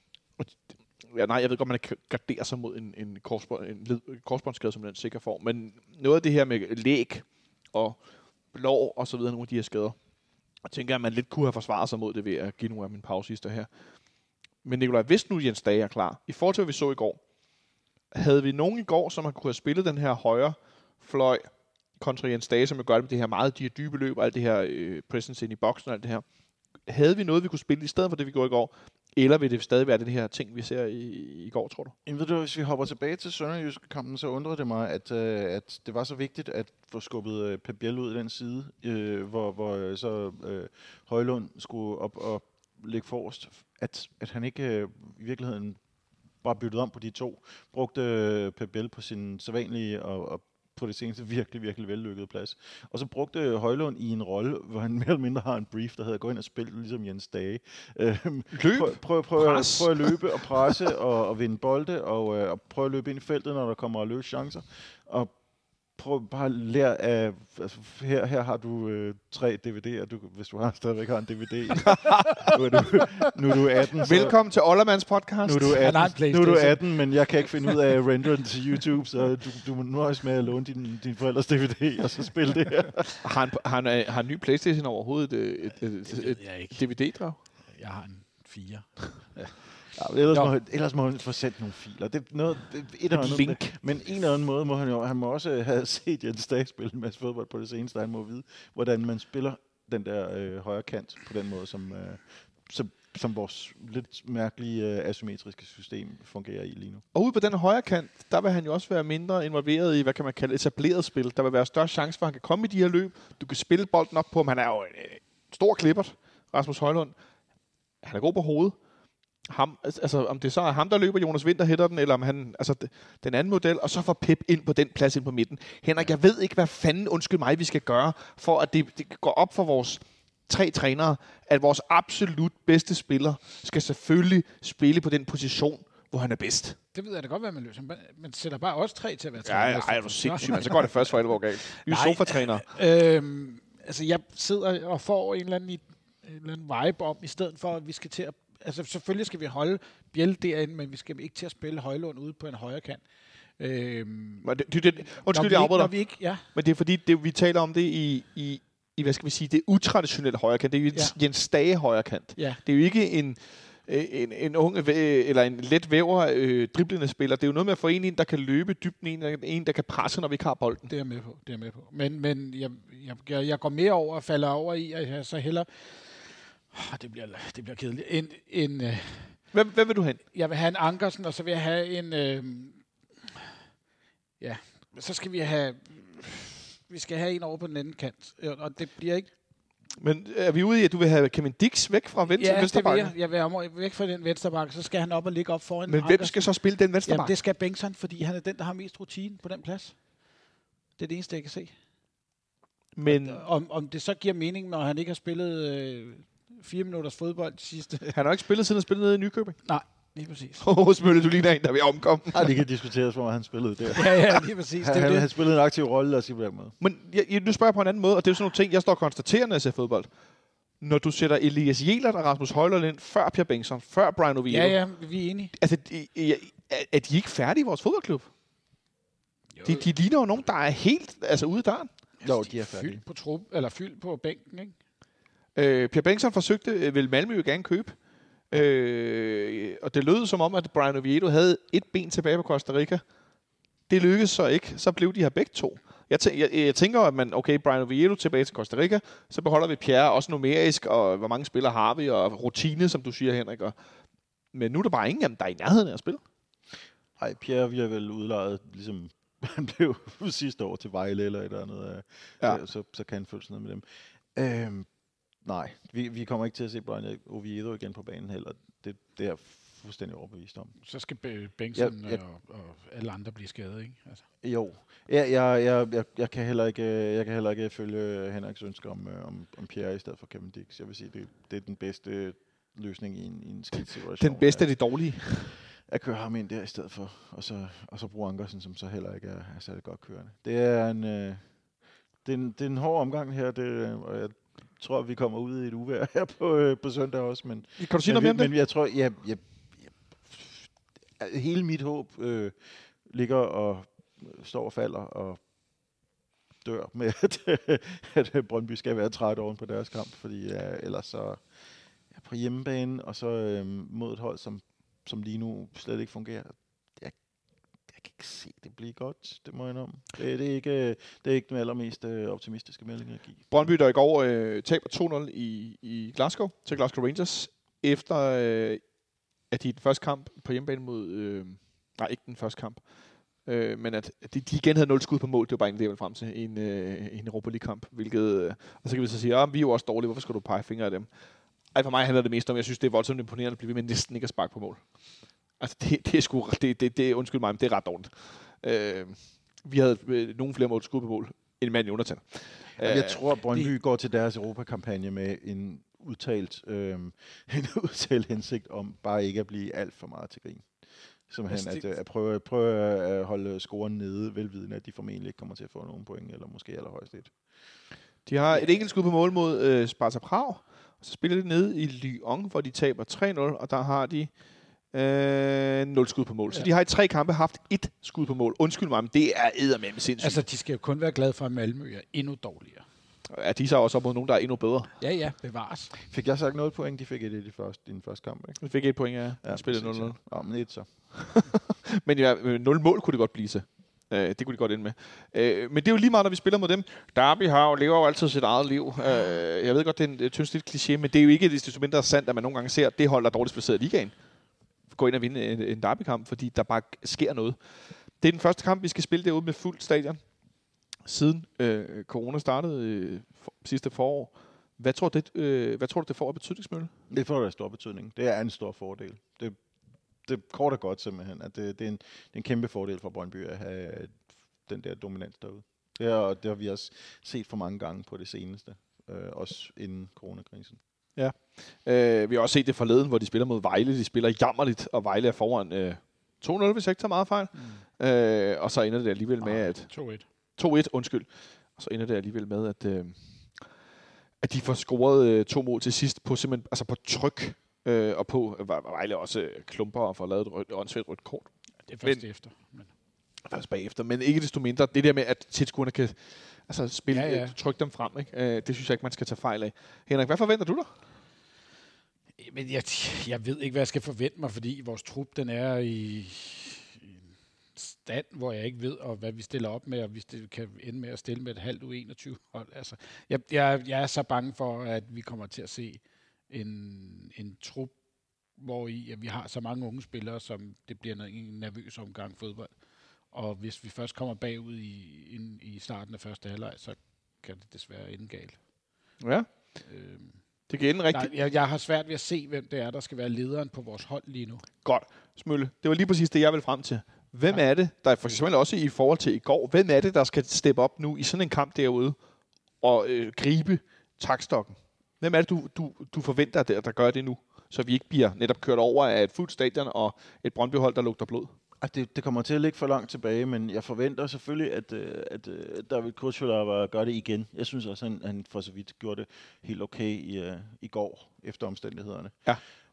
Ja, nej, jeg ved godt, man kan gardere sig mod en, en, korsbånd, en korsbåndsskade, som den sikker form. Men noget af det her med læg og lår og så videre, nogle af de her skader, jeg tænker, at man lidt kunne have forsvaret sig mod det ved at give nogle af mine pausister her. Men Nikolaj, hvis nu Jens Dage er klar, i forhold til, hvad vi så i går, havde vi nogen i går, som har kunne have spillet den her højre fløj kontra Jens Dage, som gør det med det her meget de her dybe løb og alt det her øh, presence ind i boksen og alt det her. Havde vi noget, vi kunne spille i stedet for det, vi gjorde i går? Eller vil det stadig være den her ting, vi ser i, i går, tror du? Jamen, ved du, hvis vi hopper tilbage til Sønderjyske-kampen, så undrer det mig, at, øh, at det var så vigtigt at få skubbet øh, Pep Biel ud i den side, øh, hvor, hvor øh, så øh, Højlund skulle op og ligge forrest. At, at han ikke øh, i virkeligheden bare byttede om på de to. Brugte øh, Pep Biel på sin sædvanlige og, og på det seneste virkelig, virkelig vellykkede plads. Og så brugte Højlund i en rolle, hvor han mere eller mindre har en brief, der hedder gå ind og spille ligesom Jens Dage. Øhm, Løb, prøv, prøv, prøv, prøv, prøv at løbe og presse og, og vinde bolde, og, øh, og prøv at løbe ind i feltet, når der kommer løs chancer. Og prøv bare at lære af... Altså, her, her har du øh, tre D V D'er, du, hvis du har stadigvæk har en D V D. nu, er du, nu er du atten. Så, Velkommen til Ollermans podcast. nu er du atten, nu er du atten, men jeg kan ikke finde ud af at render den til YouTube, så du, du må nøjes med at låne din, din forældres D V D, og så spille det her. Har han, har, han, har en ny PlayStation overhovedet et, et, et, et, et D V D-drev? Jeg har en fire. Ja, ellers, må, ellers må han få sendt nogle filer. Det er noget, det, et eller andet, link. Men en eller anden måde må han jo, han må også have set Jens Dage spille en masse fodbold på det seneste. Han må vide, hvordan man spiller den der øh, højre kant på den måde, som, øh, som, som vores lidt mærkelige øh, asymmetriske system fungerer i lige nu. Og ude på den højre kant, der vil han jo også være mindre involveret i, hvad kan man kalde etableret spil. Der vil være større chance for, at han kan komme i de her løb. Du kan spille bolden op på ham. Han er jo en øh, stor klippert, Rasmus Højlund. Han er god på hovedet. Ham, altså om det så er ham, der løber, Jonas Vinter hætter den, eller om han, altså den anden model, og så får Pep ind på den plads ind på midten. Henrik, jeg ved ikke, hvad fanden, undskyld mig, vi skal gøre, for at det, det går op for vores tre trænere, at vores absolut bedste spiller skal selvfølgelig spille på den position, hvor han er bedst. Det ved jeg da godt, hvad man løser. Man sætter bare også tre til at være Ja, træner. ja, er du sindssygt, men så går det først for alvor galt. Vi er sofa-trænere. Øhm, altså, jeg sidder og får en eller anden, en eller anden vibe om, i stedet for, at vi skal til at... Altså, selvfølgelig skal vi holde Bjelle derinde, men vi skal ikke til at spille Højlund ude på en højre kant. Øhm, det, det, det, undskyld, jeg afbryder dig. Ja. Men det er fordi, det, vi taler om det i, i, i, hvad skal vi sige, det utraditionelle højre kant. Det er jo ja. Jens Dage højre kant. Ja. Det er jo ikke en... En, en ung eller en let væver øh, driblende spiller. Det er jo noget med at få en, der kan løbe dybden, en, en der kan presse, når vi ikke har bolden. Det er jeg med på. Det er jeg med på. Men, men jeg, jeg, jeg går mere over og falder over i, at jeg så hellere... Oh, det, bliver, det bliver kedeligt. En, en, øh, hvem, hvem vil du hen? Jeg vil have en Ankersen, og så vil jeg have en... Øh, ja, så skal vi have... Vi skal have en over på den anden kant. Og det bliver ikke... Men er vi ude i, at du vil have Kevin Dix væk fra venstre, ja, venstrebakken? Ja, jeg vil have væk fra den venstrebakke, så skal han op og ligge op foran. Men Ankersen. Hvem skal så spille den venstrebakke? Jamen, det skal Bengtsson, fordi han er den, der har mest rutine på den plads. Det er det eneste, jeg kan se. Men om, om det så giver mening, når han ikke har spillet øh, fire minutters fodbold de sidste... Han har ikke spillet, siden han spillede nede i Nykøbing? Nej, lige præcis. Åh, oh, Smølle, du ligner en, der vil omkomme. Nej, det kan diskuteres, hvor han spillede der. ja, ja, lige præcis. Han, det han, det. han spillede en aktiv rolle, lad os sige på den måde. Men jeg, nu spørger jeg på en anden måde, og det er jo sådan nogle ting, jeg står konstaterende at se fodbold. Når du sætter Elias Jelert og Rasmus Højlund ind, før Pierre Bengtsson, før Brian Oviedo. Ja, ja, vi er enige. Altså, de, er de ikke færdige i vores fodboldklub? De, de ligner jo nogen, der er helt altså, ude af døren. Jo, de er færdige. Fyldt på trup, eller fyldt på bænken, ikke? Øh, Pierre Bengtsson forsøgte, øh, vil Malmø jo gerne købe. Øh, og det lød som om, at Brian Oviedo havde et ben tilbage på Costa Rica. Det lykkedes så ikke. Så blev de her begge to. Jeg, tæ- jeg, jeg tænker, at man, okay, Brian Oviedo tilbage til Costa Rica, så beholder vi Pierre også numerisk, og hvor mange spillere har vi, og rutine, som du siger, Henrik. Og, men nu er der bare ingen af dem, der er i nærheden af at spille. Nej, Pierre, vi har vel udlejet, ligesom han blev sidste år til Vejle eller et eller andet, ja. så, så kan han følge sådan noget med dem. Øhm, nej, vi, vi kommer ikke til at se Brian Oviedo igen på banen heller. Det, det er fuldstændig overbevist om. Så skal Bengtsson ja, ja. og, og alle andre blive skadet, ikke? Altså. Jo. Ja, jeg, jeg, jeg, jeg, kan heller ikke, jeg kan heller ikke følge Henriks ønsker om, om, om Pierre i stedet for Kevin Dix. Jeg vil sige, det, det er den bedste løsning i en, i en skidt situation. Den bedste af de dårlige. At køre ham ind der i stedet for, og så, og så bruge Ankersen, som så heller ikke er, er særlig godt kørende. Det er en, øh, det er en, det er en hård omgang her, det, og jeg tror, vi kommer ud i et uvejr her på, øh, på søndag også. Men, kan du sige men, noget mere om det? Men jeg tror, ja, ja, ja, hele mit håb øh, ligger og står og falder og dør med, at, at Brøndby skal være træt oven på deres kamp, fordi ja, ellers så ja, på hjemmebane, og så øh, mod et hold, som som lige nu slet ikke fungerer. Jeg, jeg kan ikke se det blive godt, det må jeg om. Det, det, er ikke, det er ikke den allermest øh, optimistiske melding, jeg giver. Brøndby, der i går øh, taber to nul i, i Glasgow til Glasgow Rangers, efter øh, at de i den første kamp på hjemmebane mod... Øh, nej, ikke den første kamp. Øh, men at de, de igen havde nul skud på mål, det var bare en del frem til en, øh, en Europa League-kamp. Hvilket, øh, og så kan vi så sige, at vi er jo også dårlige, hvorfor skal du pege fingre af dem? Ej, for mig handler det mest om, jeg synes, det er voldsomt imponerende at blive ved med næsten ikke at sparke på mål. Altså, det, det er sgu... Det, det, det, undskyld mig, men det er ret dårligt. Øh, vi havde øh, nogle flere mål skud på mål, end mand i undertal. Jeg øh, tror, at Brøndby det... går til deres Europakampagne med en udtalt, øh, en udtalt hensigt om bare ikke at blive alt for meget til grin. Simpelthen Altså, det- at, at prøve, prøve at holde scoren nede, velvidende, at de formentlig ikke kommer til at få nogen point, eller måske allerhøjst et. De har et enkelt skud på mål mod øh, Sparta Prag, og så spiller de nede i Lyon, hvor de taber tre nul, og der har de øh, nul skud på mål. Så Ja. de har i tre kampe haft et skud på mål. Undskyld mig, men det er eddermame sindssygt. Altså, de skal jo kun være glade for, at Malmø er endnu dårligere. Ja, de er så også op mod nogen, der er endnu bedre. Ja, ja, bevares. Fik jeg sagt noget point? De fik et i de første, i den første kamp, ikke? Vi fik et point af Ja, ja, spillet præcis, nul nul. Ja, men et så. Men ja, nul mål kunne det godt blive til. Øh, det kunne de godt ende med. Øh, men det er jo lige meget, når vi spiller mod dem. Derby har jo, lever jo altid sit eget liv. Øh, jeg ved godt, det er en tyndt lidt kliché, men det er jo ikke desto mindre sandt, at man nogle gange ser, at det hold, der er dårligst placeret i ligaen, gå ind og vinde en, en derbykamp, fordi der bare sker noget. Det er den første kamp, vi skal spille derude med fuldt stadion, siden øh, corona startede øh, for, sidste forår. Hvad tror, det, øh, hvad tror du, det får af betydningsmølle? Det får da stor betydning. Det er en stor fordel. Det, det er kort og godt simpelthen, at det, det, er en, det er en kæmpe fordel for Brøndby at have den der dominans derude. Det, er, det har vi også set for mange gange på det seneste, øh, også inden coronakrisen. Ja. Øh, vi har også set det forleden, hvor de spiller mod Vejle. De spiller jammerligt, og Vejle er foran øh, to nul, hvis jeg ikke tager meget fejl. Mm. Øh, og så ender det alligevel med, at... to et. to et, undskyld. Og så ender det alligevel med, at, øh, at de får scoret øh, to mål til sidst på simpelthen, altså på tryk, øh, og på øh, Vejle også øh, klumper og får lavet et rødt, åndssvagt rødt kort. Det er først Men- efter. Men. Først bagefter. Men ikke desto mindre, det der med, at tilskuerne kan altså, spille, Ja, ja, ja. ja. trykke dem frem, ikke? Øh, det synes jeg ikke, man skal tage fejl af. Henrik, hvad forventer du dig? Men jeg, jeg ved ikke, hvad jeg skal forvente mig, fordi vores trup, den er i, i en stand, hvor jeg ikke ved, og hvad vi stiller op med, og vi stil, kan ende med at stille med et halvt U enogtyve hold. Altså, jeg, jeg, jeg er så bange for, at vi kommer til at se en, en trup, hvor i, at vi har så mange unge spillere, som det bliver en nervøs omgang fodbold. Og hvis vi først kommer bagud i, in, i starten af første halvleg, så kan det desværre ende galt. Ja, Øhm, det kan ende rigtigt. Nej, jeg, jeg har svært ved at se, hvem det er, der skal være lederen på vores hold lige nu. Godt. Smølle, det var lige præcis det, jeg ville frem til. Hvem ja. er det, der for eksempel også i forhold til i går, hvem er det, der skal steppe op nu i sådan en kamp derude og øh, gribe takstokken? Hvem er det, du, du, du forventer, der, der gør det nu, så vi ikke bliver netop kørt over af et fuldt stadion og et Brøndby-hold, der lugter blod? At det, det kommer til at ligge for langt tilbage, men jeg forventer selvfølgelig, at, øh, at øh, David Krusjolava gør det igen. Jeg synes også, at han, han for så vidt gjorde det helt okay i, øh, i går, efter omstændighederne. Ja.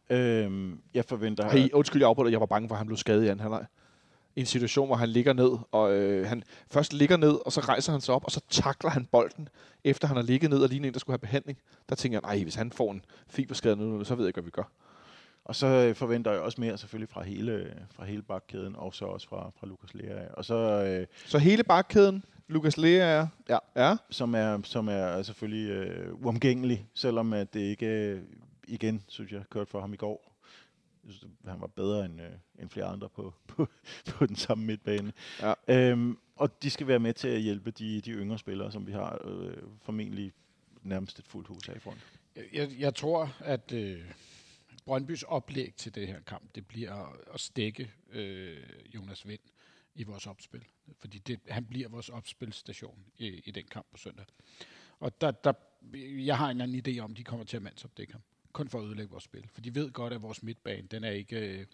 Øhm, jeg forventer... Hey, undskyld, jeg afbryder. Jeg var bange for, at han blev skadet i anden halvleg. I en situation, hvor han ligger ned, og øh, han først ligger ned, og så rejser han sig op, og så takler han bolden, efter han har ligget ned og ligner en, der skulle have behandling. Der tænker jeg, nej, hvis han får en fiberskade nu, så ved jeg ikke, hvad vi gør. Og så øh, forventer jeg også mere selvfølgelig fra hele, fra hele bakkæden, og så også fra, fra Lukas Lea. Og så, øh, Så hele bakkæden, Lukas Lea er... Ja. ja. som er, som er selvfølgelig øh, uomgængelig, selvom at det ikke, øh, igen, synes jeg, kørte for ham i går. Jeg synes, han var bedre end, øh, end flere andre på, på, på den samme midtbane. Ja. Øhm, og de skal være med til at hjælpe de, de yngre spillere, som vi har øh, formentlig nærmest et fuldt hus af i front. Jeg, jeg, jeg tror, at øh, Brøndbys oplæg til det her kamp, det bliver at stikke øh, Jonas Vind i vores opspil. Fordi det, han bliver vores opspilstation i, i den kamp på søndag. Og der, der, jeg har en anden idé om, at de kommer til at mandsopdække ham. Kun for at ødelægge vores spil. For de ved godt, at vores midtbane, den er ikke, øh,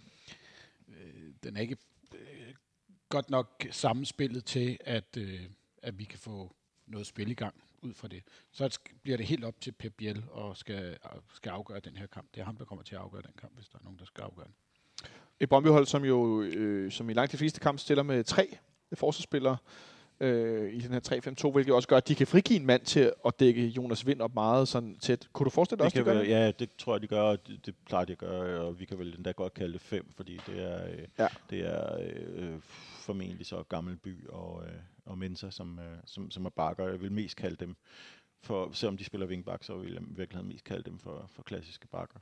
den er ikke øh, godt nok sammenspillet til, at, øh, at vi kan få noget spil i gang ud fra det. Så bliver det helt op til Pep Biel og skal, skal afgøre den her kamp. Det er ham, der kommer til at afgøre den kamp, hvis der er nogen, der skal afgøre den. Et Brøndby-hold, som jo øh, som i langt de fleste kampe stiller med tre forsvarsspillere øh, i den her tre fem to, hvilket også gør, at de kan frigive en mand til at dække Jonas Vind op meget sådan tæt. Kunne du forestille dig Det også, kan det gør være, det? ja, det tror jeg, de gør, og det, det plejer de at gøre, og vi kan vel endda godt kalde det fem, fordi det er, øh, Ja. det er øh, formentlig så Gammelby og, øh, og Mensa, som, øh, som, som er bakker. Jeg vil mest kalde dem, for, selvom de spiller wingback, så vil jeg i virkeligheden mest kalde dem for, for klassiske bakker.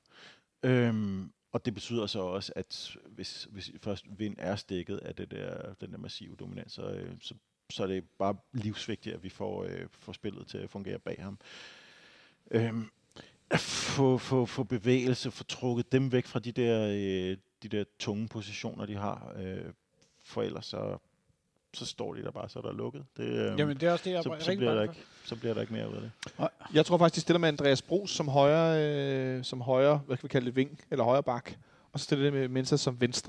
Øhm, og det betyder så også, at hvis, hvis først Vind er stikket af det der, den der massive dominans, så, øh, så, så er det bare livsvigtigt, at vi får, øh, får spillet til at fungere bag ham. Øhm, at få, få, få bevægelse, få trukket dem væk fra de der, øh, de der tunge positioner, de har. Øh, for ellers så, så står de der bare, så er der lukket. Det, øh, Jamen, det er også det, jeg så, er så, rigtig bliver der bange ikke, så bliver der ikke mere ud af det. Jeg tror faktisk, de stiller med Andreas Bros som højre, øh, som højre, hvad kan vi kalde det, ving, eller højre bak. Og så stiller det med Mensa som venstre.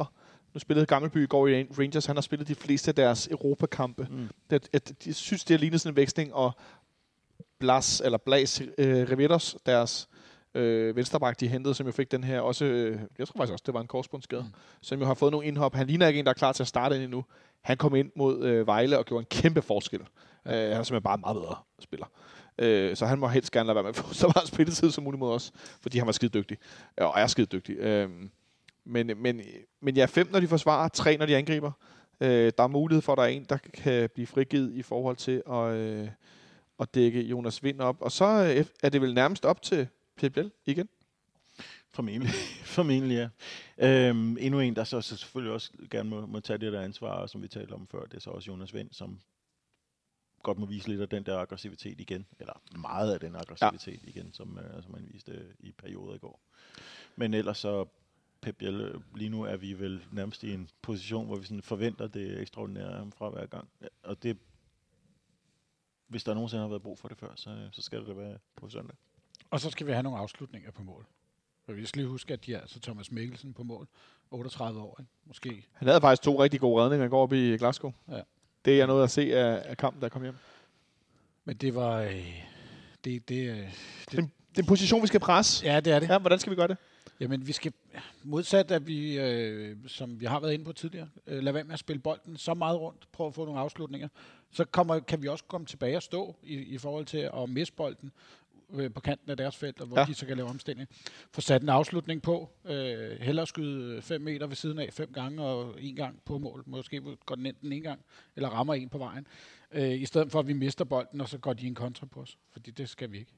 Nu spillede Gammelby i går i Rangers. Han har spillet de fleste af deres Europakampe. Mm. Det, jeg, jeg synes, det har lignet sådan en veksling, og Blas, eller Blas øh, Riveros, deres øh, venstreback, de hentede, som jo fik den her også, øh, jeg tror faktisk også, det var en korsbåndsskade, mm. som jo har fået nogle indhop. Han ligner ikke en, der er klar til at starte ind endnu. Han kom ind mod øh, Vejle og gjorde en kæmpe forskel. Ja. Øh, han er simpelthen bare en meget bedre spiller. Øh, så han må helst gerne lade være med at få så meget spilletid som muligt mod os, fordi han var skide dygtig, og er skide dygtig. Øh, men, men, men ja, fem, når de forsvarer, tre, når de angriber. Øh, der er mulighed for, at der er en, der kan blive frigivet i forhold til at, øh, at dække Jonas Vind op. Og så øh, er det vel nærmest op til P B L igen? Formentlig, Formentlig ja. Øhm, endnu en, der så, så selvfølgelig også gerne må, må tage det der ansvar, som vi talte om før, det er så også Jonas Vind, som godt må vise lidt af den der aggressivitet igen, eller meget af den aggressivitet ja. igen, som, uh, som han viste uh, i perioder i går. Men ellers så, Pep Biel, lige nu er vi vel nærmest i en position, hvor vi sådan forventer det ekstraordinære fra hver gang. Ja, og det, hvis der nogensinde har været brug for det før, så, så skal det da være på søndag. Og så skal vi have nogle afslutninger på mål. For vi skal lige huske, at de er altså Thomas Mikkelsen på mål, otteogtredive år, ikke? Måske. Han havde faktisk to rigtig gode redninger i går op i Glasgow. Ja. Det er noget at se af, af kampen, der kom hjem. Men det var... Øh, det, det, øh, det, det, det er en position, vi skal presse. Ja, det er det. Ja, hvordan skal vi gøre det? Jamen, vi skal... Modsat, at vi, øh, som vi har været inde på tidligere, øh, lade være med at spille bolden så meget rundt, prøve at få nogle afslutninger, så kommer, kan vi også komme tilbage og stå i, i forhold til at miste bolden øh, på kanten af deres felt, hvor ja. de så kan lave omstilling. Få sat en afslutning på. Øh, hellere skyde fem meter ved siden af fem gange og en gang på mål. Måske går den enten en gang, eller rammer en på vejen. Øh, I stedet for, at vi mister bolden, og så går de en kontra på os. Fordi det skal vi ikke.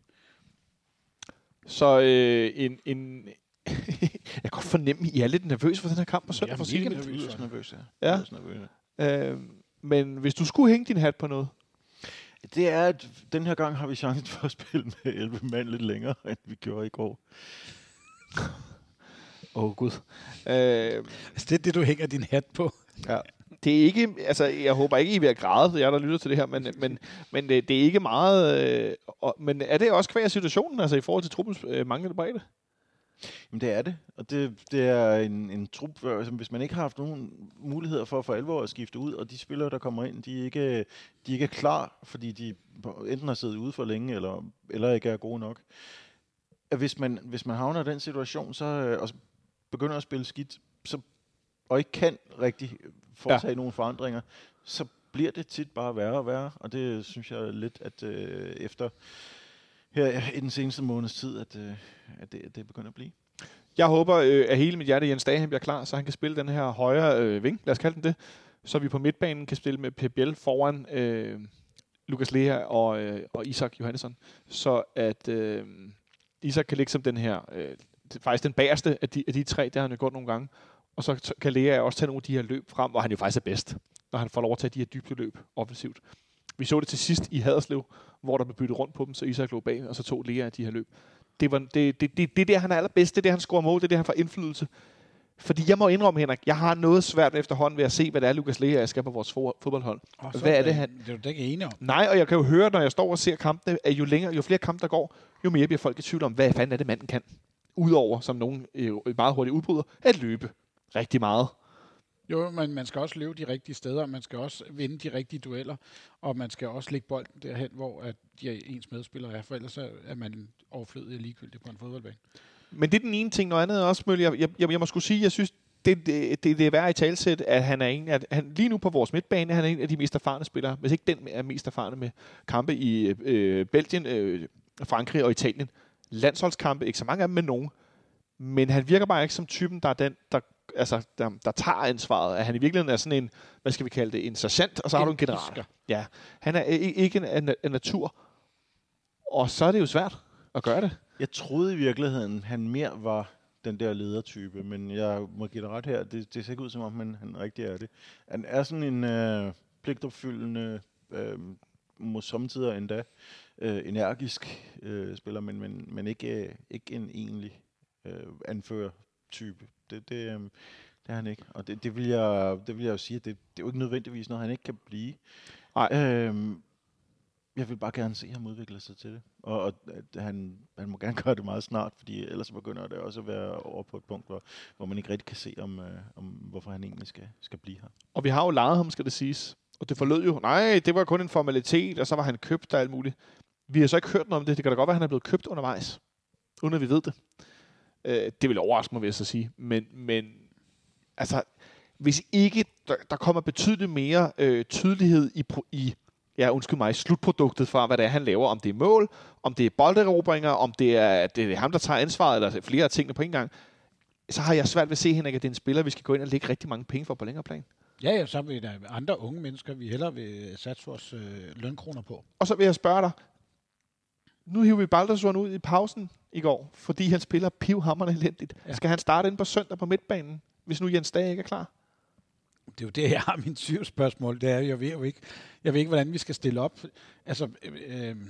Så øh, en... en jeg kan godt fornemme, at I er lidt nervøs for den her kamp på søndag. Jeg er mega nervøs. Jeg er nervøs, ja. ja. nervøs. Øh, men hvis du skulle hænge din hat på noget? Det er, at den her gang har vi chancen for at spille med elleve mand lidt længere, end vi gjorde i går. Åh, oh, Gud. Øh, det er det, du hænger din hat på. Ja. Det er ikke, altså, jeg håber ikke, I er ved at græde, jeg der lytter til det her, men, men, men det, det er ikke meget... Øh, og, men er det også kvæg situationen, altså i forhold til truppens øh, manglende bredde? Jamen det er det, og det, det er en, en trup, altså, hvis man ikke har haft nogen muligheder for for alvor at skifte ud, og de spillere, der kommer ind, de er ikke, de er ikke klar, fordi de enten har siddet ude for længe, eller, eller ikke er gode nok. Hvis man, hvis man havner i den situation, så og begynder at spille skidt, så, og ikke kan rigtig foretage ja. nogle forandringer, så bliver det tit bare værre og værre, og det synes jeg lidt, at øh, efter her i den seneste måneds tid, at, øh, at, det, at det begynder at blive. Jeg håber øh, at hele mit hjerte, Jens Dage bliver klar, så han kan spille den her højre øh, ving, lad os kalde den det, så vi på midtbanen kan spille med P B L foran øh, Lukas Lea og, øh, og Isak Johannesson, så at øh, Isak kan ligge som den her, øh, faktisk den bagerste af de, af de tre, der har han jo gjort nogle gange, og så kan Lea også tage nogle af de her løb frem, hvor han jo faktisk er bedst, når han får lov at tage de her dybde løb offensivt. Vi så det til sidst i Haderslev, hvor der blev byttet rundt på dem, så Isak lå bag, og så tog Lea af de her løb. Det, var, det, det, det, det er der, han er allerbedst. Det er der, han scorer mål. Det er der, han får indflydelse. Fordi jeg må indrømme, Henrik, jeg har noget svært efterhånden ved at se, hvad det er, Lukas Lea skal på vores fodboldhold. Oh, hvad er det, han... Det er du ikke enig om. Nej, og jeg kan jo høre, når jeg står og ser kampene, at jo længere, jo flere kampe der går, jo mere bliver folk i tvivl om, hvad fanden er det, manden kan. Udover, som nogen øh, meget hurtigt udbryder, at løbe rigtig meget. Jo, men man skal også løbe de rigtige steder, man skal også vinde de rigtige dueller, og man skal også lægge bolden derhen, hvor at de ens medspillere er, for ellers er man overflødig og ligegyldig på en fodboldbane. Men det er den ene ting, noget andet også, Mølle. Jeg, jeg, jeg må skulle sige, jeg synes, det, det, det, det er værd i talsæt, at han er en, at han lige nu på vores midtbane, han er en af de mest erfarne spillere, hvis ikke den er mest erfarne med kampe i øh, Belgien, øh, Frankrig og Italien. Landsholdskampe, ikke så mange af dem med nogen. Men han virker bare ikke som typen, der er den, der altså, der, der tager ansvaret. At han i virkeligheden er sådan en, hvad skal vi kalde det, en sergeant, og så har du en general. Ja, han er ikke en, en, en natur. Og så er det jo svært at gøre det. Jeg troede i virkeligheden, han mere var den der ledertype, men jeg må give dig ret her, det, det ser ikke ud som om, han, han rigtig er det. Han er sådan en øh, pligtopfyldende, øh, måske samtidig endda øh, energisk øh, spiller, men, men, men ikke, øh, ikke en egentlig øh, anfører-type. Det, det, øh, det er han ikke, og det, det, vil jeg, det vil jeg jo sige, at det, det er jo ikke nødvendigvis noget, han ikke kan blive. Nej. Øhm, jeg vil bare gerne se ham udvikle sig til det. Og, og at han, han må gerne gøre det meget snart, fordi ellers begynder det også at være over på et punkt, hvor, hvor man ikke rigtig kan se, om, øh, om hvorfor han egentlig skal, skal blive her. Og vi har jo lejet ham, skal det siges. Og det forlød jo, nej, det var kun en formalitet, og så var han købt og alt muligt. Vi har så ikke hørt noget om det. Det kan da godt være, at han er blevet købt undervejs, uden at vi ved det. Øh, det vil overraske mig, vil jeg så sige. Men, men altså, hvis ikke der, der kommer betydeligt mere øh, tydelighed i, i ja, undskyld mig, slutproduktet fra, hvad det er, han laver, om det er mål, om det er bolderobringer, om det er, det er ham, der tager ansvaret, eller flere af tingene på en gang, så har jeg svært ved at se, Henrik, at det er en spiller, vi skal gå ind og lægge rigtig mange penge for på længere plan. Ja, ja, så er vi der andre unge mennesker, vi hellere vil satse vores øh, lønkroner på. Og så vil jeg spørge dig, nu hiver vi Baldersson ud i pausen i går, fordi han spiller pivhamrende elendigt. Ja. Skal han starte ind på søndag på midtbanen, hvis nu Jens Dage ikke er klar? Det er jo det, jeg har min tvivlsspørgsmål. Det er, jeg ved jo ikke, jeg ved ikke, hvordan vi skal stille op. Altså, øh, øh,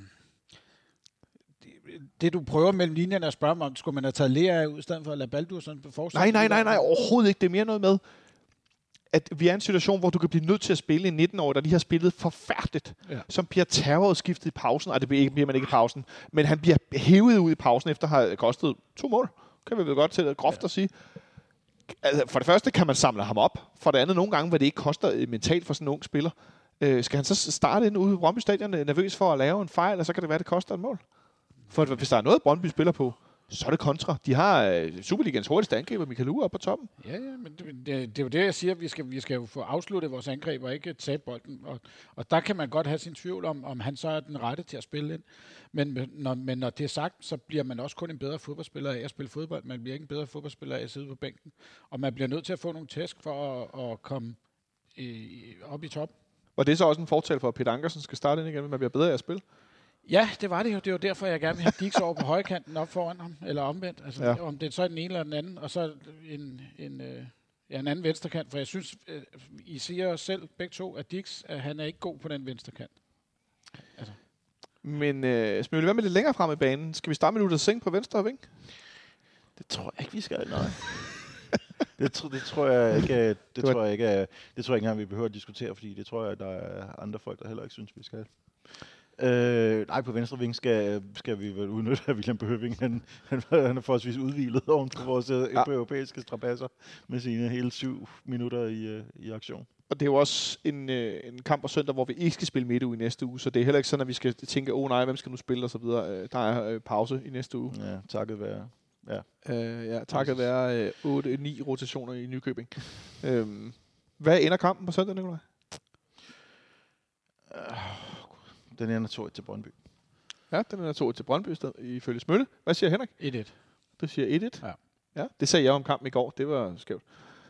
det, det du prøver mellem linjerne at spørge mig om, skulle man have taget Lea ud, i stedet for at lade Baldursson på forsøg? Nej, nej, nej, nej, overhovedet ikke. Det er mere noget med, at vi er i en situation, hvor du kan blive nødt til at spille en nitten-årig, der lige har spillet forfærdeligt, ja. Som bliver terrorudskiftet i pausen. Ej, det bliver, ikke, bliver man ikke i pausen. Men han bliver hævet ud i pausen, efter at have kostet to mål. Kan vi vel godt til groft ja. At sige. Altså, for det første kan man samle ham op. For det andet, nogle gange, hvad det ikke koster mentalt for sådan en ung spiller. Øh, skal han så starte ind ude i Brøndby Stadion nervøs for at lave en fejl, og så kan det være, det koster et mål? For hvis der er noget, Brøndby spiller på, så er det kontra. De har øh, Superligans hurtigste angriber, Michael Uge, oppe på toppen. Ja, ja, men det, det, det er jo det, jeg siger. Vi skal, vi skal jo få afsluttet vores angreb og ikke tabe bolden. Og, og der kan man godt have sin tvivl om, om han så er den rette til at spille ind. Men når, men når det er sagt, så bliver man også kun en bedre fodboldspiller af at spille fodbold. Man bliver ikke en bedre fodboldspiller af at sidde på bænken. Og man bliver nødt til at få nogle tæsk for at, at komme i, op i top. Og det er så også en fortale for, at Peter Ankersen skal starte ind igen, men man bliver bedre af at spille. Ja, det var det jo. Det er jo derfor, jeg gerne vil have Dix over på højkanten op foran ham, eller omvendt. Altså, ja. Om det er så den ene eller den anden, og så en, en, øh, ja, en anden venstrekant. For jeg synes, øh, I siger selv begge to, at Dix, at han er ikke god på den venstrekant. Altså. Men øh, skal vi være med lidt længere frem i banen? Skal vi starte med Luther Singh på venstre ving? Det tror jeg ikke, vi skal. Nej. det, tro, det tror jeg ikke. Det, det tror jeg ikke. Det tror jeg ikke engang, vi behøver at diskutere, fordi det tror jeg, der er andre folk, der heller ikke synes, vi skal. Øh, nej, på venstre ving skal, skal vi vel udnytte af William Behøving. Han, han, han er forholdsvis udhvilet oven på vores ja. europæiske strabasser med sine hele syv minutter i, i aktion. Og det er jo også en, øh, en kamp på søndag, hvor vi ikke skal spille midt uge i næste uge, så det er heller ikke sådan, at vi skal tænke, åh oh, nej, hvem skal nu spille, og så videre. Der er øh, pause i næste uge. Ja, takket være. Ja, øh, ja takket være øh, otte ni rotationer i Nykøbing. øhm, hvad ender kampen på søndag, Nikolaj? Uh. Den ender to et til Brøndby. Ja, den ender to et til Brøndby ifølge Smølle. Hvad siger Henrik? et et. Du siger et et? Ja. Ja, det sagde jeg om kampen i går. Det var skævt.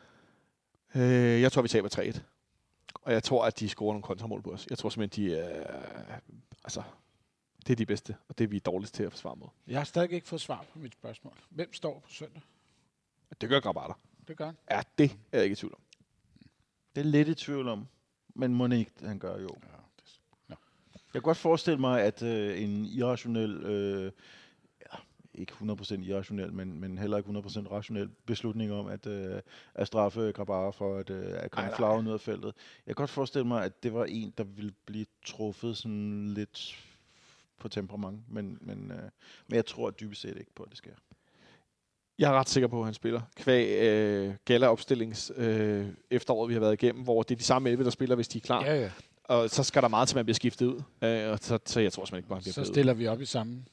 Øh, jeg tror, vi taber tre et. Og jeg tror, at de scorer nogle kontramål på os. Jeg tror simpelthen, de er... Øh, altså, det er de bedste, og det er vi dårligst til at forsvare mod. Jeg har stadig ikke fået svar på mit spørgsmål. Hvem står på søndag? Det gør Grabater. Det gør han? Ja, det er jeg ikke i tvivl om. Det er lidt i tvivl om. Men må ikke, han gør jo. Ja. Jeg kan godt forestille mig, at øh, en irrationel, øh, ja, ikke hundrede procent irrationel, men, men heller ikke hundrede procent rationel beslutning om, at, øh, at straffe Grabara for at, øh, at komme flagget ned af feltet. Jeg kan godt forestille mig, at det var en, der ville blive truffet sådan lidt på temperament, men, men, øh, men jeg tror dybest set ikke på, at det sker. Jeg er ret sikker på, at han spiller. Kvæg øh, gala-opstillings øh, efteråret, vi har været igennem, hvor det er de samme elleve, der spiller, hvis de er klar. Ja, ja. Og så skal der meget til, at man bliver skiftet ud. Øh, og så, så jeg tror simpelthen ikke, bare han bliver Så stiller ud. Vi op i samme.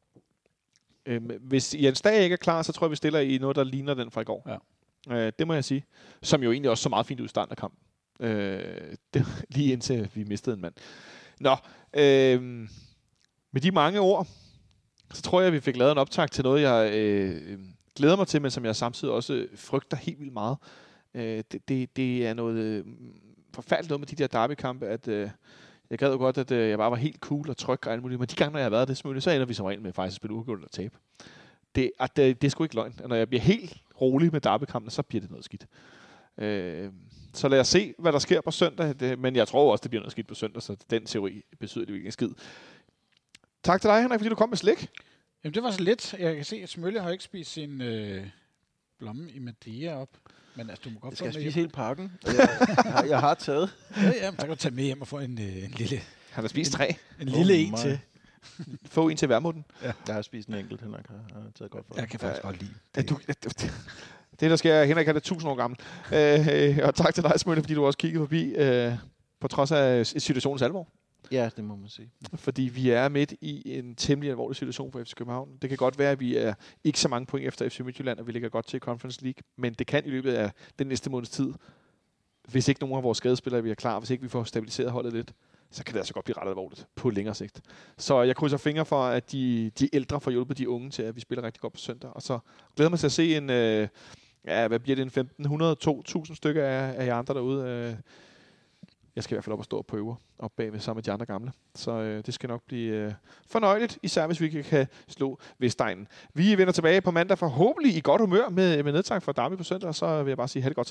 Øhm, hvis Jens Dage ikke er klar, så tror jeg, vi stiller i noget, der ligner den fra i går. Ja. Øh, det må jeg sige. Som jo egentlig også så meget fint ud i starten af kampen. Øh, det, lige indtil vi mistede en mand. Nå, øh, med de mange ord, så tror jeg, at vi fik lavet en optag til noget, jeg øh, glæder mig til, men som jeg samtidig også frygter helt vildt meget. Øh, det, det, det er noget... Øh, forfærdeligt noget med de der derbykampe, at øh, jeg gad jo godt, at øh, jeg bare var helt cool og tryg og alt muligt, men de gange, når jeg har været det smule, så ender vi som regel med faktisk at spille uafgjort eller tabe. Det, at det, det er sgu ikke løgn. Og når jeg bliver helt rolig med derbykampene, så bliver det noget skidt. Øh, så lad os se, hvad der sker på søndag, det, men jeg tror også, det bliver noget skidt på søndag, så den teori betyder det virkelig en skid. Tak til dig, Henrik, fordi du kom med slik. Jamen, det var så lidt. Jeg kan se, at Smølle har ikke spist sin øh, blomme i Madeira op. Men altså, du må godt jeg skal få spise hele pakken. jeg, jeg, har, jeg har taget. Ja, ja, så kan du tage med hjem og få en, øh, en lille Han har spist tre. En lille Oh en my. til. Få en til Værmunden. Jeg har spist en enkelt, Henrik har, har taget godt for. Jeg kan faktisk godt lide Ja, du, det, der sker, Henrik han er tusind år gammel. Øh, og tak til dig, Smølle, fordi du også kiggede forbi, øh, på trods af situationens alvor. Ja, det må man sige. Fordi vi er midt i en temmelig alvorlig situation for F C København. Det kan godt være, at vi er ikke så mange point efter F C Midtjylland, og vi ligger godt til i Conference League. Men det kan i løbet af den næste måneds tid, hvis ikke nogen af vores skadespillere vi er klar, hvis ikke vi får stabiliseret holdet lidt, så kan det altså godt blive ret alvorligt på længere sigt. Så jeg krydser fingre for, at de, de ældre får hjulpet de unge til, at vi spiller rigtig godt på søndag. Og så glæder mig til at se en, øh, ja, hvad bliver det, en femten hundrede til to tusind stykker af, af jer andre derude. Øh. Jeg skal i hvert fald op og stå og prøve op bagved sammen med de andre gamle. Så øh, det skal nok blive øh, fornøjeligt, især hvis vi kan slå Vestegnen. Vi vender tilbage på mandag forhåbentlig i godt humør med, med nedtag fra Derby på søndag, og så vil jeg bare sige, ha' det godt.